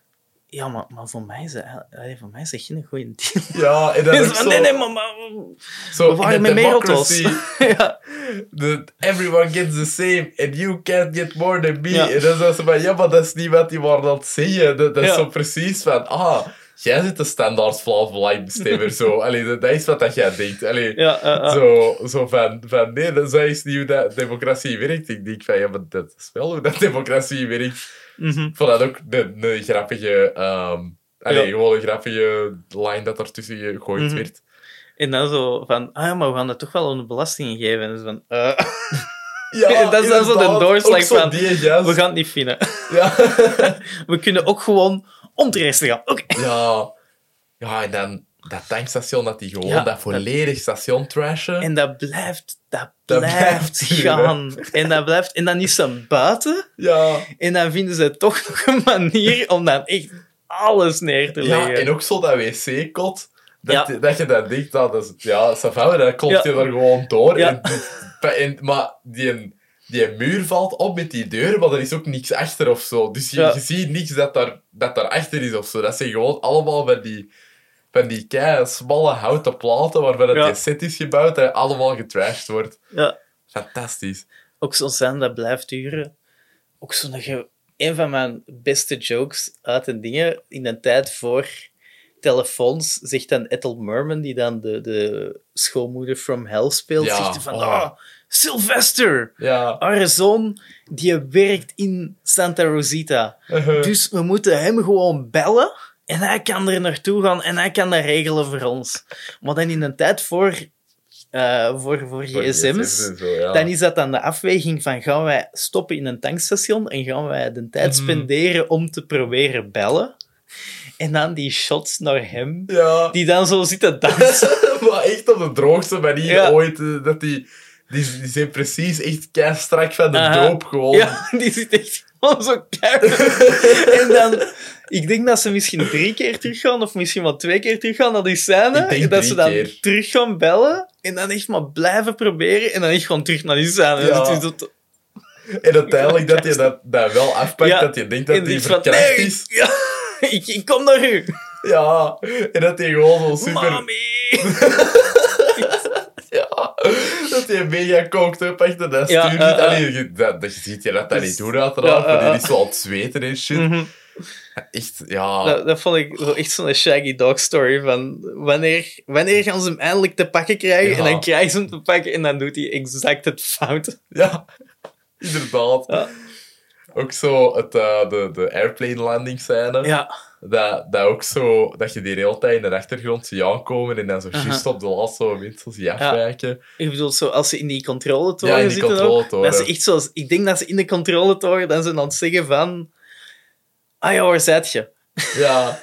Ja, maar, maar voor mij is dat, allee, voor mij is dat geen goede deal. Ja, en dat En is ze ook van, zo... nee, nee, maar... maar zo we waren in met a meer auto's. democracy, Ja. the- everyone gets the same and you can't get more than me. Ja. En dan is ze van, ja, maar dat is niet wat die waren aan het zeggen. Dat, dat is Ja. zo precies van, ah, jij zit de standaard Vlaams Belangbestemmer zo. Allee, dat, dat is wat dat jij denkt. Allee, Ja, eh, eh. Zo, zo van, van, nee, dat is niet hoe dat democratie werkt. Ik denk van, ja, maar dat is wel hoe dat democratie werkt. Mhm. Ik vond dat ook een, een grappige... ehm allee, Ja. gewoon een grappige line dat er tussen gegooid Mhm. werd. En dan zo van, ah ja, maar we gaan dat toch wel onder belastingen geven. En zo van, eh, Ja, Dat is dan zo de inderdaad. doorslag Ook zo van, die gast. we gaan het niet vinden. Ja. We kunnen ook gewoon om te reizen gaan. Oké. ja. Ja, en dan dat tankstation, dat die gewoon Ja, dat volledig station trashen. En dat blijft, dat Dat blijft blijft gaan. En dat blijft, en dan is ze buiten. Ja. En dan vinden ze toch nog een manier om dan echt alles neer te leggen. Ja, en ook zo dat wc-kot. Dat, Ja. dat je dan denkt, dat is, ja, Savannah, dan klopt Ja. je er gewoon door. Ja. En, en, maar die, die muur valt op met die deur, maar er is ook niks achter of zo. Dus je, Ja. je ziet niks dat daar, dat daar achter is of zo. Dat zijn gewoon allemaal van die, van die kei smalle houten platen waarvan het Ja. die set is gebouwd en allemaal getrashed wordt. Ja. Fantastisch. Ook zo'n scène dat blijft duren. Ook zo'n... ge- Een van mijn beste jokes uit en dingen in een tijd voor telefoons zegt dan Ethel Merman, die dan de, de schoonmoeder from Hell speelt, Ja, zegt hij van, oh. ah, Sylvester, Ja. haar zoon, die werkt in Santa Rosita. Uh-huh. Dus we moeten hem gewoon bellen en hij kan er naartoe gaan en hij kan dat regelen voor ons. Maar dan in een tijd voor uh, voor, voor Voor gsm's. en zo, ja. Dan is dat dan de afweging van gaan wij stoppen in een tankstation en gaan wij de tijd Mm. spenderen om te proberen bellen. En dan die shots naar hem, Ja. die dan zo zitten dansen. Maar echt op de droogste manier Ja. ooit. eh, Dat die, die, die zijn precies echt kei strak van de Aha. doop gewoon. Ja, die zit echt gewoon zo keihard. En dan, ik denk dat ze misschien drie keer teruggaan, of misschien wel twee keer teruggaan naar die scène. Ik denk En dat ze drie dan keer. terug gaan bellen. En dan echt maar blijven proberen. En dan echt gewoon terug naar die scène. Ja. En dan is het- En uiteindelijk dat je dat, dat wel afpakt, Ja. dat je denkt dat en die die van, verkracht nee, is. ja, ik, ik kom naar u. Ja. En dat hij gewoon zo super... Mami. Ja. Dat hij mega kookt up achter dat Ja, stuur. uh, uh. Allee, je- dat, dat je ziet je dat dat Dus- niet doen, uiteraard. ja, uh, Maar die uh. is zo aan het zweten en shit. Mhm. Echt, ja... Dat, dat vond ik zo echt zo'n Shaggy Dog story van wanneer, wanneer gaan ze hem eindelijk te pakken krijgen Ja. en dan krijgen ze hem te pakken en dan doet hij exact het fout. Ja, inderdaad. Ja. Ook zo het, uh, de, de airplane landing scène. Ja, Dat, dat ook zo, dat je die hele tijd in de achtergrond ziet aankomen en dan zo Aha. juist op de laatste moment zo zie afwijken. ik bedoel, zo, als ze in die controletoren Ja, in die zitten ook, controletoren. dat ze echt zo, ik denk dat ze in de controletoren dan zijn aan het zeggen van ah ja, waar zit je? Ja,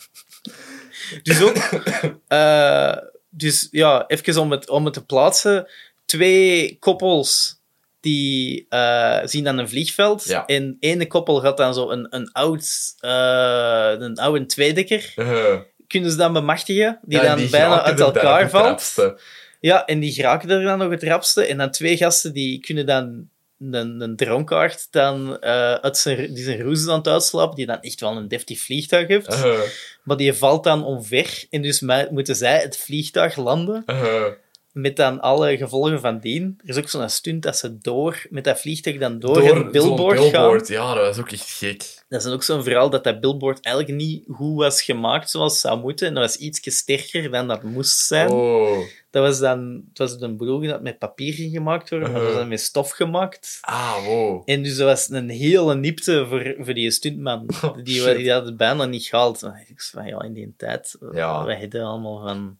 Dus ook, eh, dus ja, even om het, om het te plaatsen, twee koppels die eh, zien dan een vliegveld Ja. en ene koppel gaat dan zo een, een oud eh, een oude tweedekker uh, kunnen ze dan bemachtigen, die ja, dan die bijna geraken uit er dan elkaar het valt. rapste. Ja, en die geraken er dan nog het rapste. En dan twee gasten die kunnen dan een, een dronkaard dan eh, uit zijn, die zijn roes aan het uitslapen, die dan echt wel een deftig vliegtuig heeft. Uh, Maar die valt dan omver. En dus ma- moeten zij het vliegtuig landen. uh, Met dan alle gevolgen van dien. Er is ook zo'n stunt dat ze door, met dat vliegtuig dan door, door een billboard, zo'n billboard. gaan. Ja, dat was ook echt gek. Dat is ook zo'n verhaal dat dat billboard eigenlijk niet goed was gemaakt zoals het zou moeten. En dat was ietsje sterker dan dat moest zijn. Oh. Dat was dan, het was de bedoeling dat het met papier ging gemaakt worden, maar dat was dan met stof gemaakt. Ah, wow. En dus dat was een hele niepte voor, voor die stuntman. Oh, Die, shit. die had het bijna niet gehaald. Ik zei van, ja, in die tijd, Ja. wij hadden allemaal van,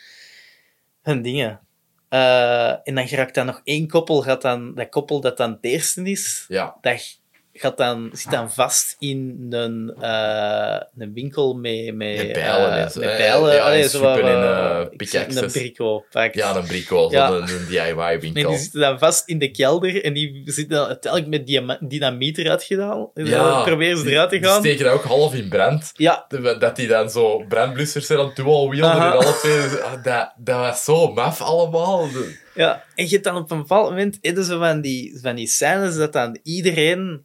van dingen. Eh, en dan geraakt dan nog één koppel, gaat dan, dat koppel dat dan het eerste is, Ja. dat gaat dan, zit dan vast in een, eh, een winkel met, met, Met bijlen eh, en zo, met hè. bijlen. Ja, Allee, en zo schuppen wat, en, eh, eh, ik zeg pickaxes. een brico pakt. Ja, een brico, Ja. zo'n een D I Y-winkel. Nee, die zitten dan vast in de kelder en die zitten dan uiteindelijk met diama- dynamiet eruit gedaan. En dan proberen ze eruit te Die gaan. steken dat ook half in brand. Ja, De- Dat die dan zo brandblussers zijn aan het dual wielden Aha. en alle twee... ah, Dat, dat was zo maf allemaal. De- ja. En je hebt dan op een bepaald moment hebben ze van die, van die scènes dat dan iedereen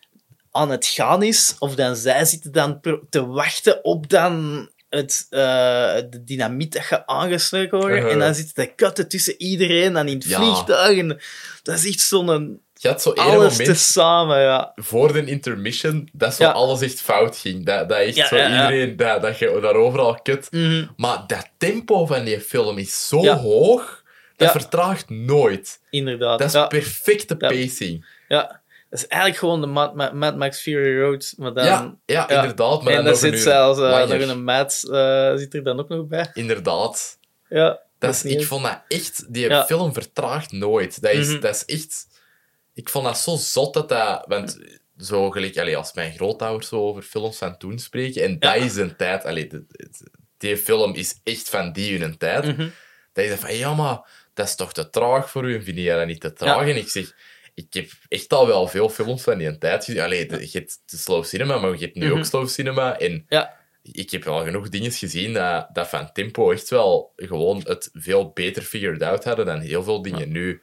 aan het gaan is, of dan zij zitten dan pro- te wachten op dan het, eh, de dynamiet dat gaat aangestoken worden. Uh-huh. En dan zitten de katten tussen iedereen dan in het Ja. vliegtuig. En dat is echt zo'n Je had zo één alles moment tezamen, ja. voor de intermission dat zo Ja. alles echt fout ging. Dat, dat echt Ja, zo ja, ja. iedereen... Dat, dat je daar overal kut. Mhm. Maar dat tempo van die film is zo Ja. hoog, dat Ja. vertraagt nooit. Inderdaad. Dat is ja. perfecte Ja. pacing. Ja, dat is eigenlijk gewoon de Mad, Mad, Mad Max Fury Road, maar dan... ja, ja, ja. inderdaad. Maar en dan daar nog een zit uur zelfs uh, langer. nog een maat uh, zit er dan ook nog bij. Inderdaad. Ja, Dat is, niet ik eens- vond dat echt... Die Ja. film vertraagt nooit. Dat is, Mhm. dat is echt... Ik vond dat zo zot dat dat... Want zo gelijk... Allee, als mijn grootouders zo over films van toen spreken, en dat Ja. is een tijd... Allee, de- de- die film is echt van die hun tijd. Mhm. Dat je zegt van, ja, maar dat is toch te traag voor u? En vind je dat niet te traag? En ik zeg... Ik heb echt al wel veel films van die tijd gezien. Allee, de- je hebt de slow cinema, maar je hebt nu Mhm. ook slow cinema. En Ja, ik heb wel genoeg dingen gezien dat, dat van tempo echt wel gewoon het veel beter figured out hadden dan heel veel dingen nu.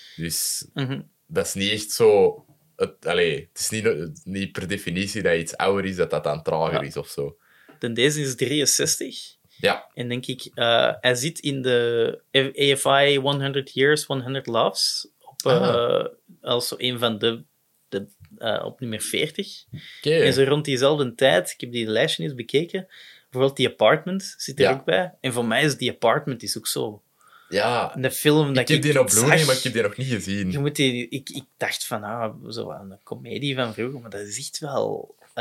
Dus mhm. dat is niet echt zo... Het, allee, het is niet, niet per definitie dat iets ouder is, dat dat dan trager Ja. is of zo. Dan deze is drieënzestig. Ja, En denk ik, uh, hij zit in de A F I honderd Years, honderd Loves. Op, uh, Ah. als zo een van de... de uh, op nummer veertig. oké. En zo rond diezelfde tijd, ik heb die lijstje eens bekeken, bijvoorbeeld The Apartment zit er Ja. ook bij. En voor mij is The Apartment is ook zo Ja, een film dat ik heb die op zag. Blu-ray, maar ik heb die nog niet gezien. Je moet die, ik, ik dacht van, ah, zo een comedie van vroeger, maar dat is echt wel... Allee,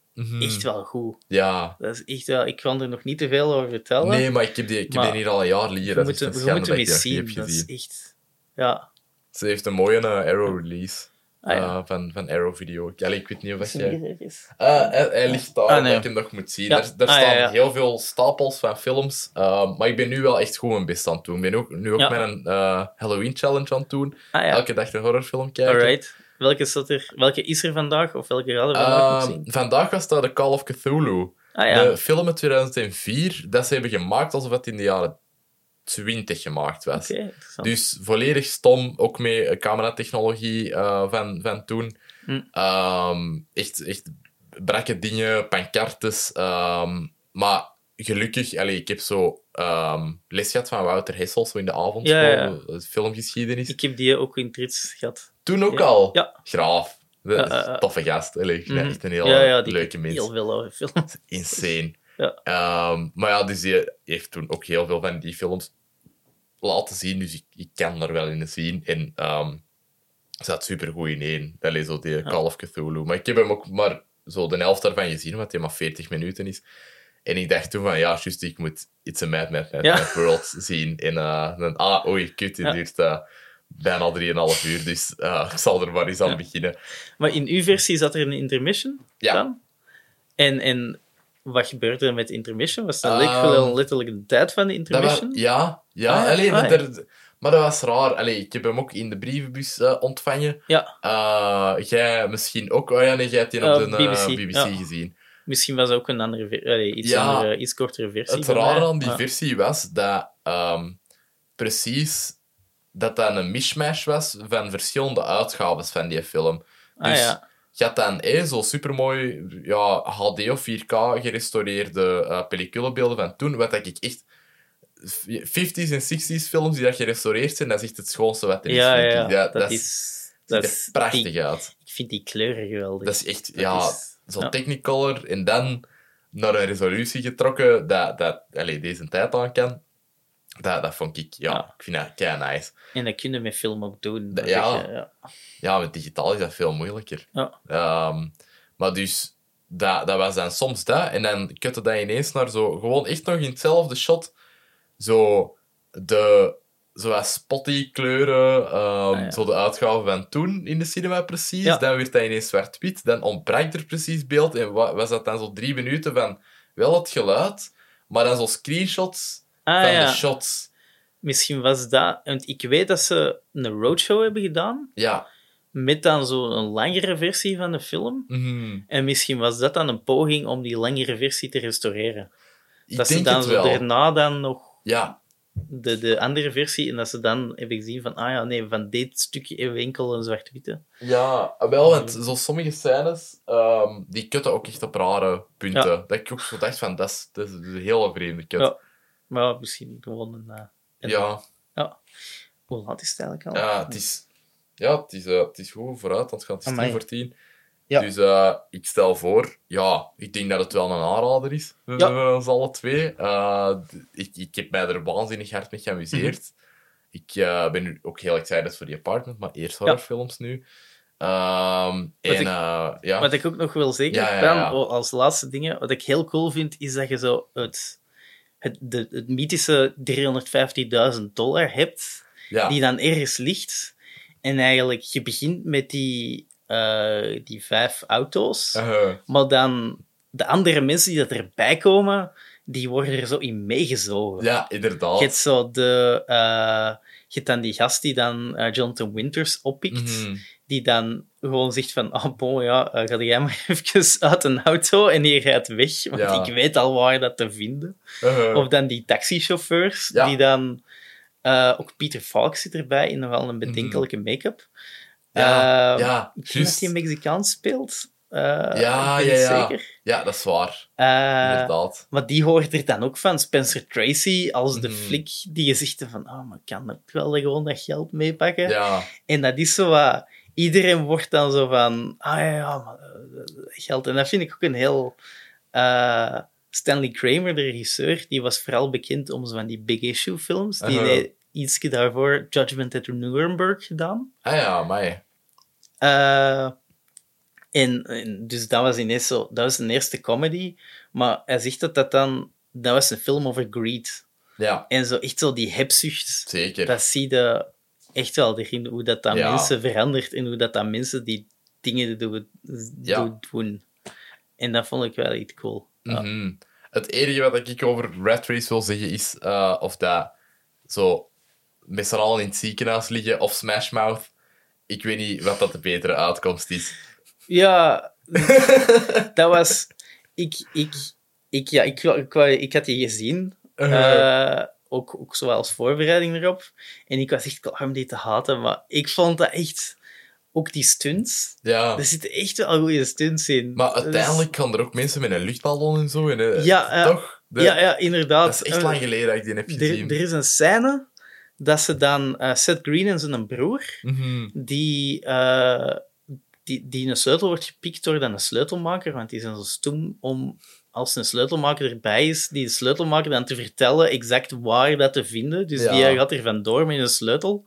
Mhm. echt wel goed. Ja. Dat is echt wel... Ik kan er nog niet te veel over vertellen. Nee, maar ik heb die, ik heb Maar die hier al een jaar liggen. Je Dat moet, is echt hem- een je moet schande hem dat ik die eens nog niet heb zien. Dat is gezien. echt... Ja. Ze heeft een mooie uh, Arrow-release. Ah, ja. uh, van, van Arrow Video. Allee, ik weet niet of Is dat er jij... meer ergens? Uh, hij, hij ligt daar, Ah, dat nee. ik hem nog moet zien. Ja. Daar, daar Ah, staan ja, ja. heel veel stapels van films. Uh, maar ik ben nu wel echt goed mijn best aan het doen. Ik ben ook, nu ook Ja. met een uh, Halloween-challenge aan het doen. Ah, ja. Elke dag een horrorfilm kijken. Alright. Welke, staat er, welke is er vandaag? Of welke hadden we vandaag nog Uh, zien? vandaag was dat de Call of Cthulhu. Ah ja. De film uit tweeduizend vier, dat ze hebben gemaakt alsof het in de jaren twintig gemaakt was. Oké, interessant. Dus volledig stom, ook met uh, cameratechnologie uh, van, van toen. Hm. Um, echt, echt brakke dingen, pancartes. Um, maar gelukkig, allee, ik heb zo um, les gehad van Wouter Hessel, zo in de avondschool, Ja, ja. uh, filmgeschiedenis. Ik heb die ook in het rits gehad. Toen ook Ja. al. Ja. Graaf. Dat is Ja, ja, ja. een toffe gast. Allee, ik vind Mhm. echt een heel Ja, ja, die leuke kent mens. heel veel over films. Insane. Ja. Um, maar ja, dus die heeft toen ook heel veel van die films laten zien, dus ik, ik kan er wel in zien. En um, zat supergoed in één. Dat is zo die Ja. Call of Cthulhu. Maar ik heb hem ook maar zo de helft daarvan gezien, omdat hij maar veertig minuten is. En ik dacht toen van, ja, juist, ik moet It's a Mad, Mad, Mad, Ja. Mad World zien. En uh, dan, ah, oei, kut, die Ja. duurt uh, bijna drieënhalf uur, dus uh, ik zal er maar eens aan Ja. beginnen. Maar in uw versie zat er een intermission Ja. dan? En, en wat gebeurde er met de intermission? Was dat Um, like gewoon letterlijk de tijd van de Dat was, intermission? ja, ja. Ah, ja. Allee, Ah, maar, ja. er- maar dat was raar. Allee, ik heb hem ook in de brievenbus uh, ontvangen. Ja, Uh, jij misschien ook. Oh ja, nee, jij hebt die Uh, op de uh, B B C, B B C ja. gezien. misschien was het ook een andere, ver- allee, iets, Ja. andere, iets kortere versie. Het van rare mij. aan die Ja. versie was dat um, precies dat dat een mishmash was van verschillende uitgaves van die film. Ah, Dus ja. je had dan eh, zo supermooi ja, H D of vier K gerestaureerde uh, pelliculebeelden van toen, wat ik echt... vijftiger en zestigers films die dat gerestaureerd zijn, dat is echt het schoonste wat er is. Ja, vind ja, ik. ja. Dat, Dat dat is... ziet Dat er is prachtig die- uit. Ik vind die kleuren geweldig. Dat is echt, Dat ja, is- zo ja. Technicolor en dan naar een resolutie getrokken dat, dat allee, deze tijd aan kan. Dat, dat vond ik, ja, Ja. ik vind dat kei nice. En dat kun je met film ook doen. Dat- Dat ja. zeg je, ja. Ja, met digitaal is dat veel moeilijker. Ja. Ehm, maar dus, dat, dat was dan soms dat. En dan kutte dat ineens naar zo, gewoon echt nog in hetzelfde shot, zo de, zoals spotty kleuren, ehm, Ah, ja. zo de uitgave van toen in de cinema precies. Ja. Dan werd dat ineens zwart-wit, dan ontbrak er precies beeld. En wa- was dat dan zo drie minuten van wel het geluid, maar dan zo screenshots Ah, van ja. de shots. Misschien was dat... Want ik weet dat ze een roadshow hebben gedaan, Ja. met dan zo'n langere versie van de film. Mhm. En misschien was dat dan een poging om die langere versie te restaureren. Ik dat ze denk dan het zo wel. daarna dan nog Ja. de, de andere versie, en dat ze dan hebben gezien van, ah ja, nee, van dit stukje hebben we enkel een zwart-witte. Ja, wel, want zo sommige scènes, ehm, die kutten ook echt op rare punten. Ja. Dat ik ook zo dacht van, dat is, dat is een hele vreemde kut. Ja. Maar ja, misschien gewoon een... eh, een- ja, ja. Hoe laat is het eigenlijk al? ja, het is, ja, het is, eh, het is goed vooruit, want het gaat tien Amai. voor tien. Ja. Dus eh, ik stel voor, ja, ik denk dat het wel een aanrader is voor Ja. ons alle twee. Eh, d- ik, ik heb mij er waanzinnig hard mee geamuseerd. Mhm. Ik eh, ben nu ook heel excited voor die apartment, maar eerst horrorfilms nu. Ehm, en ik- eh, ja. Wat ik ook nog wil zeggen, Ja, ja, ja. dan, oh, als laatste dingen, wat ik heel cool vind, is dat je zo het, het, de, het mythische driehonderdvijftigduizend dollar hebt, ja. die dan ergens ligt. En eigenlijk, je begint met die, eh, die vijf auto's, Uh, maar dan de andere mensen die dat erbij komen, die worden er zo in meegezogen. ja, inderdaad. Je hebt zo de... eh, je hebt dan die gast die dan eh, Jonathan Winters oppikt, Mhm. die dan gewoon zegt van, ah, bon, ja, uh, ga jij maar even uit een auto en je rijdt weg, want Ja. ik weet al waar dat te vinden. Uh, Of dan die taxichauffeurs, Ja. die dan... eh, ook Peter Falk zit erbij, in nogal een bedenkelijke make-up. ja, Eh, ja, Ik denk dat juist. hij Mexicaans speelt. Eh, Ja, ik ja, ben niet ja. zeker. Ja, dat is waar. Eh, Inderdaad. maar die hoort er dan ook van. Spencer Tracy als de Mhm. flik die je zegt van, oh, maar kan dat wel gewoon dat geld meepakken? Ja, En dat is zo wat... Iedereen wordt dan zo van, ah ja, ja, maar eh, geld. En dat vind ik ook een heel... eh, Stanley Kramer, de regisseur, die was vooral bekend om zo van die big issue films. Die Uh-huh. deed ietsje daarvoor Judgment at Nuremberg gedaan. ah ja, mij. Eh, En, en dus dat was ineens zo... Dat was een eerste comedy. Maar hij zegt dat dat dan... Dat was een film over greed. Ja. En zo echt zo die hebzucht. Zeker. Dat zie je echt wel erin. Hoe dat, dat Ja. mensen verandert. En hoe dat, dat mensen die dingen doen. Ja. doen. En dat vond ik wel iets cool. Ja. Mm-hmm. Het enige wat ik over Rat Race wil zeggen is... Uh, of dat... Zo... Met z'n allen in het ziekenhuis liggen. Of Smash Mouth. Ik weet niet wat dat de betere uitkomst is. Ja, dat was... Ik, ik, ik, ja, ik, ik, ik had die gezien, uh, ook, ook zo als voorbereiding erop. En ik was echt klaar om die te haten, maar ik vond dat echt... Ook die stunts, Ja. er zitten echt wel goede stunts in. Maar uiteindelijk gaan er ook mensen met een luchtballon en zo. En, uh, ja, uh, toch? De, ja, ja, inderdaad. Dat is echt lang geleden dat ik die heb gezien. Er, er is een scène dat ze dan... Uh, Seth Green en zijn broer, mm-hmm. die... Uh, Die, die een sleutel wordt gepikt door dan een sleutelmaker, want die zijn zo stom om, als een sleutelmaker erbij is, die de sleutelmaker dan te vertellen exact waar dat te vinden. Dus ja. Die gaat er vandoor met een sleutel.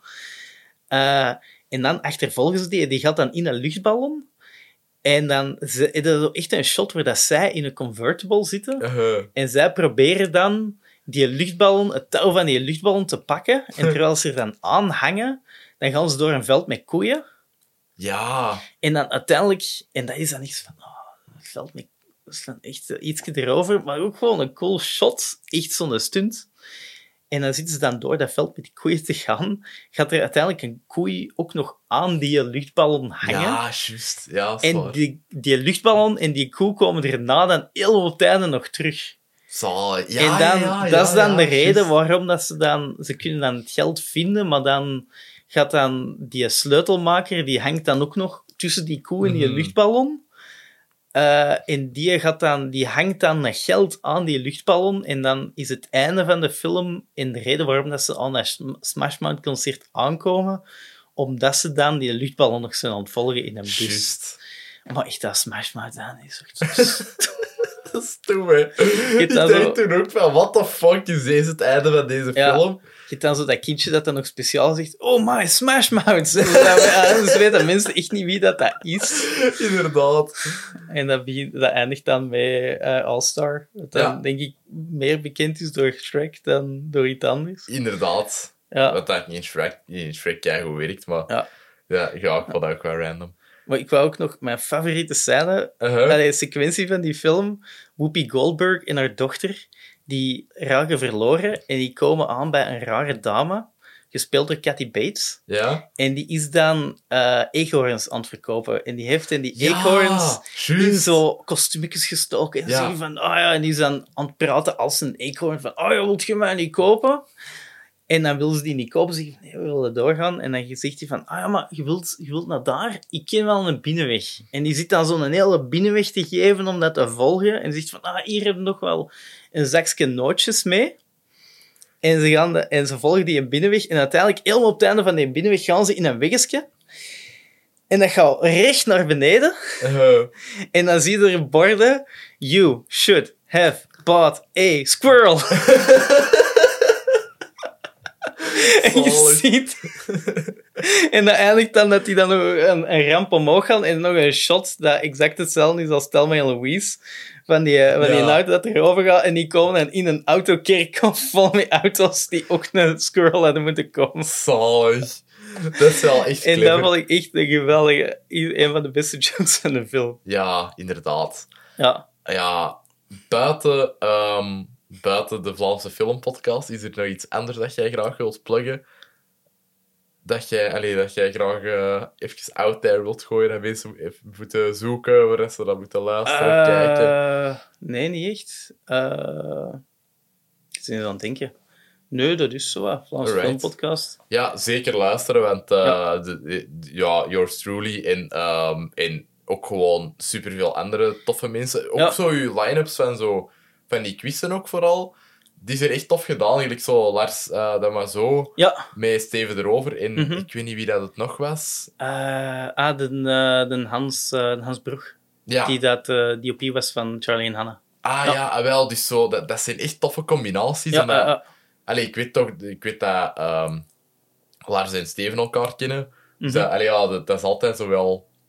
Uh, en dan achtervolgen ze die, die gaat dan in een luchtballon. En dan is er echt een shot waar dat zij in een convertible zitten. Uh-huh. En zij proberen dan die luchtballon, het touw van die luchtballon te pakken. En terwijl ze er dan aan hangen, dan gaan ze door een veld met koeien. Ja. En dan uiteindelijk... En dat is dan iets van... Oh, dat valt me... Dat is dan echt iets erover. Maar ook gewoon een cool shot. Echt zo'n stunt. En dan zitten ze dan door dat veld met die koeien te gaan. Gaat er uiteindelijk een koei ook nog aan die luchtballon hangen. Ja, juist. Ja, en die, die luchtballon en die koe komen daarna dan heel op het einde nog terug. Zalig. Ja, en dan, ja, ja, dat is dan ja, de ja, reden just. waarom dat ze dan... Ze kunnen dan het geld vinden, maar dan... gaat dan die sleutelmaker, die hangt dan ook nog tussen die koe en die mm. luchtballon. Uh, en die, gaat dan, die hangt dan met geld aan die luchtballon. En dan is het einde van de film, en de reden waarom dat ze aan dat Smash Mouth concert aankomen, omdat ze dan die luchtballon nog zijn ontvolgen in een bus. Just. Maar echt, dat Smash Mouth dan is echt zo dat is toe, hè. Ik denk zo... toen ook van, what the fuck is deze het einde van deze ja. film? Je hebt dan zo dat kindje dat dan nog speciaal zegt, oh my, Smash Mouth. Dus weten mensen echt niet wie dat, dat is. Inderdaad. En dat, begint, dat eindigt dan met uh, All-Star. Dat dan, ja. denk ik, meer bekend is door Shrek dan door iets anders. Inderdaad. Ja. Wat dat in Shrek, in Shrek keigoed werkt, maar... Ja, ja, ja ik vond dat ook wel random. Maar ik wou ook nog mijn favoriete scène, uh-huh. de sequentie van die film, Whoopi Goldberg en haar dochter, die raken verloren en die komen aan bij een rare dame, gespeeld door Kathy Bates. Ja. En die is dan uh, eekhoorns aan het verkopen. En die heeft in die eekhoorns ja, in zo kostuumjes gestoken. En, ja. van, oh ja, en die is dan aan het praten als een eekhoorn van, oh ja, wilt je mij niet kopen? En dan wil ze die niet kopen. Ze zegt, nee, we willen doorgaan. En dan zegt hij van, ah ja, maar je wilt, je wilt naar daar? Ik ken wel een binnenweg. En die zit dan zo'n hele binnenweg te geven om dat te volgen. En zegt van, ah, hier hebben we nog wel een zakje nootjes mee. En ze, gaan de, en ze volgen die een binnenweg. En uiteindelijk, helemaal op het einde van die binnenweg, gaan ze in een weggetje. En dat gaat recht naar beneden. Uh. En dan zie je er borden. You should have bought a squirrel. En je ziet... En dan eindigt dan dat die dan nog een, een ramp omhoog gaan en nog een shot dat exact hetzelfde is als Thelma en Louise. Van die, van die ja. auto dat erover gaat. En die komen dan in een autokerkhof vol met auto's die ook naar een squirrel hadden moeten komen. Zalig. Dat is wel echt En clever. dat vond ik echt een geweldige... Een van de beste jokes van de film. Ja, inderdaad. Ja. Ja, buiten... Um... Buiten de Vlaamse Filmpodcast, is er nog iets anders dat jij graag wilt pluggen? Dat jij, allee, dat jij graag uh, even out there wilt gooien en mensen even moeten zoeken, waar ze dat moeten luisteren, uh, kijken? Nee, niet echt. Uh, ik ben aan het denken. Nee, dat is zo, Vlaamse right. Filmpodcast. Ja, zeker luisteren, want uh, ja. De, de, ja, yours truly en, um, en ook gewoon superveel andere toffe mensen. Ook ja. zo je line-ups van zo... Van die quizzen ook vooral. Die zijn echt tof gedaan. Eigenlijk zo Lars uh, dat maar zo. Ja. Met Steven erover. En mm-hmm. ik weet niet wie dat het nog was. Uh, ah, de, uh, de, Hans, uh, de Hans Broeg. Ja. Die dat uh, D O P was van Charlie en Hannah. Ah ja, ja wel. Dus zo, dat, dat zijn echt toffe combinaties. Ja, omdat, uh, uh. Allee, ik weet toch ik weet dat um, Lars en Steven elkaar kennen. Dus mm-hmm. dat, allee, ja, dat, dat is altijd zo wel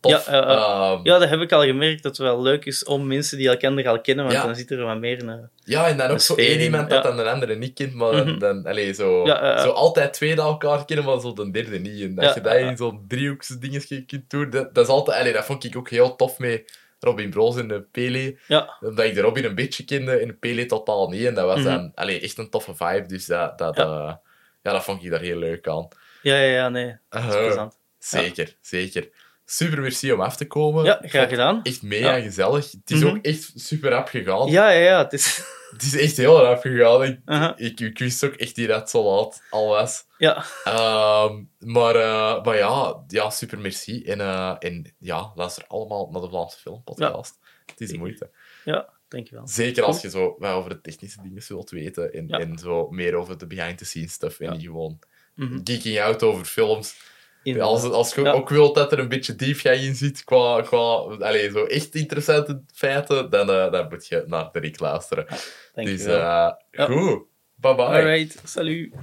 tof. Ja, uh, uh, um, ja, dat heb ik al gemerkt, dat het wel leuk is om mensen die elkaar al kennen, want ja. dan zit er wat meer een... Ja, en dan ook zo één iemand dat ja. dan de andere niet kent, maar Mm-hmm. dan, allee, zo, ja, uh, zo altijd twee dat elkaar kennen, maar zo de derde niet. En dat ja, je dat uh, in zo'n driehoeksdingetje kunt doen, dat, dat is altijd... Allee, dat vond ik ook heel tof mee Robin Broos en de Pele. Ja. Omdat ik de Robin een beetje kende en de Pele totaal niet. En dat was Mm-hmm. dan allee, echt een toffe vibe, dus dat, dat, ja. Uh, ja, dat vond ik daar heel leuk aan. Ja, ja, ja, nee. Dat is plezant. Zeker, ja. zeker. Super merci om af te komen. Ja, graag gedaan. Echt mega ja. gezellig. Het is mm-hmm. ook echt super rap gegaan. Ja, ja, ja. Het is, het is echt heel rap gegaan. Ik, uh-huh. ik, ik wist ook echt niet dat het zo laat al was. Ja. Um, maar, uh, maar ja, ja, super merci. En, uh, en ja, luister allemaal naar de Vlaamse Filmpodcast. Ja. Het is de moeite. Ja, dankjewel. Zeker als je zo wat over de technische dingen wilt weten en, ja. en zo meer over de behind-the-scenes stuff en ja. niet gewoon mm-hmm. geeking out over films. In, als, als je ja. ook wilt dat er een beetje diepgang in zit qua, qua allez, zo echt interessante feiten, dan, uh, dan moet je naar Rick luisteren. Ja, dus uh, ja. goed, bye bye. Alright, salut.